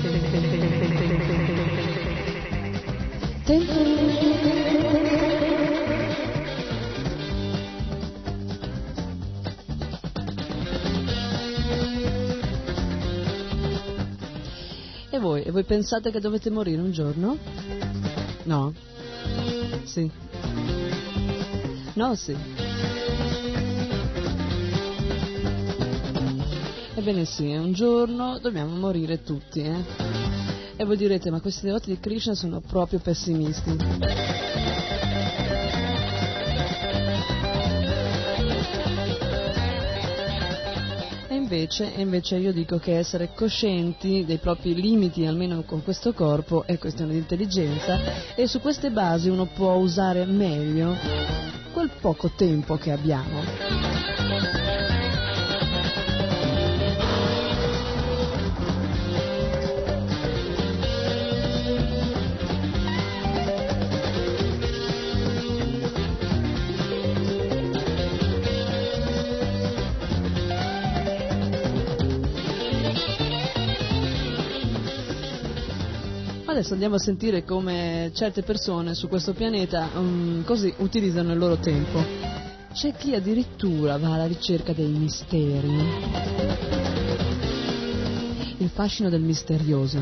Tempo. E voi? E voi pensate che dovete morire un giorno? No? Sì. No, sì. Ebbene sì, un giorno dobbiamo morire tutti, eh? E voi direte, ma questi devoti di Krishna sono proprio pessimisti. E invece, e invece io dico che essere coscienti dei propri limiti, almeno con questo corpo, è questione di intelligenza, e su queste basi uno può usare meglio quel poco tempo che abbiamo. Adesso andiamo a sentire come certe persone su questo pianeta um, così utilizzano il loro tempo. c'è chi addirittura va alla ricerca dei misteri. Il fascino del misterioso.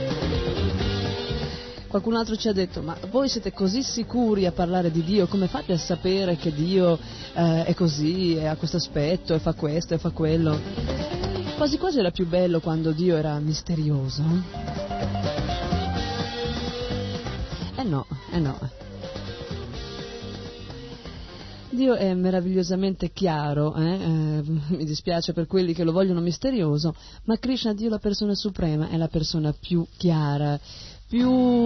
Qualcun altro ci ha detto: ma voi siete così sicuri a parlare di Dio, come fate a sapere che Dio eh, è così, e ha questo aspetto, e fa questo, e fa quello? Quasi quasi era più bello quando Dio era misterioso. Eh no, eh no. Dio è meravigliosamente chiaro, eh? Eh, mi dispiace per quelli che lo vogliono misterioso, ma Krishna, Dio la persona suprema, è la persona più chiara, più...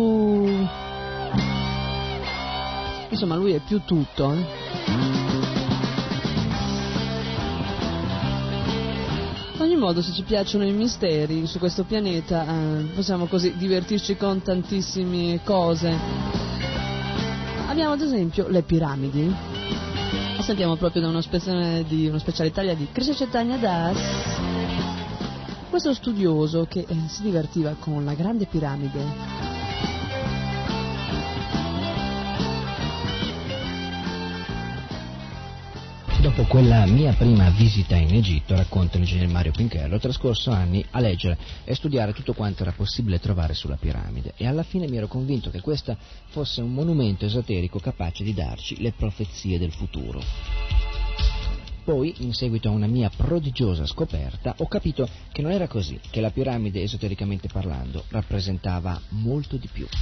insomma lui è più tutto. Eh? Ad ogni modo, se ci piacciono i misteri su questo pianeta, eh, possiamo così divertirci con tantissime cose. Abbiamo ad esempio le piramidi. Sentiamo proprio da uno speciale di uno speciale Italia di Krishna Chaitanya Das, questo studioso che eh, si divertiva con la grande piramide. Dopo quella mia prima visita in Egitto, racconta l'ingegnere Mario Pincherlo, ho trascorso anni a leggere e studiare tutto quanto era possibile trovare sulla piramide, e alla fine mi ero convinto che questa fosse un monumento esoterico capace di darci le profezie del futuro. Poi, in seguito a una mia prodigiosa scoperta, ho capito che non era così, che la piramide, esotericamente parlando, rappresentava molto di più.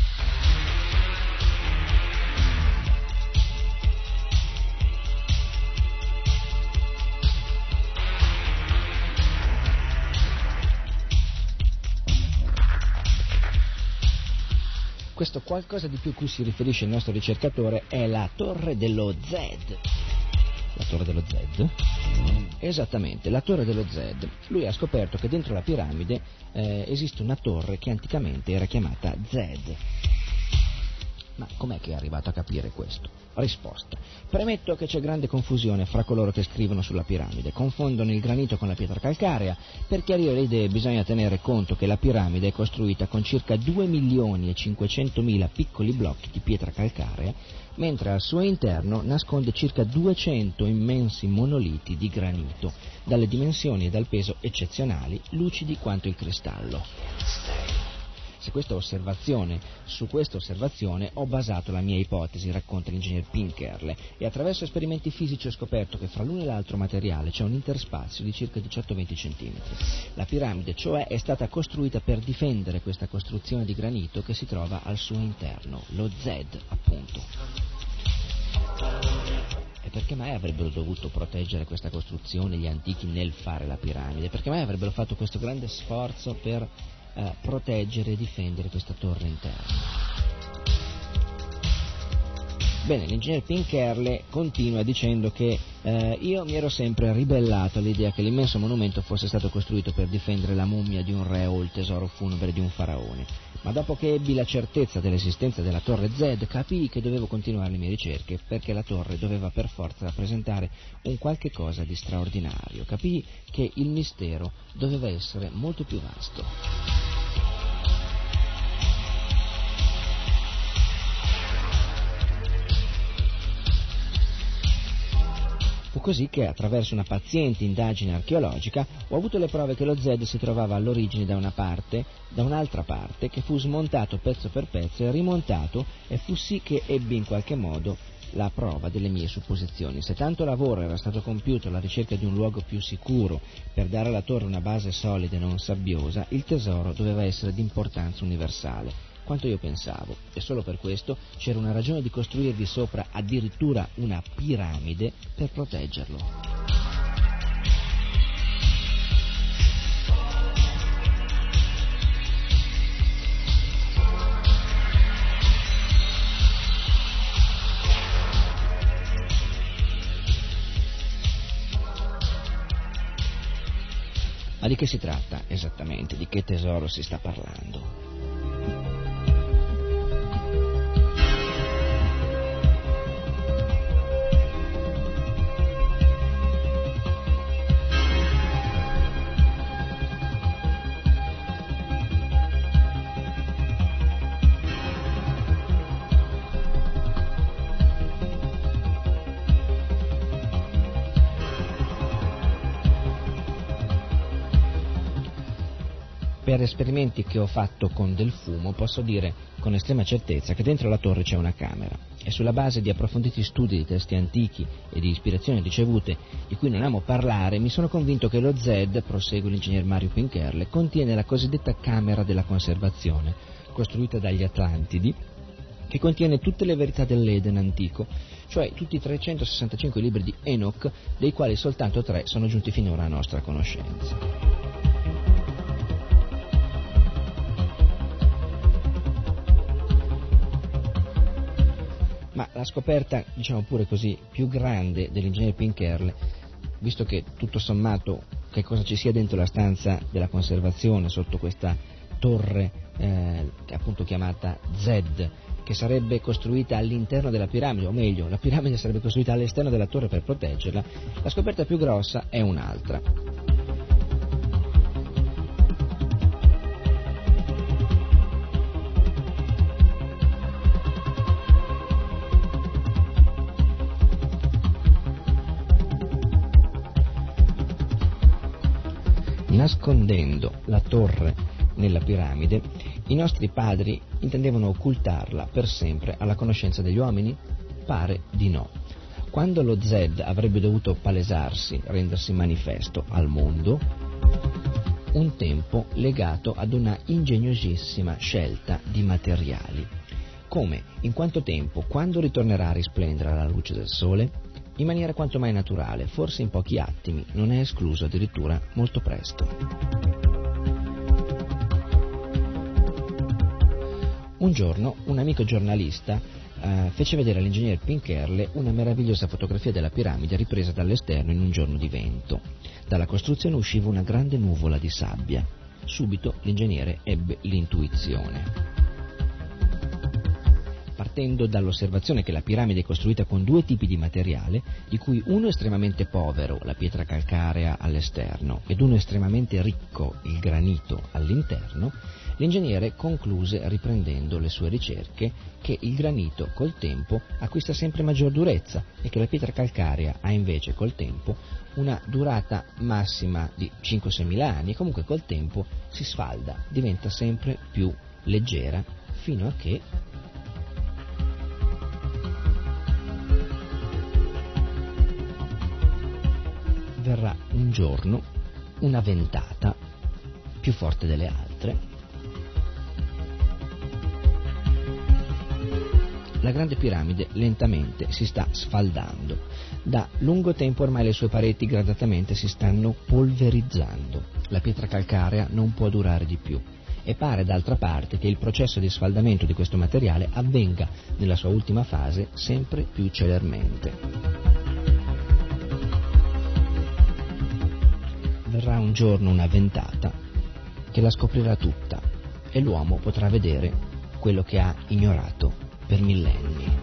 Questo qualcosa di più cui si riferisce il nostro ricercatore è la Torre dello Zed. La Torre dello Zed? Esattamente, la Torre dello Zed. Lui ha scoperto che dentro la piramide eh, esiste una torre che anticamente era chiamata Zed. Ma com'è che è arrivato a capire questo? Risposta. Premetto che c'è grande confusione fra coloro che scrivono sulla piramide. Confondono il granito con la pietra calcarea. Per chiarire le idee bisogna tenere conto che la piramide è costruita con circa due milioni e cinquecentomila piccoli blocchi di pietra calcarea, mentre al suo interno nasconde circa duecento immensi monoliti di granito, dalle dimensioni e dal peso eccezionali, lucidi quanto il cristallo. Se questa osservazione, su questa osservazione ho basato la mia ipotesi, racconta l'ingegner Pinkerle, e attraverso esperimenti fisici ho scoperto che fra l'uno e l'altro materiale c'è un interspazio di circa diciotto venti centimetri. La piramide, cioè, è stata costruita per difendere questa costruzione di granito che si trova al suo interno, lo Zed, appunto. E perché mai avrebbero dovuto proteggere questa costruzione gli antichi nel fare la piramide? Perché mai avrebbero fatto questo grande sforzo per eh, proteggere e difendere questa torre interna? Bene, l'ingegner Pinkerle continua dicendo che eh, io mi ero sempre ribellato all'idea che l'immenso monumento fosse stato costruito per difendere la mummia di un re o il tesoro funebre di un faraone, ma dopo che ebbi la certezza dell'esistenza della torre Zed capii che dovevo continuare le mie ricerche, perché la torre doveva per forza rappresentare un qualche cosa di straordinario. Capii che il mistero doveva essere molto più vasto. Fu così che, attraverso una paziente indagine archeologica, ho avuto le prove che lo Zed si trovava all'origine da una parte, da un'altra parte, che fu smontato pezzo per pezzo e rimontato, e fu sì che ebbi in qualche modo la prova delle mie supposizioni. Se tanto lavoro era stato compiuto alla ricerca di un luogo più sicuro per dare alla torre una base solida e non sabbiosa, il tesoro doveva essere di importanza universale, quanto io pensavo, e solo per questo c'era una ragione di costruirvi sopra addirittura una piramide per proteggerlo. Ma di che si tratta esattamente? Di che tesoro si sta parlando? Per esperimenti che ho fatto con del fumo posso dire con estrema certezza che dentro la torre c'è una camera e sulla base di approfonditi studi di testi antichi e di ispirazioni ricevute di cui non amo parlare mi sono convinto che lo Z, prosegue l'ingegner Mario Pincherle, contiene la cosiddetta camera della conservazione costruita dagli Atlantidi, che contiene tutte le verità dell'Eden antico, cioè tutti i trecentosessantacinque libri di Enoch, dei quali soltanto tre sono giunti finora a nostra conoscenza. Ma la scoperta, diciamo pure così, più grande dell'ingegnere Pincherle, visto che tutto sommato che cosa ci sia dentro la stanza della conservazione, sotto questa torre eh, appunto chiamata Z, che sarebbe costruita all'interno della piramide, o meglio, la piramide sarebbe costruita all'esterno della torre per proteggerla, la scoperta più grossa è un'altra. Nascondendo la torre nella piramide, i nostri padri intendevano occultarla per sempre alla conoscenza degli uomini? Pare di no. Quando lo Z avrebbe dovuto palesarsi, rendersi manifesto al mondo, un tempo legato ad una ingegnosissima scelta di materiali. Come? In quanto tempo? Quando ritornerà a risplendere alla luce del sole? In maniera quanto mai naturale, forse in pochi attimi, non è escluso addirittura molto presto. Un giorno un amico giornalista eh, fece vedere all'ingegner Pincherle una meravigliosa fotografia della piramide ripresa dall'esterno in un giorno di vento. Dalla costruzione usciva una grande nuvola di sabbia. Subito l'ingegnere ebbe l'intuizione. Partendo dall'osservazione che la piramide è costruita con due tipi di materiale, di cui uno estremamente povero, la pietra calcarea all'esterno, ed uno estremamente ricco, il granito, all'interno, l'ingegnere concluse, riprendendo le sue ricerche, che il granito col tempo acquista sempre maggior durezza e che la pietra calcarea ha invece col tempo una durata massima di cinque sei mila anni e comunque col tempo si sfalda, diventa sempre più leggera, fino a che verrà un giorno una ventata più forte delle altre. La grande piramide lentamente si sta sfaldando. Da lungo tempo ormai le sue pareti gradatamente si stanno polverizzando. La pietra calcarea non può durare di più e pare d'altra parte che il processo di sfaldamento di questo materiale avvenga nella sua ultima fase sempre più celermente. Verrà un giorno una ventata che la scoprirà tutta e l'uomo potrà vedere quello che ha ignorato per millenni.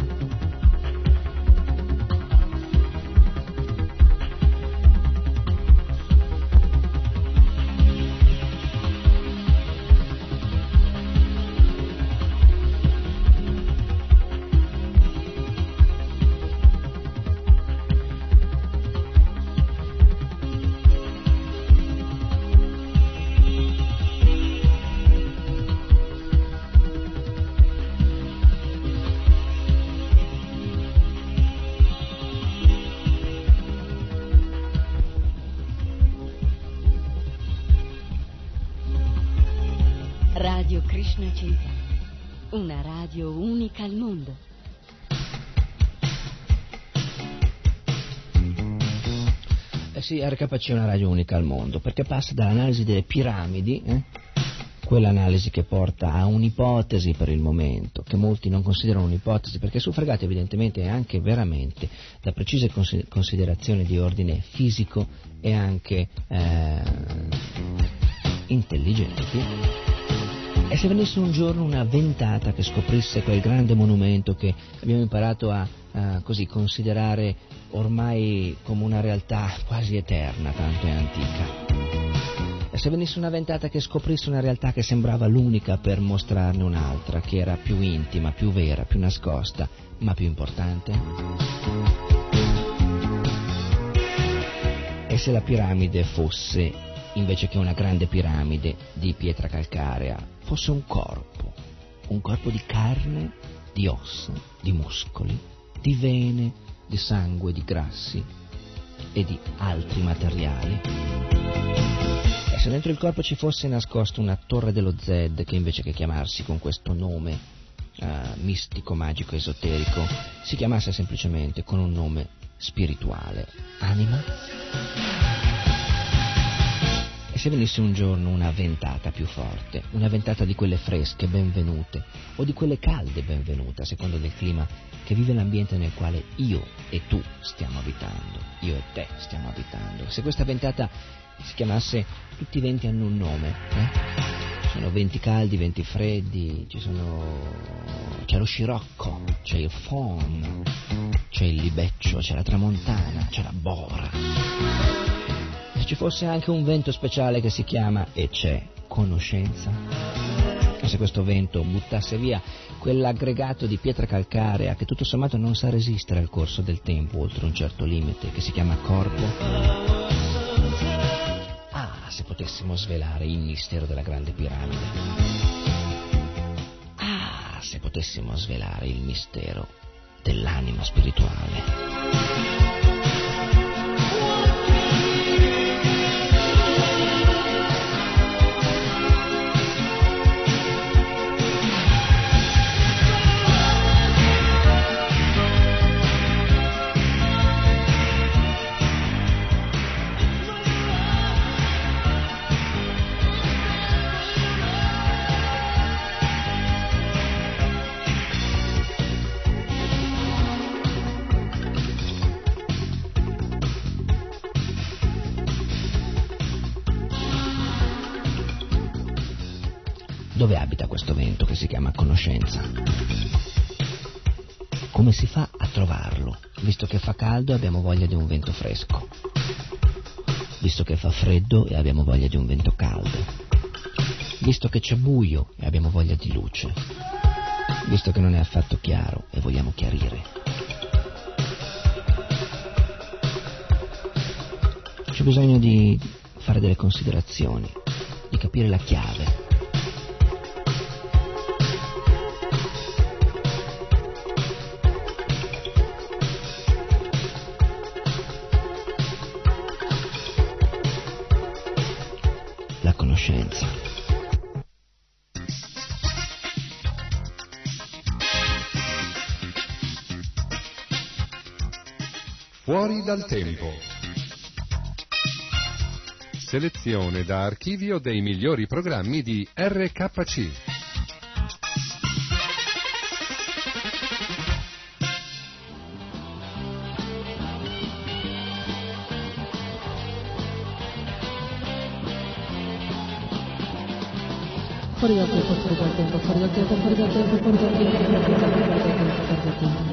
Radio Krishna Cinta, una radio unica al mondo. Eh sì, R K C è una radio unica al mondo, perché passa dall'analisi delle piramidi, eh? quell'analisi che porta a un'ipotesi per il momento, che molti non considerano un'ipotesi, perché suffragati evidentemente e anche veramente da precise considerazioni di ordine fisico e anche eh, intelligenti. E se venisse un giorno una ventata che scoprisse quel grande monumento che abbiamo imparato a, a così considerare ormai come una realtà quasi eterna, tanto è antica. E se venisse una ventata che scoprisse una realtà che sembrava l'unica per mostrarne un'altra, che era più intima, più vera, più nascosta, ma più importante? E se la piramide fosse invece che una grande piramide di pietra calcarea, fosse un corpo, un corpo di carne, di ossa, di muscoli, di vene, di sangue, di grassi e di altri materiali. E se dentro il corpo ci fosse nascosta una torre dello Zed che invece che chiamarsi con questo nome uh, mistico, magico, esoterico, si chiamasse semplicemente con un nome spirituale, anima? E se venisse un giorno una ventata più forte, una ventata di quelle fresche benvenute o di quelle calde benvenute, a seconda del clima che vive l'ambiente nel quale io e tu stiamo abitando, io e te stiamo abitando, se questa ventata si chiamasse, tutti i venti hanno un nome, eh? Ci sono venti caldi, venti freddi, ci sono, c'è lo scirocco, c'è il fon, c'è il libeccio, c'è la tramontana, c'è la bora. Se ci fosse anche un vento speciale che si chiama, e c'è, conoscenza, e se questo vento buttasse via quell'aggregato di pietra calcarea che tutto sommato non sa resistere al corso del tempo oltre un certo limite, che si chiama corpo, ah, se potessimo svelare il mistero della grande piramide, ah, se potessimo svelare il mistero dell'anima spirituale. Dove abita questo vento che si chiama conoscenza? Come si fa a trovarlo, visto che fa caldo e abbiamo voglia di un vento fresco? Visto che fa freddo e abbiamo voglia di un vento caldo? Visto che c'è buio e abbiamo voglia di luce? Visto che non è affatto chiaro e vogliamo chiarire? C'è bisogno di fare delle considerazioni, di capire la chiave. Conoscenza. Fuori dal tempo. Selezione da archivio dei migliori programmi di R K C. Fuori dal tempo, fuori dal tempo, fuori dal tempo, fuori dal tempo, fuori dal tempo, fuori dal tempo, fuori dal tempo, fuori dal tempo.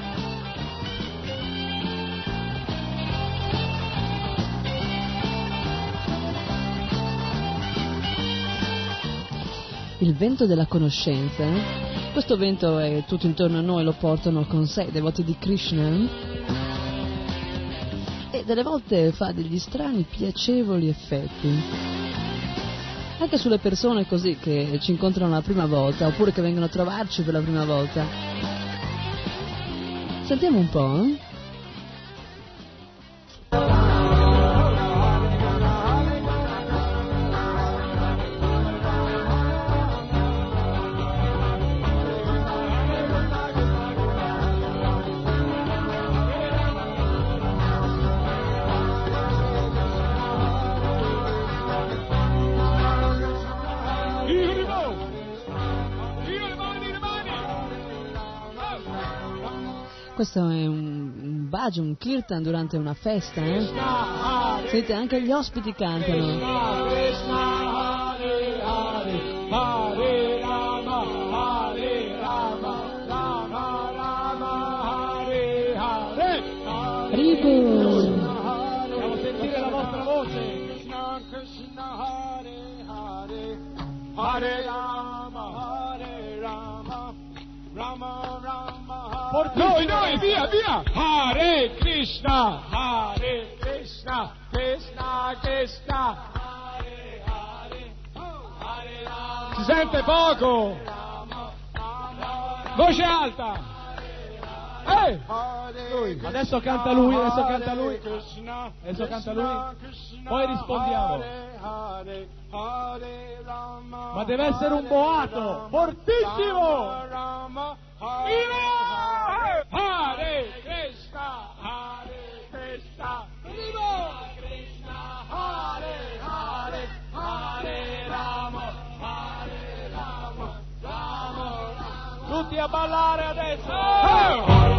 Il vento della conoscenza, eh? Questo vento è tutto intorno a noi, lo portano con sé i devoti di Krishna e delle volte fa degli strani, piacevoli effetti. Anche sulle persone così che ci incontrano la prima volta oppure che vengono a trovarci per la prima volta. Sentiamo un po', eh? Questo è un, un bhajan, un kirtan durante una festa, eh? Sentite, anche gli ospiti cantano. Ribu! Vogliamo sentire la vostra voce. Hare Rama, Hare Rama, Rama Rama. Noi, noi, via, via! Hare Krishna, Hare Krishna, Krishna Krishna, sente poco. Voce alta. Ehi! Lui. Adesso canta lui, adesso canta lui. Adesso canta lui. Poi rispondiamo. Ma deve essere un boato fortissimo. Hare Krishna, Hare Krishna, Krishna, Hare Hare, Hare Rama, Hare Rama, Rama Rama. Tutti a ballare adesso! Oh!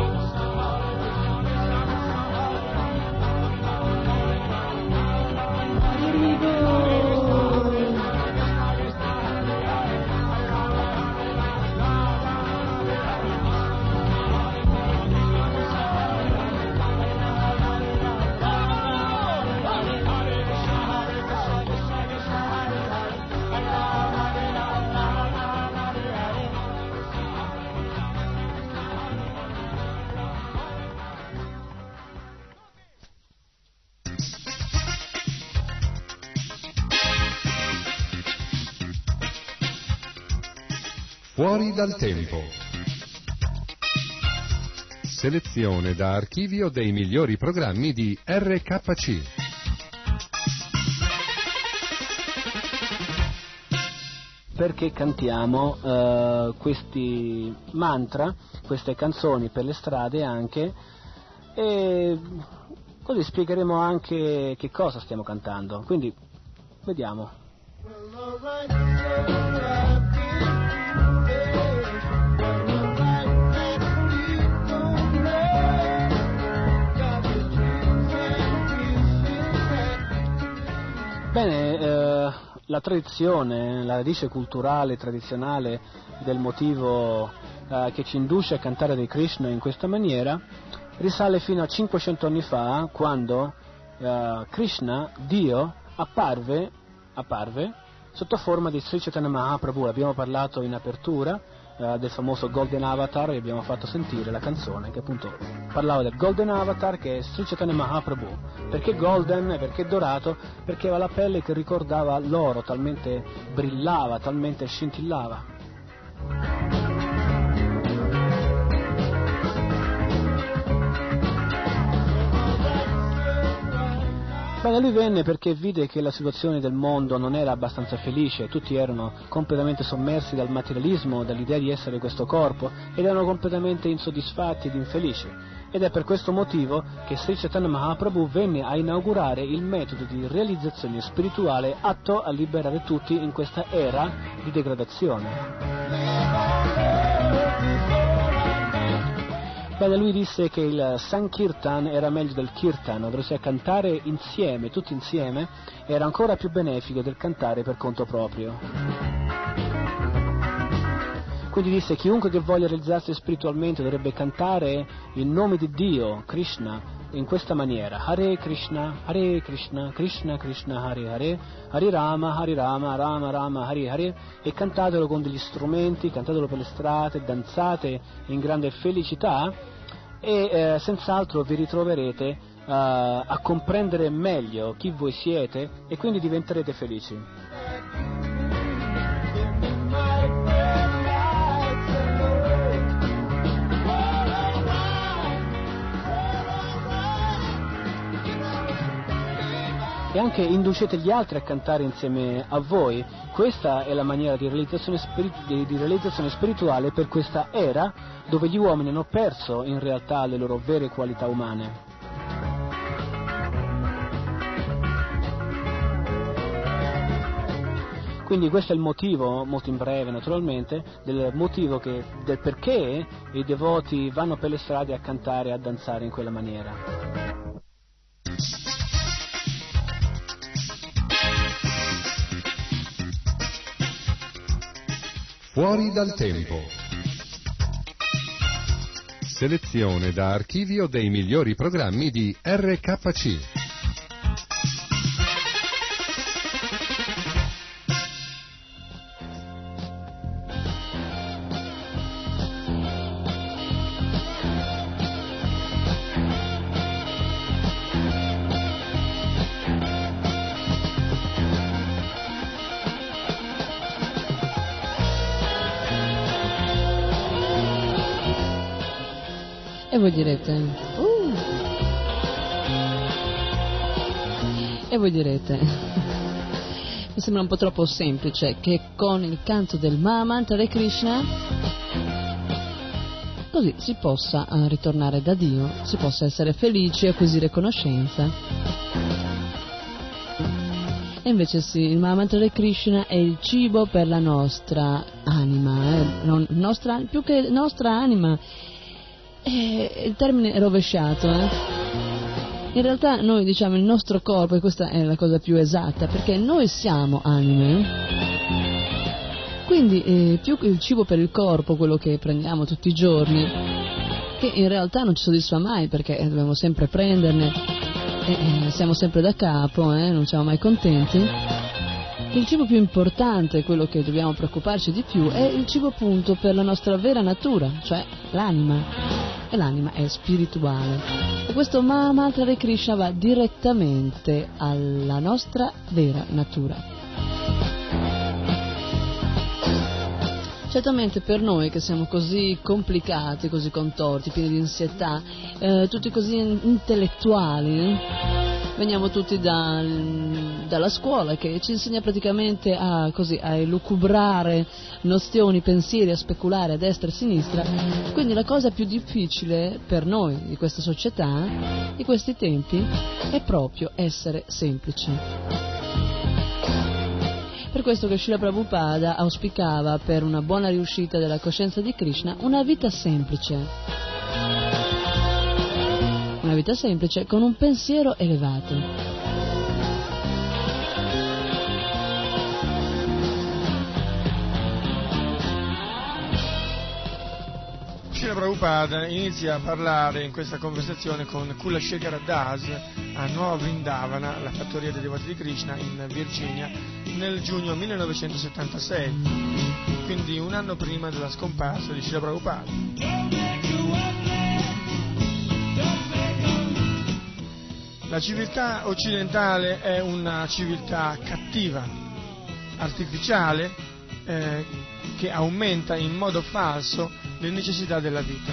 Fuori dal tempo. Selezione da archivio dei migliori programmi di R K C. Perché cantiamo uh, questi mantra, queste canzoni per le strade anche, e così spiegheremo anche che cosa stiamo cantando. Quindi vediamo. Bene, eh, la tradizione, la radice culturale tradizionale del motivo eh, che ci induce a cantare di Krishna in questa maniera risale fino a cinquecento anni fa, quando eh, Krishna, Dio, apparve, apparve sotto forma di Sri Chaitanya Mahaprabhu. Abbiamo parlato in apertura eh, del famoso Golden Avatar e abbiamo fatto sentire la canzone che appunto parlava del Golden Avatar, che è Sri Chaitanya Mahaprabhu. Perché golden? Perché dorato? Perché aveva la pelle che ricordava l'oro, talmente brillava, talmente scintillava. Bene, lui venne perché vide che la situazione del mondo non era abbastanza felice, tutti erano completamente sommersi dal materialismo, dall'idea di essere questo corpo, ed erano completamente insoddisfatti ed infelici. Ed è per questo motivo che Sri Chaitanya Mahaprabhu venne a inaugurare il metodo di realizzazione spirituale atto a liberare tutti in questa era di degradazione. Bene, lui disse che il Sankirtan era meglio del Kirtan, ovvero sia cantare insieme, tutti insieme, era ancora più benefico del cantare per conto proprio. Quindi disse: chiunque che voglia realizzarsi spiritualmente dovrebbe cantare il nome di Dio, Krishna, in questa maniera: Hare Krishna, Hare Krishna, Krishna Krishna, Hare Hare, Hare Rama, Hare Rama, Rama Rama, Hare Hare, e cantatelo con degli strumenti, cantatelo per le strade, danzate in grande felicità, e eh, senz'altro vi ritroverete uh, a comprendere meglio chi voi siete e quindi diventerete felici. E anche inducete gli altri a cantare insieme a voi. Questa è la maniera di realizzazione, spiritu- di, di realizzazione spirituale per questa era dove gli uomini hanno perso in realtà le loro vere qualità umane. Quindi questo è il motivo, molto in breve naturalmente, del motivo che, del perché i devoti vanno per le strade a cantare e a danzare in quella maniera. Fuori dal tempo. Selezione da archivio dei migliori programmi di R K C. E voi direte, uh. e voi direte, mi sembra un po' troppo semplice che con il canto del Mahamantra di Krishna così si possa uh, ritornare da Dio, si possa essere felici e acquisire conoscenza. E invece sì, il Mahamantra di Krishna è il cibo per la nostra anima, eh? non, nostra, più che nostra anima. Eh, il termine è rovesciato, eh? In realtà noi diciamo il nostro corpo, e questa è la cosa più esatta, perché noi siamo anime, quindi eh, più che il cibo per il corpo, quello che prendiamo tutti i giorni, che in realtà non ci soddisfa mai, perché dobbiamo sempre prenderne, e eh, siamo sempre da capo, eh? Non siamo mai contenti. Il cibo più importante, quello che dobbiamo preoccuparci di più, è il cibo appunto per la nostra vera natura, cioè l'anima. E l'anima è spirituale. E questo Mahamantra di Krishna va direttamente alla nostra vera natura. Certamente per noi che siamo così complicati, così contorti, pieni di ansietà, eh, tutti così intellettuali, eh? Veniamo tutti da, dalla scuola che ci insegna praticamente a, così, a elucubrare nozioni, pensieri, a speculare a destra e a sinistra. Quindi la cosa più difficile per noi di questa società, di questi tempi, è proprio essere semplici. Per questo che Srila Prabhupada auspicava per una buona riuscita della coscienza di Krishna una vita semplice. Una vita semplice con un pensiero elevato. Srila Prabhupada inizia a parlare in questa conversazione con Kulashekara Das a Nuova Vrindavana, la fattoria dei devoti di Krishna in Virginia, nel giugno millenovecentosettantasei, quindi un anno prima della scomparsa di Srila Prabhupada. La civiltà occidentale è una civiltà cattiva, artificiale, eh, che aumenta in modo falso le necessità della vita.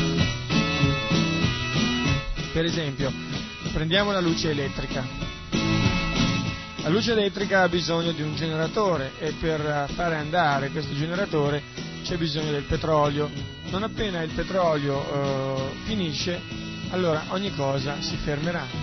Per esempio, prendiamo la luce elettrica. La luce elettrica ha bisogno di un generatore e per fare andare questo generatore c'è bisogno del petrolio. Non appena il petrolio eh, finisce, allora ogni cosa si fermerà.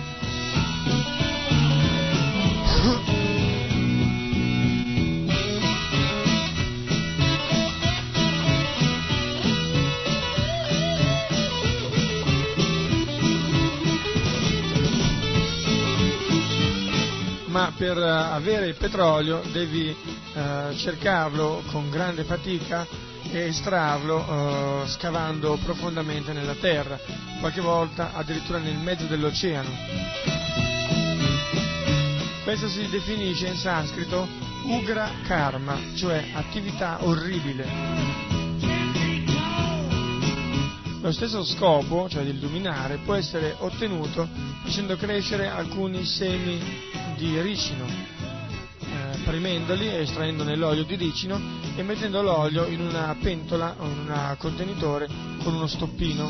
Ma per avere il petrolio devi eh, cercarlo con grande fatica e estrarlo eh, scavando profondamente nella terra, qualche volta addirittura nel mezzo dell'oceano. Questo si definisce in sanscrito ugra karma, cioè attività orribile. Lo stesso scopo, cioè di illuminare, può essere ottenuto facendo crescere alcuni semi di ricino, eh, premendoli e estraendone l'olio di ricino e mettendo l'olio in una pentola o in un contenitore con uno stoppino.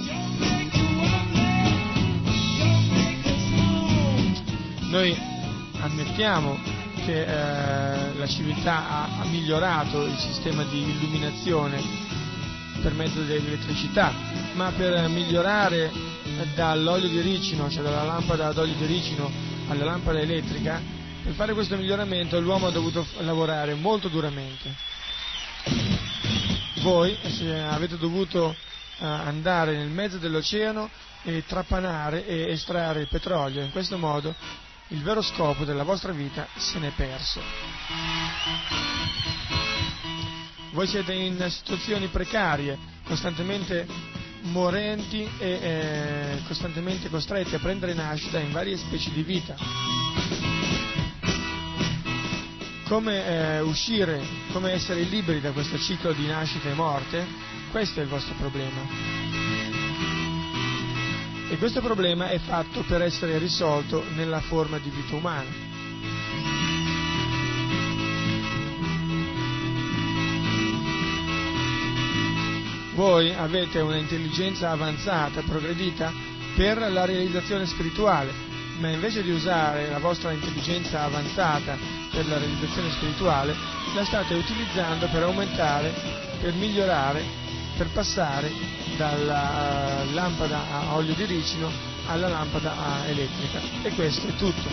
Noi ammettiamo che eh, la civiltà ha, ha migliorato il sistema di illuminazione per mezzo dell'elettricità, ma per migliorare dall'olio di ricino, cioè dalla lampada ad olio di ricino alla lampada elettrica, per fare questo miglioramento l'uomo ha dovuto lavorare molto duramente. Voi se avete dovuto uh, andare nel mezzo dell'oceano e trapanare e estrarre il petrolio, in questo modo il vero scopo della vostra vita se n'è perso. Voi siete in situazioni precarie, costantemente morenti e eh, costantemente costretti a prendere nascita in varie specie di vita. Come eh, uscire, come essere liberi da questo ciclo di nascita e morte? Questo è il vostro problema. E questo problema è fatto per essere risolto nella forma di vita umana. voi avete una intelligenza avanzata, progredita per la realizzazione spirituale, ma invece di usare la vostra intelligenza avanzata per la realizzazione spirituale, la state utilizzando per aumentare, per migliorare, per passare dalla lampada a olio di ricino alla lampada a elettrica. E questo è tutto.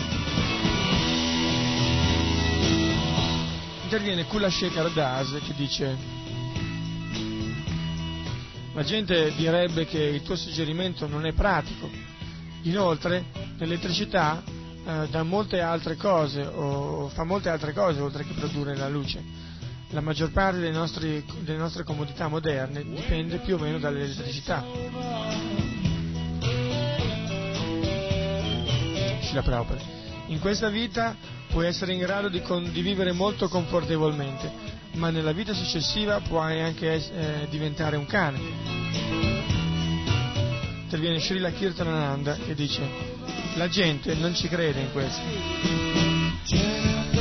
Interviene Kula Shekhar Das che dice: la gente direbbe che il tuo suggerimento non è pratico. Inoltre l'elettricità eh, dà molte altre cose o fa molte altre cose oltre che produrre la luce. La maggior parte dei nostri, delle nostre comodità moderne dipende più o meno dall'elettricità. Srila Prabhupada: in questa vita puoi essere in grado di, con, di vivere molto confortevolmente, ma nella vita successiva puoi anche eh, diventare un cane. Interviene Srila Kirtanananda che dice: la gente non ci crede in questo.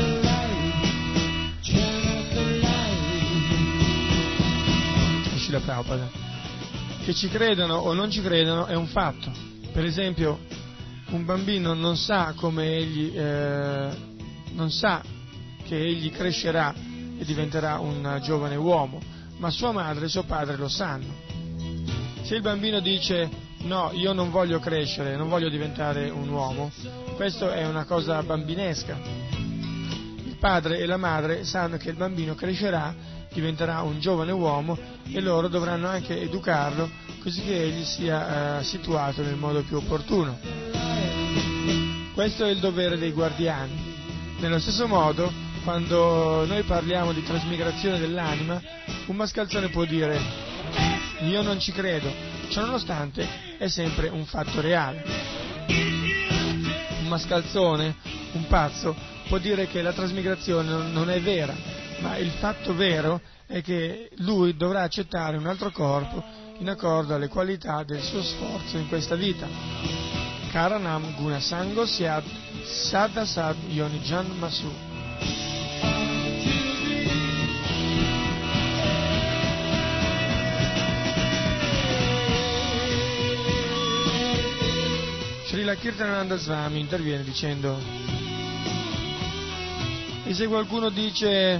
Srila Prabhupada: che ci credano o non ci credano è un fatto. Per esempio, un bambino non sa come egli eh, non sa che egli crescerà e diventerà un giovane uomo, ma sua madre e suo padre lo sanno. Se il bambino dice: no, io non voglio crescere, non voglio diventare un uomo, questo è una cosa bambinesca. Il padre e la madre sanno che il bambino crescerà, diventerà un giovane uomo e loro dovranno anche educarlo così che egli sia eh, situato nel modo più opportuno. Questo è il dovere dei guardiani. Nello stesso modo, quando noi parliamo di trasmigrazione dell'anima, un mascalzone può dire: io non ci credo, ciononostante è sempre un fatto reale. Un mascalzone, un pazzo, può dire che la trasmigrazione non è vera, ma il fatto vero è che lui dovrà accettare un altro corpo in accordo alle qualità del suo sforzo in questa vita. Karanam Gunasango Syad Sada Sad Yonijan Masu. Srila Kirtanananda Swami interviene dicendo: e se qualcuno dice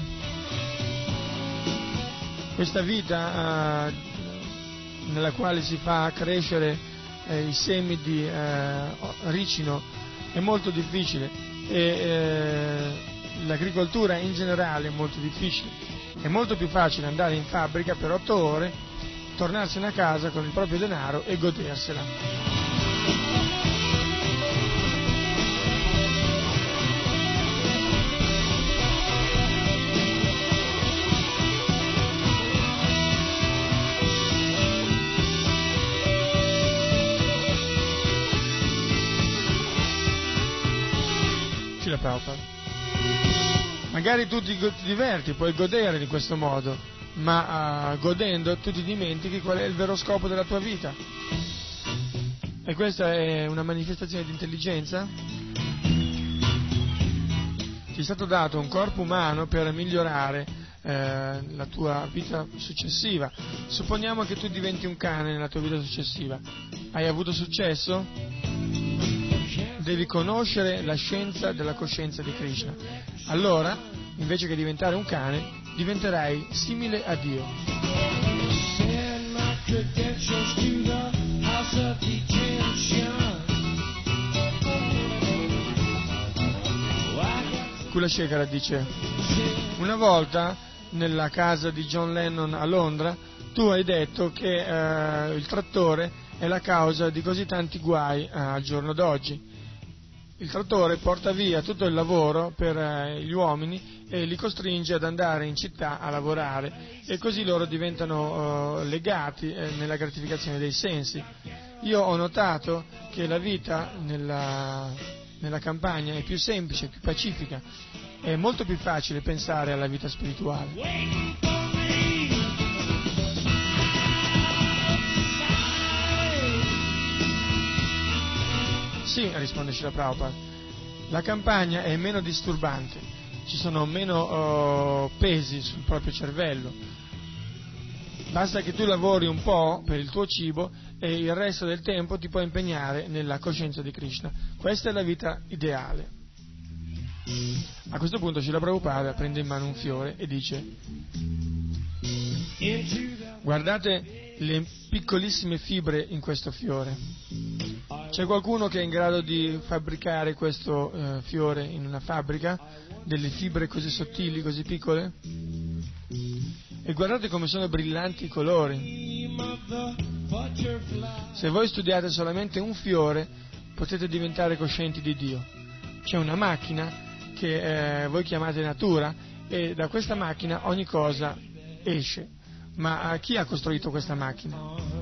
questa vita uh, nella quale si fa crescere eh, i semi di eh, ricino è molto difficile e eh, l'agricoltura in generale è molto difficile, è molto più facile andare in fabbrica per otto ore, tornarsene a casa con il proprio denaro e godersela. Magari tu ti, ti diverti, puoi godere di questo modo, ma uh, godendo tu ti dimentichi qual è il vero scopo della tua vita. E questa è una manifestazione di intelligenza? Ti è stato dato un corpo umano per migliorare eh, la tua vita successiva. Supponiamo che tu diventi un cane nella tua vita successiva. Hai avuto successo? Devi conoscere la scienza della coscienza di Krishna. Allora, invece che diventare un cane, diventerai simile a Dio. Kula Shekhar dice: una volta nella casa di John Lennon a Londra tu hai detto che eh, il trattore è la causa di così tanti guai eh, al giorno d'oggi. Il trattore porta via tutto il lavoro per eh, gli uomini e li costringe ad andare in città a lavorare e così loro diventano eh, legati eh, nella gratificazione dei sensi. Io ho notato che la vita nella, nella campagna è più semplice, più pacifica, è molto più facile pensare alla vita spirituale. Sì, risponde Srila Prabhupada, la campagna è meno disturbante, ci sono meno uh, pesi sul proprio cervello. Basta che tu lavori un po' per il tuo cibo e il resto del tempo ti puoi impegnare nella coscienza di Krishna. Questa è la vita ideale. A questo punto Srila Prabhupada prende in mano un fiore e dice: guardate le piccolissime fibre in questo fiore. C'è qualcuno che è in grado di fabbricare questo eh, fiore in una fabbrica? Delle fibre così sottili, così piccole? E guardate come sono brillanti i colori. Se voi studiate solamente un fiore, potete diventare coscienti di Dio. C'è una macchina che eh, voi chiamate natura, e da questa macchina ogni cosa esce. Ma eh, chi ha costruito questa macchina?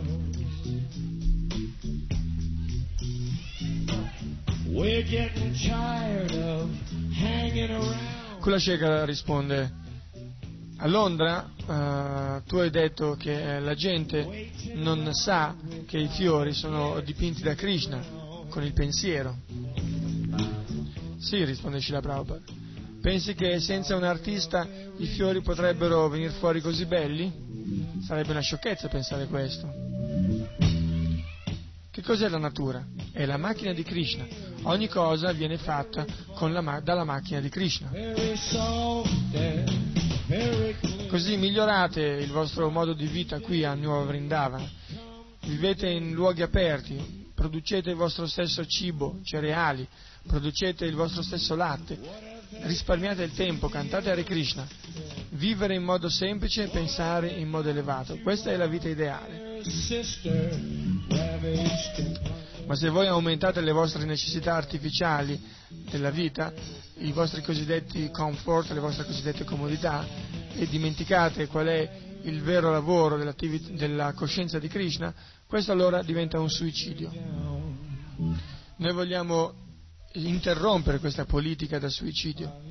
Kula Shekhar risponde: a Londra uh, tu hai detto che eh, la gente non sa che i fiori sono dipinti da Krishna con il pensiero. Sì, risponde Srila Prabhupada. Pensi che senza un artista i fiori potrebbero venire fuori così belli? Sarebbe una sciocchezza pensare questo. Che cos'è la natura? È la macchina di Krishna. Ogni cosa viene fatta con la ma- dalla macchina di Krishna. Così migliorate il vostro modo di vita qui a Nuova Vrindavana. Vivete in luoghi aperti, producete il vostro stesso cibo, cereali, producete il vostro stesso latte, risparmiate il tempo, cantate Hare Krishna. Vivere in modo semplice e pensare in modo elevato. Questa è la vita ideale. Ma se voi aumentate le vostre necessità artificiali della vita, i vostri cosiddetti comfort, le vostre cosiddette comodità, e dimenticate qual è il vero lavoro della coscienza di Krishna, questo allora diventa un suicidio. Noi vogliamo interrompere questa politica da suicidio.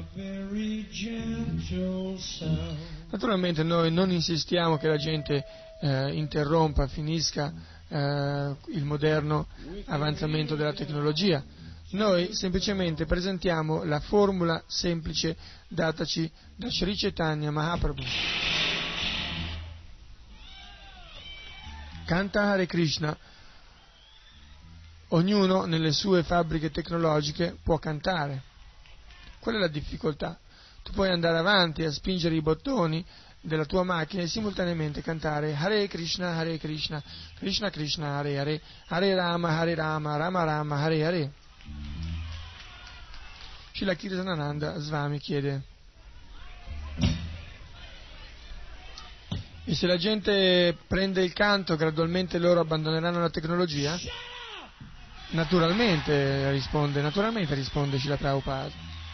Naturalmente noi non insistiamo che la gente eh, interrompa, finisca eh, il moderno avanzamento della tecnologia. Noi semplicemente presentiamo la formula semplice dataci da Sri Chaitanya Mahaprabhu. Canta Hare Krishna. Ognuno nelle sue fabbriche tecnologiche può cantare. Qual è la difficoltà? Tu puoi andare avanti a spingere i bottoni della tua macchina e simultaneamente cantare Hare Krishna, Hare Krishna, Krishna Krishna, Hare Hare, Hare Rama, Hare Rama, Rama Rama, Hare Hare. Srila Kirtanananda Swami chiede: e se la gente prende il canto, gradualmente loro abbandoneranno la tecnologia? Naturalmente risponde, naturalmente risponde Srila Prabhupada.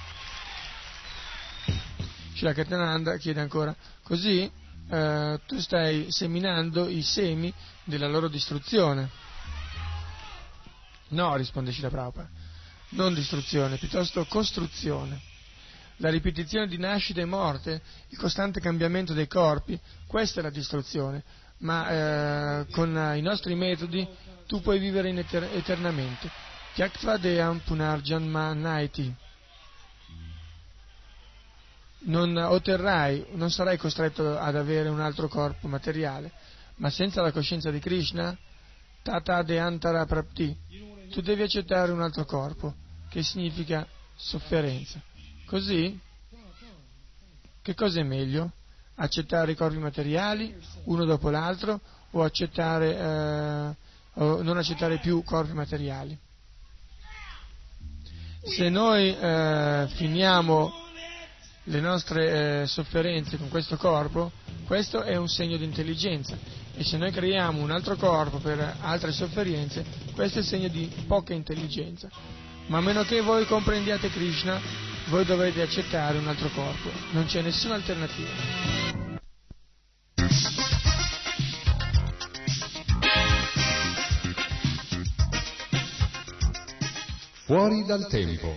Srila Kirtanananda chiede ancora: così eh, tu stai seminando i semi della loro distruzione? No, risponde Srila Prabhupada, non distruzione, piuttosto costruzione. La ripetizione di nascita e morte, il costante cambiamento dei corpi, questa è la distruzione, ma eh, con i nostri metodi tu puoi vivere in eter- eternamente. Tyaktva deyam punarjanma naiti. Non otterrai, non sarai costretto ad avere un altro corpo materiale, ma senza la coscienza di Krishna, tata deantara prapti, tu devi accettare un altro corpo, che significa sofferenza. Così, che cosa è meglio? Accettare i corpi materiali, uno dopo l'altro, o accettare, eh, o non accettare più corpi materiali? Se noi eh, finiamo le nostre eh, sofferenze con questo corpo, questo è un segno di intelligenza, e se noi creiamo un altro corpo per altre sofferenze, questo è il segno di poca intelligenza. Ma a meno che voi comprendiate Krishna, voi dovrete accettare un altro corpo, non c'è nessuna alternativa. Fuori dal tempo.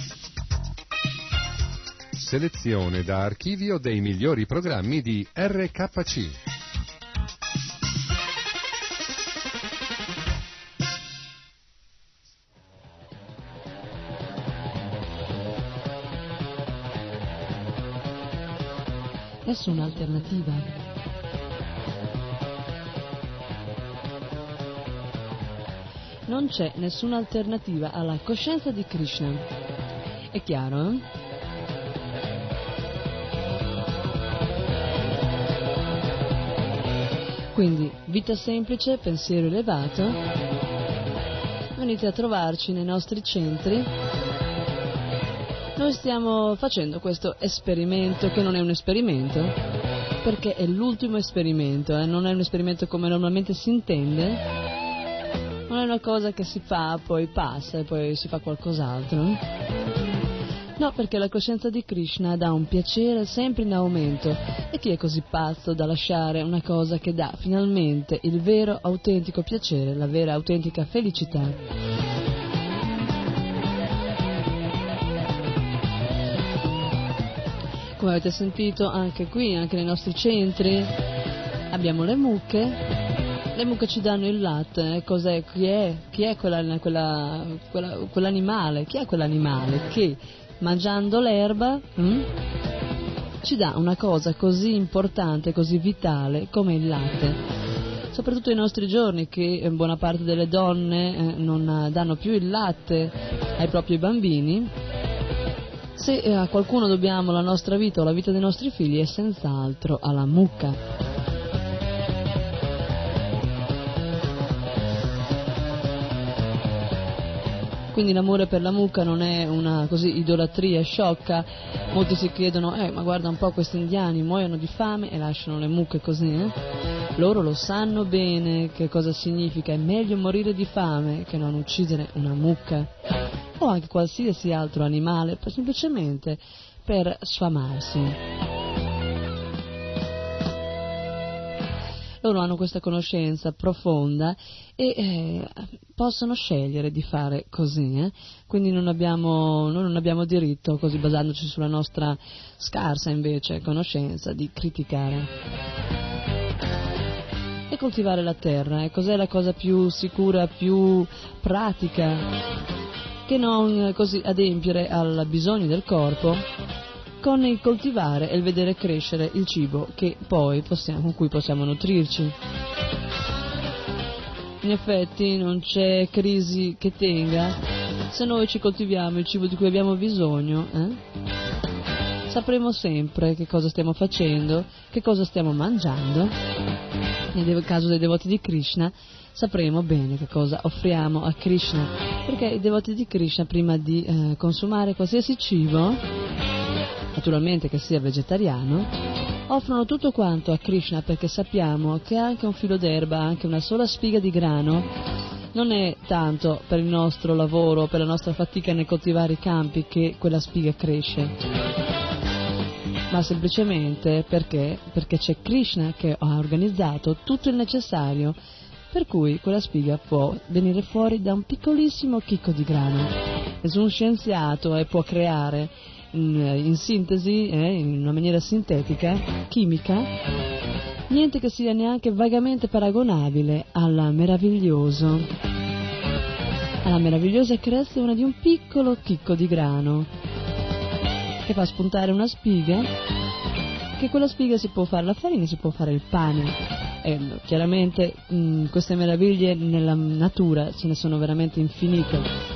Selezione da archivio dei migliori programmi di R K C. Nessuna alternativa. non c'è nessuna alternativa alla coscienza di Krishna. È chiaro, eh? Quindi, vita semplice, pensiero elevato, venite a trovarci nei nostri centri. Noi stiamo facendo questo esperimento, che non è un esperimento, perché è l'ultimo esperimento, eh? Non è un esperimento come normalmente si intende, non è una cosa che si fa, poi passa e poi si fa qualcos'altro. No, perché la coscienza di Krishna dà un piacere sempre in aumento, e chi è così pazzo da lasciare una cosa che dà finalmente il vero autentico piacere, la vera autentica felicità? Come avete sentito anche qui, anche nei nostri centri, abbiamo le mucche. Le mucche ci danno il latte, eh? Cos'è? Chi è? Chi è quella, quella, quella, quell'animale? Chi è quell'animale che, mangiando l'erba, hm, ci dà una cosa così importante, così vitale come il latte? Soprattutto ai nostri giorni, che buona parte delle donne eh, non danno più il latte ai propri bambini. Se eh, a qualcuno dobbiamo la nostra vita o la vita dei nostri figli, è senz'altro alla mucca. Quindi l'amore per la mucca non è una così idolatria sciocca. Molti si chiedono, eh ma guarda un po', questi indiani muoiono di fame e lasciano le mucche così, eh? Loro lo sanno bene che cosa significa, è meglio morire di fame che non uccidere una mucca o anche qualsiasi altro animale, per, semplicemente per sfamarsi. Loro hanno questa conoscenza profonda e eh, possono scegliere di fare così, eh? Quindi non abbiamo, noi non abbiamo diritto, così basandoci sulla nostra scarsa invece conoscenza, di criticare. E coltivare la terra, eh? Cos'è la cosa più sicura, più pratica, che non così adempiere al bisogno del corpo con il coltivare e il vedere crescere il cibo che poi possiamo, con cui possiamo nutrirci. In effetti non c'è crisi che tenga se noi ci coltiviamo il cibo di cui abbiamo bisogno, eh? Sapremo sempre che cosa stiamo facendo, che cosa stiamo mangiando. Nel caso dei devoti di Krishna sapremo bene che cosa offriamo a Krishna, perché i devoti di Krishna, prima di eh, consumare qualsiasi cibo, naturalmente che sia vegetariano, offrono tutto quanto a Krishna, perché sappiamo che anche un filo d'erba, anche una sola spiga di grano, non è tanto per il nostro lavoro, per la nostra fatica nel coltivare i campi che quella spiga cresce, ma semplicemente perché, perché c'è Krishna che ha organizzato tutto il necessario per cui quella spiga può venire fuori da un piccolissimo chicco di grano. Nessun scienziato eh, può creare in sintesi, eh, in una maniera sintetica, chimica, niente che sia neanche vagamente paragonabile alla meraviglioso, alla meravigliosa creazione di un piccolo chicco di grano che fa spuntare una spiga, che quella spiga si può fare la farina, si può fare il pane. E chiaramente mh, queste meraviglie nella natura ce ne sono veramente infinite.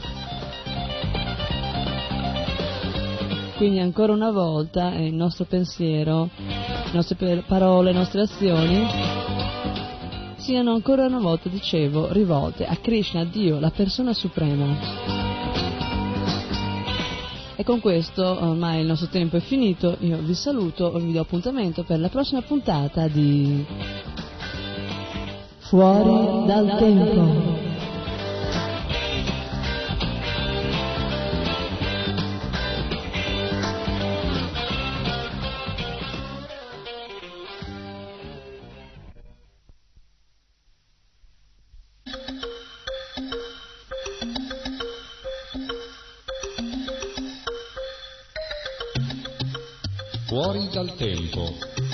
Quindi ancora una volta eh, il nostro pensiero, le nostre parole, le nostre azioni siano ancora una volta, dicevo, rivolte a Krishna, Dio, la persona suprema. E con questo ormai il nostro tempo è finito, io vi saluto e vi do appuntamento per la prossima puntata di Fuori dal Tempo. Fuori dal tempo.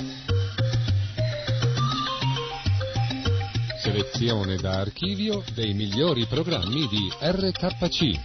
Selezione da archivio dei migliori programmi di R K C.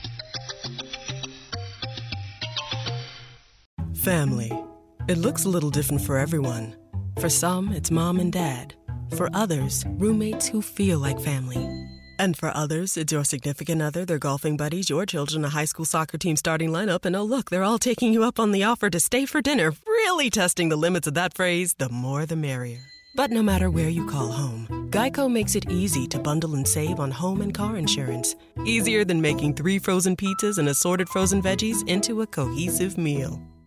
Family. It looks a little different for everyone. For some, it's mom and dad. For others, roommates who feel like family. And for others, it's your significant other, their golfing buddies, your children, a high school soccer team starting lineup, and oh look, they're all taking you up on the offer to stay for dinner, really testing the limits of that phrase, the more the merrier. But no matter where you call home, Geico makes it easy to bundle and save on home and car insurance. Easier than making three frozen pizzas and assorted frozen veggies into a cohesive meal.